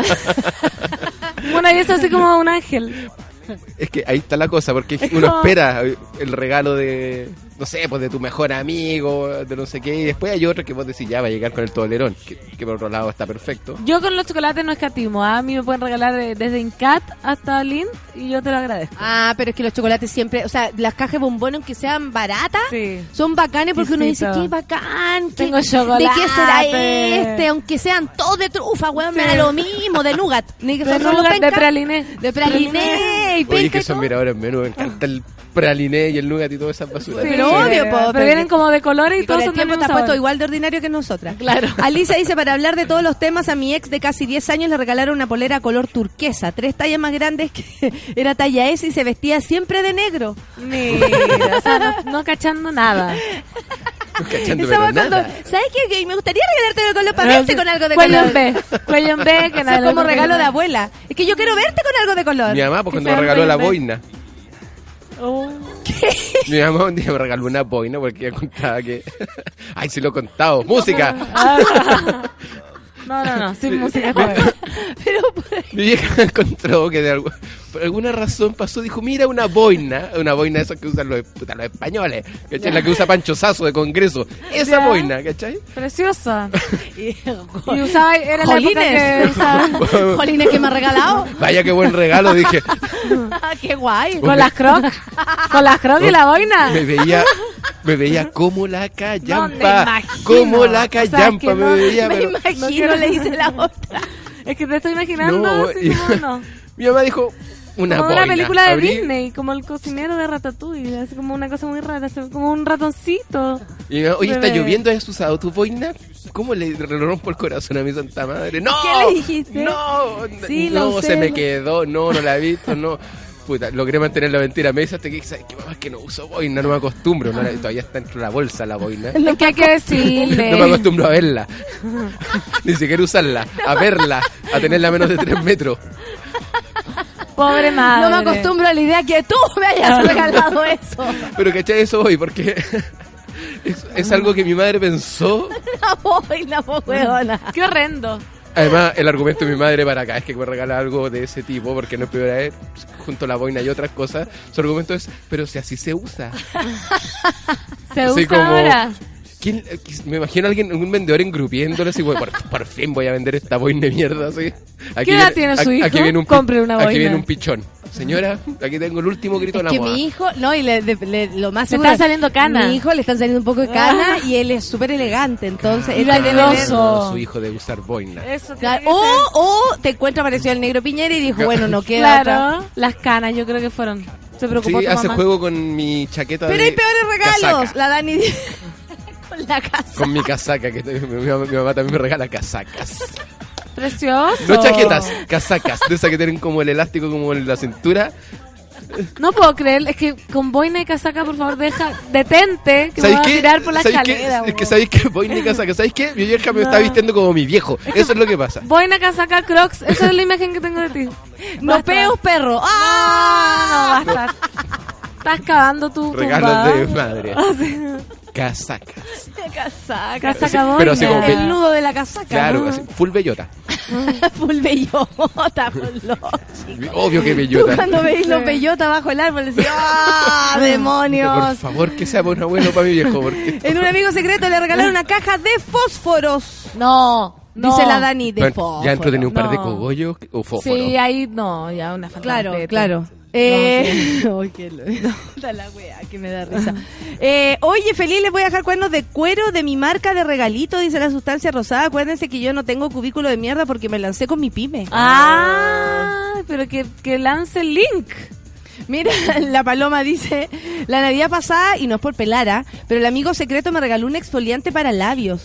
Un mono de yeso así como un ángel. Es que ahí está la cosa, porque Es uno como- espera el regalo de, no sé, pues de tu mejor amigo, de no sé qué, y después hay otro que vos decís, ya va a llegar con el tolerón, que, que por otro lado está perfecto. Yo con los chocolates no escatimo. ¿ah? A mí me pueden regalar eh, desde Incat hasta Lind y yo te lo agradezco. Ah, pero es que los chocolates siempre, o sea, las cajas de bombones, aunque sean baratas, son bacanes porque uno dice, Exquisito. qué bacán, qué- Tengo ¿de chocolate. qué será este? Aunque sean todos de trufa, weón, me Sí. da lo mismo, de nougat. Ni que De sean solo nougat, de penca, praliné. De praliné, y Oye, penca que y son todo. miradores menú, me encanta el praliné y el nougat y todas esas basuras. Sí, pero obvio, po, pero vienen como de colores y, Y con todos el son del tiempo mismo está puesto sabor. igual de ordinario que nosotras. Claro. Alicia dice, para hablar de todos los temas, a mi ex de casi diez años le regalaron una polera color turquesa, tres tallas más grandes que era talla S y se vestía siempre de negro. Mira, o sea, no, no cachando nada. Cachando, Esa pero fue cuando, nada. ¿sabes qué? Que me gustaría regalarte de color para verte con algo de Cuello color. en B, cuello en B, que Eso es nada. como regalo de abuela. Es que yo quiero verte con algo de color. Mi mamá, pues Que cuando sea me regaló la cuello en boina, Oh. mi mamá un día me regaló una boina porque ella contaba que... Ay, se lo he contado. ¡Música! No, no, no, sin música joven. Pero Mi vieja encontró que de algu- por alguna razón pasó, dijo, mira una boina, una boina esa que usan los, puta, los españoles, ¿cachai? La que usa Pancho Sazo de Congreso, esa Ya. boina, ¿cachai? Preciosa. Y usaba, era la época que Jolines. usaba Jolines que me ha regalado. Vaya qué buen regalo, dije. Qué guay. con las crocs, con las crocs y la boina. Me veía, me veía como la No, me callampa, imagino. como la O sea, callampa, que me no- veía, Me pero... imagino, quiero- le dice la otra. Es que te estoy imaginando No, así y- como no. Mi mamá dijo, una Como boina. una película de Abrí- Disney, como el cocinero de Ratatouille, así como una cosa muy rara, así como un ratoncito. Y mi mamá, oye, está Bebé. lloviendo, ¿has usado tu boina? ¿Cómo le, le rompo el corazón a mi santa madre? ¡No! ¿Qué le dijiste? ¡No! Sí, no, lo se sé, me lo- quedó, no, no la he visto, no. Puta, logré mantener la mentira. Me dice hasta que, ¿sabes qué, mamá? Es que no uso boina, no me acostumbro. No la- todavía está dentro de la bolsa la boina. Es que hay que decirle. No me acostumbro a verla. Ni siquiera usarla, a verla, a tenerla a menos de tres metros. Pobre madre. No me acostumbro a la idea que tú me hayas regalado eso. Pero ¿cachai? Eso voy, porque es, es algo que mi madre pensó. La boina, po, huevona. Qué horrendo. Además, el argumento de mi madre para cada vez que me regala algo de ese tipo, porque no es primera vez, junto a la boina y otras cosas, su argumento es, pero si así se usa. Se Así usa como- ahora. ¿Quién- me imagino a alguien, un vendedor engrupiéndole así, bueno, por, por fin voy a vender esta boina de mierda, así. Aquí ¿Qué edad tiene su aquí- hijo? Aquí viene un, pi- Compre una aquí boina. viene un pichón. Señora, aquí tengo el último grito de la Que moda. mi hijo, no, y le, de- le- lo más Le seguro está es- saliendo cana. Mi hijo le están saliendo un poco de cana y él es súper elegante, entonces él debe Vanidoso. ver- No, su hijo de usar boina. Eso Claro, tiene que ser. o, o te encuentra apareció el negro Piñera y dijo, bueno, no queda otra. Claro, las canas yo creo que fueron. Se preocupó Sí, tu hace mamá. juego con mi chaqueta Pero de hay peores regalos. casaca. La Dani dice, con la casa. Con mi casaca, que mi, mi mamá, mi mamá también me regala casacas. Precioso. No chaquetas, casacas, de esas que tienen como el elástico como en la cintura. No puedo creer, es que con boina y casaca, por favor, deja, detente, que me voy a tirar por la ¿Sabéis qué? escalera. Es que weón. sabéis que boina y casaca, ¿sabéis qué? Mi vieja me No. está vistiendo como mi viejo. Eso es lo que pasa. Boina, casaca, crocs, esa es la imagen que tengo de ti. No Basta. peos, perro. ¡Ah! No, no, basta. Estás cavando tu Regalos tumba. de madre. Ah, sí. Casacas. Casaca. Casaca boina. Pero así como El nudo de la casaca. Claro, ¿no? así, full bellota. Full bellota, por loco. Obvio que Tú bellota. cuando veis los bellotas bajo el árbol decís, ¡ah, Por demonios! favor, que sea bueno bueno para mi viejo. Porque... En un amigo secreto le regalaron una caja de fósforos. No, no. Dice la Dani de Bueno, fósforos. ya entro tenía un par de No. cogollos o fósforos. Sí, ahí no, ya una falta Claro, de respeto. claro. Eh, Ay, qué lo- da la wea, que me da risa. Eh, oye, feliz, les voy a dejar cuernos de cuero de mi marca de regalito, dice la sustancia rosada. Acuérdense que yo no tengo cubículo de mierda porque me lancé con mi pyme. Ah, pero que, que lance el link. Mira, la paloma dice, la Navidad pasada, y no es por pelara, pero el amigo secreto me regaló un exfoliante para labios.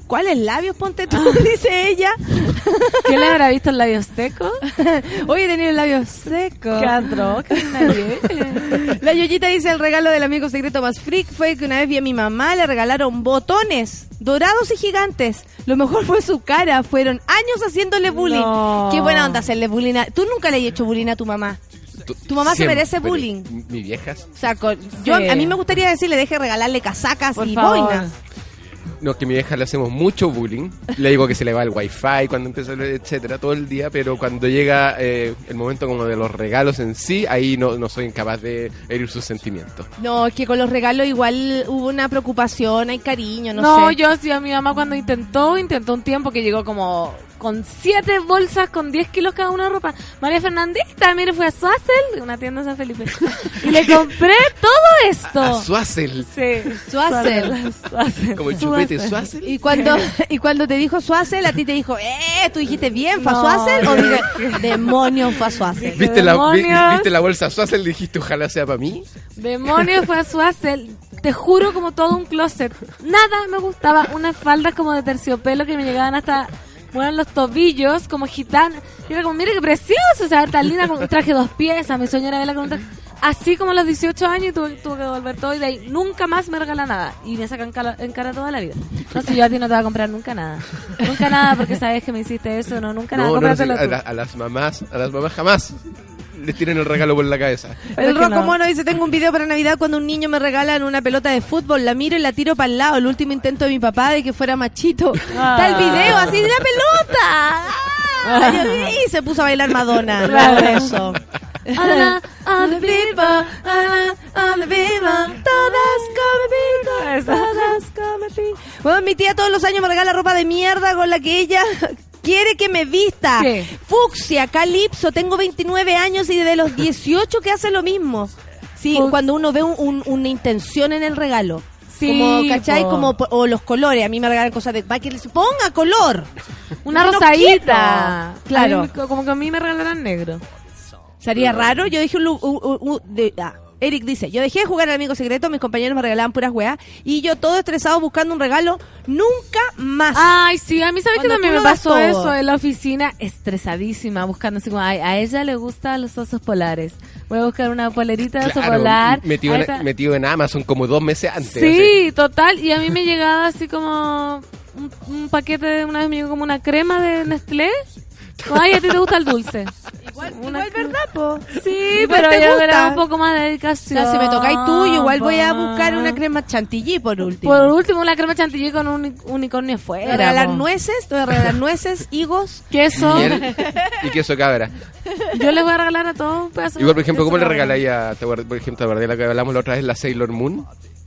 ¿Cuáles labios ponte tú? Dice ella. ¿Qué le habrá visto el labio seco? Oye, tenía el labio seco. Qué atroz, que nadie. La Yoyita dice, el regalo del amigo secreto más freak fue que una vez vi a mi mamá, le regalaron botones dorados y gigantes. Lo mejor fue su cara. Fueron años haciéndole bullying. No. Qué buena onda hacerle bullying. a- ¿Tú nunca le has hecho bullying a tu mamá? Tu mamá se Siempre. merece bullying. Mi viejas. O sea, con- yo, Sí. a mí me gustaría decirle, deje de regalarle casacas Por y favor. boinas. No, que a mi vieja le hacemos mucho bullying. Le digo que se le va el wifi cuando empieza, etcétera, todo el día. Pero cuando llega eh, el momento como de los regalos en sí, ahí no, no soy incapaz de herir sus sentimientos. No, es que con los regalos igual hubo una preocupación, hay cariño, no, No, sé. yo sí, a mi mamá cuando intentó, intentó un tiempo que llegó como con siete bolsas con diez kilos cada una de ropa. María Fernandita, mire, fue a Suazel, una tienda de San Felipe, y le compré todo esto. A Suazel. Sí, Suazel. Suazel. Como el chupete Suazel. Y cuando y cuando te dijo Suazel, a ti te dijo, eh, tú dijiste bien, ¿fue a No, Suazel? O yo- dije, demonios, fue a Suazel. ¿Viste la, vi- demonios. ¿Viste la bolsa Suazel? Dijiste, ojalá sea para mí. Demonios, fue a Suazel. Te juro, como todo un closet. Nada me gustaba. Unas faldas como de terciopelo que me llegaban hasta, bueno, los tobillos, como gitana. Y era como, mire qué precioso. O sea, tan linda con un traje dos piezas. Mi sueño era verla con un traje. Así como a los dieciocho años y tuve, tuve que devolver todo. Y de ahí nunca más me regala nada. Y me sacan cara, en cara toda la vida. No sé, yo a ti no te voy a comprar nunca nada. Nunca nada, porque sabes que me hiciste eso. No, nunca nada. No, no, no, sí, Cómpratelo a, tú. la- a las mamás, a las mamás jamás les tiren el regalo por la cabeza. El Es que Rocco no. Mono dice, tengo un video para Navidad cuando un niño me regalan una pelota de fútbol, la miro y la tiro para el lado, el último intento de mi papá de que fuera machito. Está el video así de la pelota. Ah, y se puso a bailar Madonna. Claro. Por eso. Hola, all the people, hola, all the people, todas come people, todas come people. Bueno, mi tía todos los años me regala ropa de mierda con la que ella quiere que me vista. ¿Qué? Fucsia, calipso, tengo veintinueve años y de los dieciocho que hace lo mismo. Sí, Fux- cuando uno ve un- un- una intención en el regalo. Sí, como, ¿cachai? po. Como, po- o los colores. A mí me regalan cosas de... Va, que les ponga color. Una Yo no rosadita. quiero. Claro. A mí, como que a mí me regalaran negro. Sería raro. Yo dije un... lu- u- u- u- de- ah, Eric dice, yo dejé de jugar al amigo secreto, mis compañeros me regalaban puras weas, y yo todo estresado buscando un regalo, nunca más. Ay, sí, a mí sabes que Cuando también tú me lo das pasó todo. eso en la oficina, estresadísima, buscando así como, ay, a ella le gustan los osos polares. Voy a buscar una polerita de oso Claro, polar. metido Ahí en, está. metido en Amazon como dos meses antes. Sí, total, y a mí me llegaba así como un, un paquete, de una vez me llegó como una crema de Nestlé. Como, ay, a ti te gusta el dulce. Igual, Una igual ¿verdad, po? Sí, Igual pero te yo gusta. era un poco más de O dedicación. sea, si me tocáis tú, yo igual voy a po. buscar una crema chantilly por último. Por último, una crema chantilly con un unicornio Te voy a afuera. regalar po. nueces, te voy a regalar nueces, higos. Queso. Miel y queso cabra. Yo les voy a regalar a todos un pedazo. Igual, por ejemplo, de ¿cómo le queso regaláis a, te acuerdas, por ejemplo, te acordás de la que hablamos la otra vez, la Sailor Moon?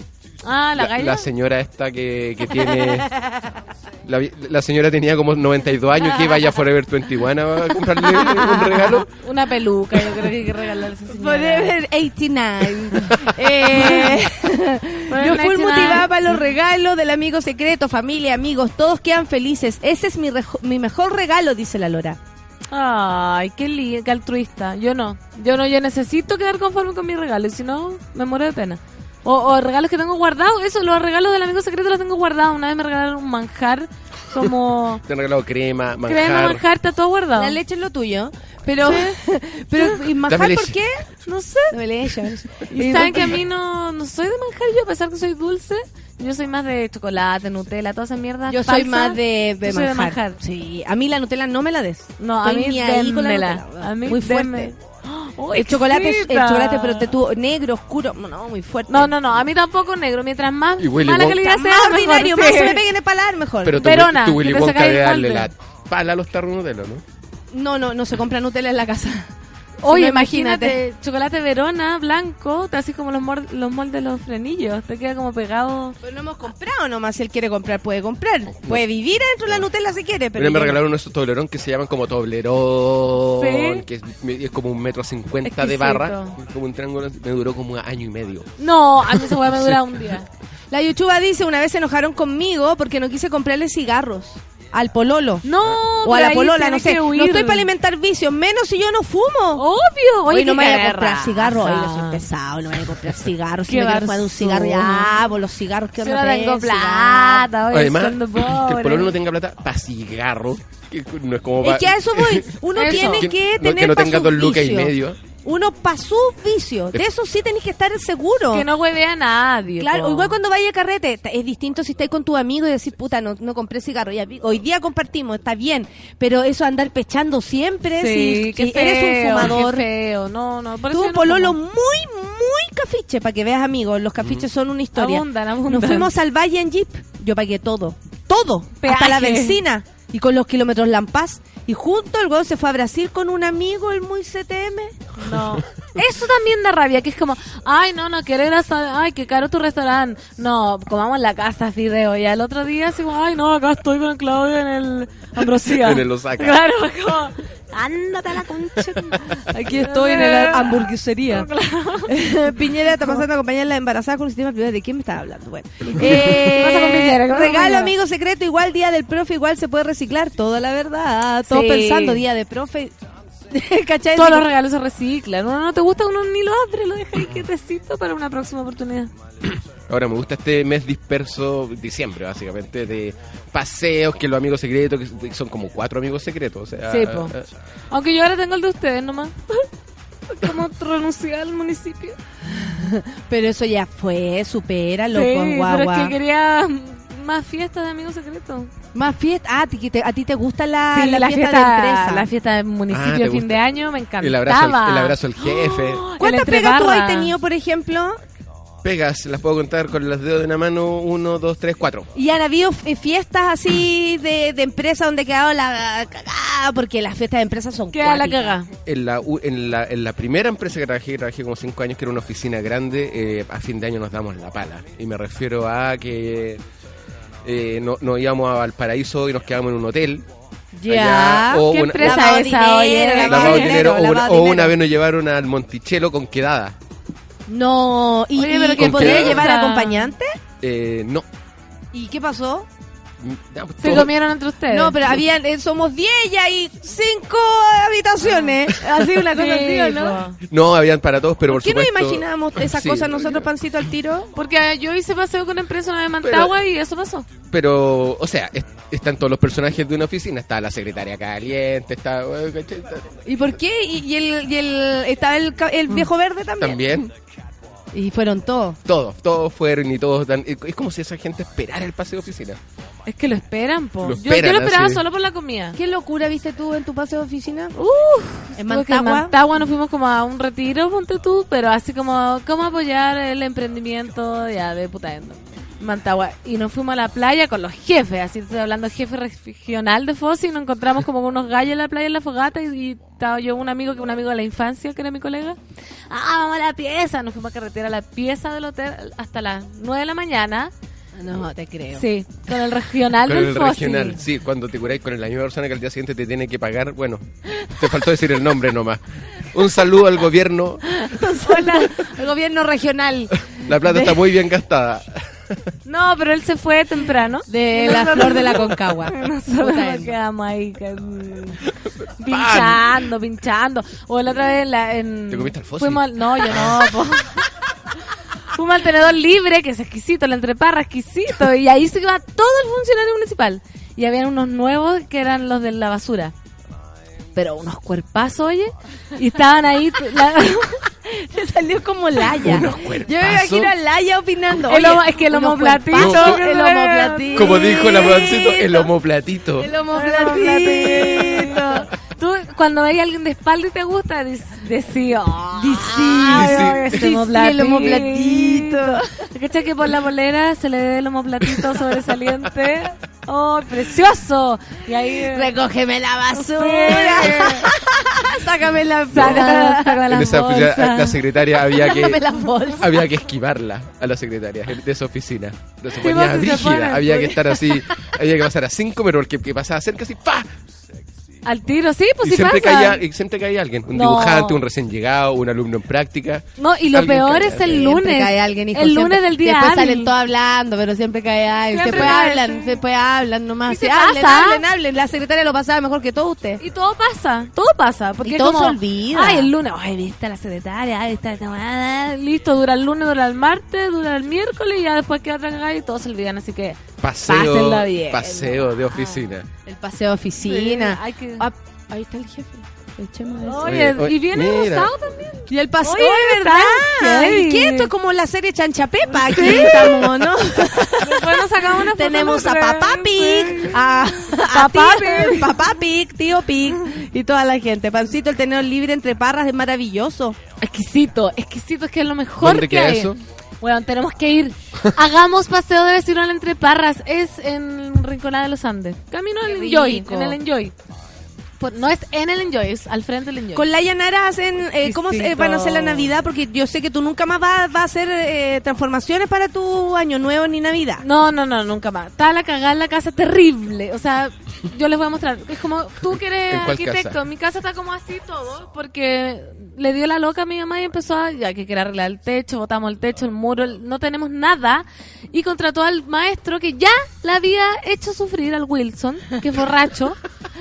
Ah, la galla. La señora esta que, que tiene... La, vi- la señora tenía como noventa y dos años, que vaya a Forever veintiuno a comprarle un regalo. Una peluca, yo creo que hay que regalarle a esa señora. Forever ochenta y nueve. eh, yo fui motivada para los regalos del amigo secreto, familia, amigos, todos quedan felices. Ese es mi, rejo- mi mejor regalo, dice la Lora. Ay, qué, li qué altruista. Yo no. Yo no, yo necesito quedar conforme con mi regalo, y si no, me muero de pena. O, o regalos que tengo guardados, eso, los regalos del amigo secreto los tengo guardados. Una vez me regalaron un manjar, como Te han regalado crema, manjar. crema, manjar, está todo guardado. La leche es lo tuyo, pero... pero ¿y manjar Dame por leche. qué? No sé. Dame leche. Y saben que a mí no, no soy de manjar, yo a pesar que soy dulce, yo soy más de chocolate, Nutella, toda esa mierda. Yo soy falsa. más de, de Yo soy de manjar. manjar. Sí, a mí la Nutella no me la des. No, a Estoy mí ni ahí con la démela. Nutella. A mí muy fuerte. déme. Oh, el chocolate, es- el exquisita. chocolate, pero te tuvo negro, oscuro, no, muy fuerte. No, no, no, a mí tampoco negro. Mientras más Y Willy mala Wonka. calidad Más sea, mejor, ordinario, sí. más se me peguen el paladar, mejor. Pero tu, Verona, tu Willy que te Wonka sacáis debe el darle la molde. pala a los tarros Nutella, ¿no? No, no, no se compra Nutella en la casa. Oye, Sí, imagínate, chocolate Verona, blanco, te así como los, mor- los moldes de los frenillos, te queda como pegado. Pero no hemos comprado nomás, si él quiere comprar, puede comprar. Puede vivir dentro de la Nutella si quiere, pero... Pero me yo- regalaron unos toblerón que se llaman como toblerón, ¿Sí? que es, es como un metro cincuenta de Exquisito. barra, como un triángulo, me duró como un año y medio. No, a mí esa hueá me dura un día. La Yuchuba dice, una vez se enojaron conmigo porque no quise comprarle cigarros. al pololo. No, o a pero la ahí polola, tiene no sé. que huir. No estoy para alimentar vicios, menos si yo no fumo. Obvio. Oye, Hoy no qué me voy a cara comprar raja. cigarros. Hoy yo soy pesado, no me voy a comprar cigarros. Si Qué me quiero fumar un cigarro, barzón. ya, por los cigarros que Si me no tengo apetece, plata, oye, Además, siendo que el pobre. pololo no tenga plata para cigarro. Que no es como Es pa- que a eso voy. Uno Eso. tiene que, que no, tener que no pa' tenga sus dos lucas y vicios. medio. Uno para sus vicios. De eso sí tenés que estar seguro. Que no hueve a nadie. Claro, po. igual cuando vaya a carrete, t- es distinto si estáis con tu amigo y decís, puta, no, no compré cigarro. Ya, vi- hoy día compartimos, está bien. Pero eso andar pechando siempre, Sí, si, qué si feo, eres un fumador. Qué feo, no, no. por Tuve eso un yo no pololo fumo. muy, muy cafiche, para que veas, amigos. Los cafiches son una historia. Abundan, abundan. Nos fuimos al valle en jeep. Yo pagué todo. Todo. Peaje. Hasta la benzina. Y con los kilómetros Lampaz. Y junto el huevo se fue a Brasil con un amigo, el muy C T M. No. Eso también da rabia, que es como, ay, no, no quiero ir a... Ay, qué caro tu restaurante. No, comamos en la casa, fideo. Y al otro día, así como, ay, no, acá estoy con Claudia en el Ambrosía. En el Osaka. Claro, como... Ándate a la concha. Aquí estoy en la hamburguesería. Piñera está pasando a acompañar a la embarazada con un sistema privado. ¿De quién me estaba hablando? Bueno. Eh, Pasa con Piñera, ¿qué pasa con regalo, Piñera? amigo secreto. Igual día del profe, igual se puede reciclar. Toda la verdad. Todos Sí. pensando, día de profe. ¿Cachai? Todos Así los como- regalos se reciclan. Uno no te gusta, uno ni lo abre, lo deja ahí quietecito para una próxima oportunidad. Ahora me gusta este mes disperso, diciembre básicamente, de paseos, que los amigos secretos, que son como cuatro amigos secretos. O sea, Sí, po. eh, Aunque yo ahora tengo el de ustedes nomás. Como renunciar al municipio. Pero eso ya fue, supéralo Sí, con pero guagua. es que quería más fiestas de amigos secretos. Más fiesta. Ah, a ti, te, a ti te gusta la, Sí, la, la fiesta, fiesta, de empresa. la fiesta de municipio Ah, ¿te de fin gusta? de año me encantaba. el abrazo, al, el abrazo al jefe. ¿Cuántas El pegas tú entrebarra. has tenido, por ejemplo? Pegas, las puedo contar con los dedos de una mano, uno, dos, tres, cuatro. ¿Y han habido eh, fiestas así de, de empresa donde ha quedado la cagada? Porque las fiestas de empresa son Queda la cuáticas. cagada. En la, u- en, la, en la primera empresa que trabajé, que trabajé como cinco años, que era una oficina grande, eh, a fin de año nos damos la pala. Y me refiero a que eh, no, nos íbamos a Valparaíso y nos quedamos en un hotel. Ya. Allá, o ¿Qué una- empresa Lavado esa, oye? dinero, Era lavado de dinero, dinero, o, una, lavado o dinero. una vez nos llevaron al Monticello con quedada. No, ¿y, Oye, y pero que ¿con podía qué? llevar O sea- acompañante? Eh, no. ¿Y qué pasó? Ya, pues, Se todo- comieron entre ustedes. No, pero habían, eh, somos diez y hay cinco habitaciones. Así una cosa Sí, así, ¿o no? po. No, habían para todos, pero ¿Por por qué no supuesto... imaginábamos esas Sí, cosas nosotros, Pancito, al tiro? Porque yo hice paseo con empresa una de Mantagua y eso pasó. Pero, o sea, es- están todos los personajes de una oficina. Está la secretaria caliente, está... eh, ¿cachai? Está- ¿Y por qué? ¿Y, y el, y el, estaba el, ca- el viejo verde también? También. Y fueron todos. Todos, todos fueron y todos dan... Es es como si esa gente esperara el paseo de oficina. Es que lo esperan, po. Lo yo, yo esperan, lo esperaba así. solo por la comida. ¿Qué locura viste tú en tu paseo de oficina? Uf, En porque en Mantagua. Mantagua nos fuimos como a un retiro, ponte tú, pero así como, ¿cómo apoyar el emprendimiento ya de Putaendo? Mantagua. Y nos fuimos a la playa con los jefes, así estoy hablando jefe regional de Fosi, y nos encontramos como con unos gallos en la playa en la fogata y, y estaba yo un amigo que un amigo de la infancia, que era mi colega. Ah, vamos a la pieza. Nos fuimos a carretera a la pieza del hotel hasta las nueve de la mañana. No, te creo. Sí, con el regional Con del el Fosi. regional, sí, cuando te curáis con la misma persona que al día siguiente te tiene que pagar, bueno, te faltó decir el nombre nomás. Un saludo al gobierno, Hola, el gobierno regional la plata De- está muy bien gastada. No, pero él se fue temprano. de la flor de la Concagua. Nosotros Puta nos él. quedamos ahí que- pinchando, pinchando. O la otra vez en la, en, ¿Te comiste al Fossi? fuimos al- no, yo no. po. Fuimos al tenedor libre, que es exquisito, la entreparra exquisito. Y ahí se iba todo el funcionario municipal. Y habían unos nuevos que eran los de la basura. Pero unos cuerpazos, oye. Y estaban ahí. t- la- Se salió como Laya. Unos Yo me cuerpazos. imagino a Laya opinando. El Oye, homo- es que el unos homoplatito, cuerpazos, que El se- homoplatito. Como dijo la Juancito, el homoplatito. El homoplatito. Tú, cuando veis a alguien de espalda y te gusta, dices, decís, oh, Dicí. ay, Dicí. ese Dicí, homoplatito. el homoplatito. ¿Cachai que por la polera se le ve el homoplatito sobresaliente? ¡Oh, precioso! Y ahí... Recógeme la basura. Sí. Sácame la Saca, saca En las esa oficina, bolsas. la secretaria había Sácame que la bolsa. había que esquivarla a la secretaria de esa oficina. No se Sí, ponía vos, si se rígida, pone, había pues. que estar así, había que pasar a cinco metros, porque que pasaba cerca así, ¡pa! Al tiro, sí, pues y sí siempre pasa. caía, y siempre caía alguien, un No. dibujante, un recién llegado, un alumno en práctica. No, y lo Alguien peor caía. es el Siempre lunes. cae alguien, hijo, el siempre. lunes del día Después hábil. salen todos hablando, pero siempre cae alguien. Siempre Después cae, hablan, sí. después hablan nomás. Y Sí, se hablen, pasa. hablen, hablen. La secretaria lo pasaba mejor que todo usted. Y todo pasa, todo pasa. Porque Y es todo como, se olvida. Ay, el lunes, ay, viste a la secretaria, ay, está tomada. Listo, dura el lunes, dura el martes, dura el miércoles y ya después queda otra cagada y todos se olvidan. Así que Paseo, pásenla bien. paseo de oficina. El paseo de oficina. Sí, hay que- Ah, ahí está el jefe. Echemos eso. Oye, Oye, y viene mira. rosado también. Y el paseo, Oye, de ¿verdad? verdad. Heavy. ¿Y qué? Esto es como la serie Chanchapepa. Aquí estamos, ¿no? Después nos sacamos una foto Tenemos a los tres. Papá Pig, a, a Papá tío- Pig. Papá Pig, Tío Pig y toda la gente. Pancito, el tenedor libre entre parras es maravilloso. Exquisito, exquisito, es que es lo mejor ¿Dónde que queda hay. eso? Bueno, tenemos que ir. Hagamos paseo de vecinal entre parras. Es en Rinconada de los Andes. Camino Qué al Enjoy, rico. en el Enjoy. Pues no es en el Enjoy, es al frente del Enjoy. Con la Yanara hacen, eh, ¿cómo se- Exquisito. van a hacer la Navidad? Porque yo sé que tú nunca más vas vas a hacer eh, transformaciones para tu año nuevo ni Navidad. No, no, no, nunca más. Está la cagada en la casa terrible. O sea, yo les voy a mostrar. Es como, tú que eres ¿En cuál arquitecto. casa? Mi casa está como así todo. Porque le dio la loca a mi mamá y empezó a, ya que quería arreglar el techo, botamos el techo, el muro, el- no tenemos nada. Y contrató al maestro que ya la había hecho sufrir al Wilson, que es borracho.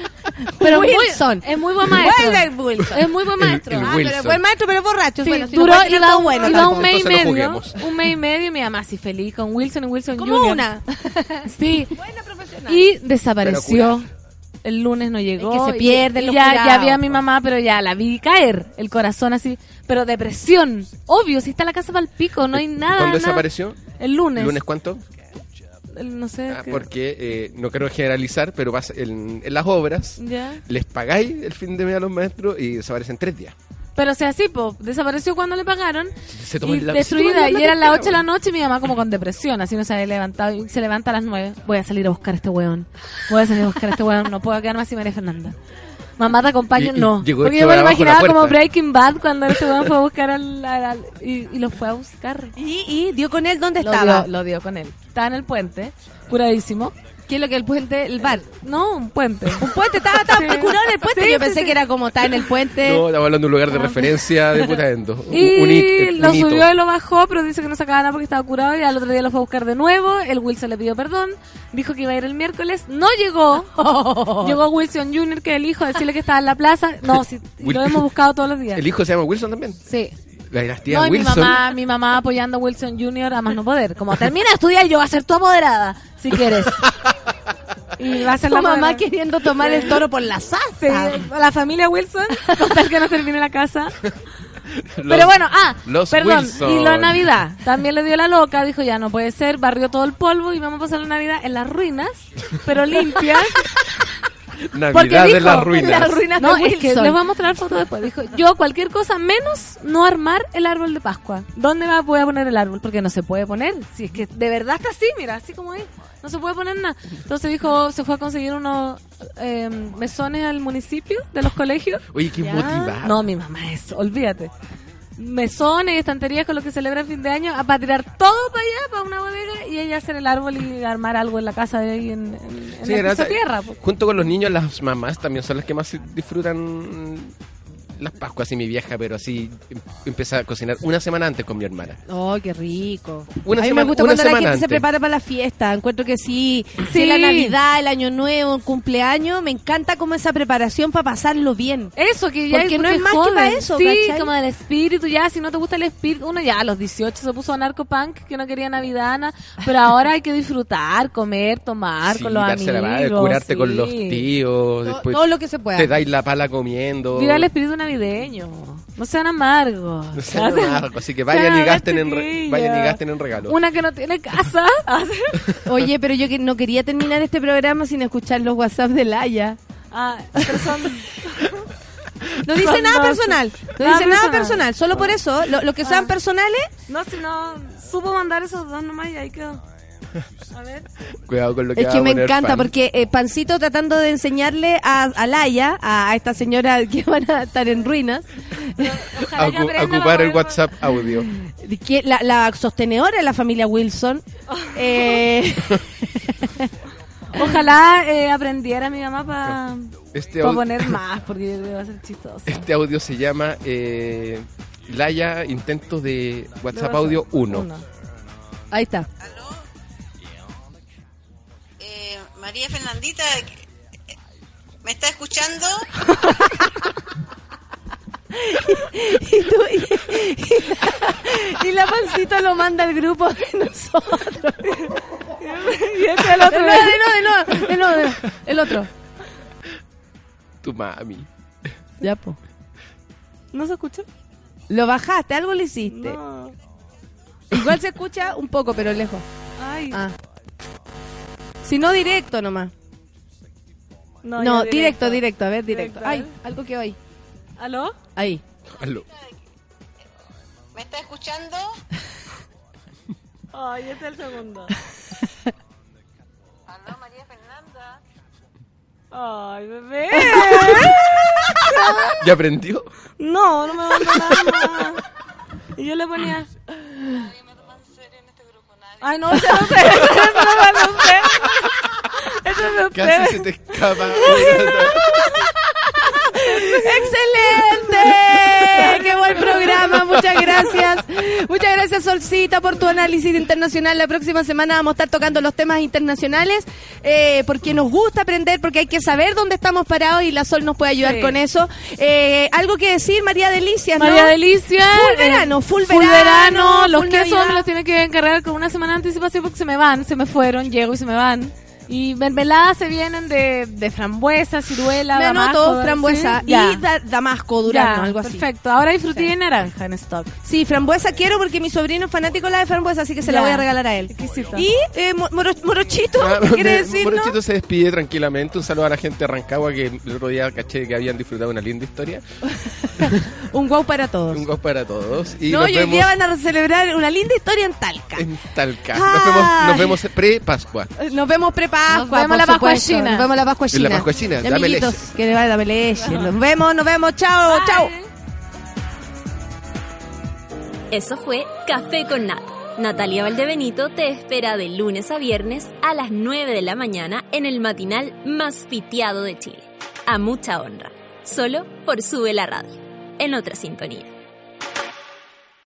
Pero Wilson. Muy, es muy buen maestro. Vuelve, Wilson. Es muy buen El- maestro. el Ah, Wilson. pero buen maestro, pero borracho. Sí, bueno, si no duró, puede tener iba, todo un, bueno iba tampoco. un mes y Entonces no medio. juguemos. Un mes y medio y mi mamá así feliz con Wilson y Wilson Como Junior. una. Sí. Buena profesional. Y desapareció. Pero El lunes no llegó. Es que se y- pierden y los ya, curados, ya vi a mi po. mamá, pero ya la vi caer. El corazón así. Pero depresión. Obvio, si está la casa para el pico, no hay nada. ¿Cuándo nada. desapareció? El lunes. ¿Lunes cuánto? El- no sé. Ah, qué- porque eh, no quiero generalizar, pero pasa en, en las obras Ya. les pagáis el fin de mes a los maestros y desaparecen tres días. Pero o sea, sí, po, desapareció cuando le pagaron. Se Y toman la- se destruida. toman la Y eran las mentira, ocho de la weón. noche y mi mamá como con depresión. Así no se había levantado. Y se levanta a las nueve. Voy a salir a buscar a este weón. Voy a salir a buscar a este weón. No puedo quedarme así, María Fernanda. Mamá, ¿te acompaño? Y- y No. llegó Porque este yo me weón lo abajo de la imaginaba como puerta. Breaking Bad cuando este weón fue a buscar al... al- al- y, y lo fue a buscar. ¿Y, y dio con él dónde Lo estaba? dio, lo dio con él. Estaba en el puente, curadísimo. ¿Qué es lo que el puente? El bar. No, un puente. Un puente, estaba, estaba Sí. curado en el puente. Sí, Yo sí, pensé sí. que era como está en el puente. No, estamos hablando de un lugar de referencia de Putaendo. Un- Y un hit- lo un hito. subió y lo bajó, pero dice que no sacaba nada porque estaba curado y al otro día lo fue a buscar de nuevo. El Wilson le pidió perdón, dijo que iba a ir el miércoles, no llegó. Llegó Wilson Junior, que es el hijo, a decirle que estaba en la plaza. No, sí, Will- lo hemos buscado todos los días. ¿El hijo se llama Wilson también? Sí. La dinastía No, y mi Wilson. mamá, mi mamá apoyando a Wilson Junior a más no poder. Como termina de estudiar, yo voy a ser tu apoderada, si quieres. Y va a ser Tu la mamá apoderada. queriendo tomar Sí. el toro por la salsa. Sí, la familia Wilson, con tal que no termine la casa. Los- Pero bueno, ah, los perdón, Wilson. y la Navidad, también le dio la loca, dijo ya no puede ser, barrió todo el polvo y vamos a pasar la Navidad en las ruinas, pero limpias. Navidad Porque de dijo, las ruinas. las ruinas No, de es que Wilson. les voy a mostrar fotos después. Dijo, yo cualquier cosa menos no armar el árbol de Pascua. ¿Dónde va, voy a poner el árbol? Porque no se puede poner. Si es que de verdad está así, mira, así como es. No se puede poner nada. Entonces dijo, se fue a conseguir unos eh, mesones al municipio de los colegios. Oye, qué Ya. motivado. No, mi mamá es, olvídate. Mesones y estanterías con lo que celebra el fin de año, a para tirar todo para allá, para una bodega, y ella hacer el árbol y armar algo en la casa de ahí en, en, en Sí, el era- piso de tierra. po. Junto con los niños, las mamás también son las que más disfrutan las Pascuas. Y mi vieja, pero así em- empecé a cocinar una semana antes con mi hermana. Oh, qué rico. Una a mí semana- me gusta una cuando la semana gente se antes. prepara para la fiesta. Encuentro que sí, Sí. sí, la Navidad, el Año Nuevo, el cumpleaños, me encanta como esa preparación para pasarlo bien. Eso, que ya Porque no que es más que joden. para eso, Sí, ¿cachai? como del espíritu, ya, si no te gusta el espíritu, uno ya a los dieciocho se puso narcopunk, que no quería navidana, pero ahora hay que disfrutar, comer, tomar Sí, con los darse la amigos. mano, curarte sí. con los tíos. Todo, Después todo lo que se pueda. te dais la pala comiendo. Viva el espíritu navideño, no sean amargos. No sé, nada, así que vayan y gasten en, re- vayan y gasten en regalos. Una que no tiene casa. Oye, pero yo que no quería terminar este programa sin escuchar los WhatsApp de Laia. Ah, pero son... No dice Son nada dos. personal. No Nada dice nada personal. personal. Solo por eso, lo, lo que sean Ah. personales, No, si no, supo mandar esos dos nomás y ahí quedó. A ver. Cuidado con lo que es va que a me poner encanta Pan. porque eh, Pancito tratando de enseñarle a, a Laia, a, a esta señora que van a estar en ruinas, Ojalá A que ocu- aprenda ocupar para el poder- WhatsApp audio. que la, la sostenedora de la familia Wilson. eh, Ojalá eh, aprendiera mi mamá para Este, Puedo au- poner más porque va a ser chistoso. este audio se llama eh, Laya Intento de WhatsApp Audio uno. Uno. Ahí está. Eh, María Fernandita, ¿me está escuchando? y, tú, y, y la, y la pancita lo manda al grupo de nosotros. Y este es el otro. De nuevo, de nuevo, de nuevo, de nuevo, de nuevo. El otro. Tu mami. Ya, po. ¿No se escucha? Lo bajaste, algo le hiciste. No. Igual se escucha un poco, pero lejos. Ay. Ah. Si no, directo nomás. No, No, ya directo, directo, a ver, directo. Directo, a Ay, ver. algo que oí. ¿Aló? Ahí. Aló. ¿Me está escuchando? Ay, este es el segundo. Aló, María Fernanda. Ay, bebé. ¿Ya aprendió? No, no me mandó nada más. Y yo le ponía... Ay, no, eso no sé. Eso no sé. Eso no sé. Casi se te escapa. ¡Excelente! ¡Qué buen programa! Muchas gracias. Muchas gracias, Solcita, por tu análisis internacional. La próxima semana vamos a estar tocando los temas internacionales eh, porque nos gusta aprender, porque hay que saber dónde estamos parados y la Sol nos puede ayudar Sí. con eso. Eh, algo que decir, María Delicia, ¿no? María Delicia. Full verano, full verano. verano. Los full quesos Navidad. me los tienen que encargar con una semana de anticipación porque se me van, se me fueron, llego y se me van. Y mermeladas se vienen de, de frambuesa, ciruela, Me damasco, anoto frambuesa ¿sí? Ya. y da- damasco, durazno, Ya, algo así. perfecto. Ahora hay frutilla y naranja en stock. Sí, frambuesa quiero porque mi sobrino es fanático de la de frambuesa, así que se la Ya. voy a regalar a él. Exquisito. Y eh, mo- moro- morochito, Ah, ¿qué quiere me- decir, no? Morochito se despide tranquilamente. Un saludo a la gente de Rancagua que el otro día caché que habían disfrutado una linda historia. Un guau para todos. Un go para todos. Y No, nos y hoy vemos día van a celebrar una linda historia en Talca. en Talca. Ay. Nos vemos, nos vemos pre-Pascua. Nos vemos pre-Pascua. Nos vemos por la Pascua supuesto. china. Nos vemos la Pascua En china. la Pascua china, Y dame amiguitos, leche. que le vaya, dame leche. Nos vemos, nos vemos. Chao, chao. Eso fue Café con Nat. Natalia Valdebenito te espera de lunes a viernes a las nueve de la mañana en el matinal más piteado de Chile. A mucha honra. Solo por Sube la Radio. En otra sintonía.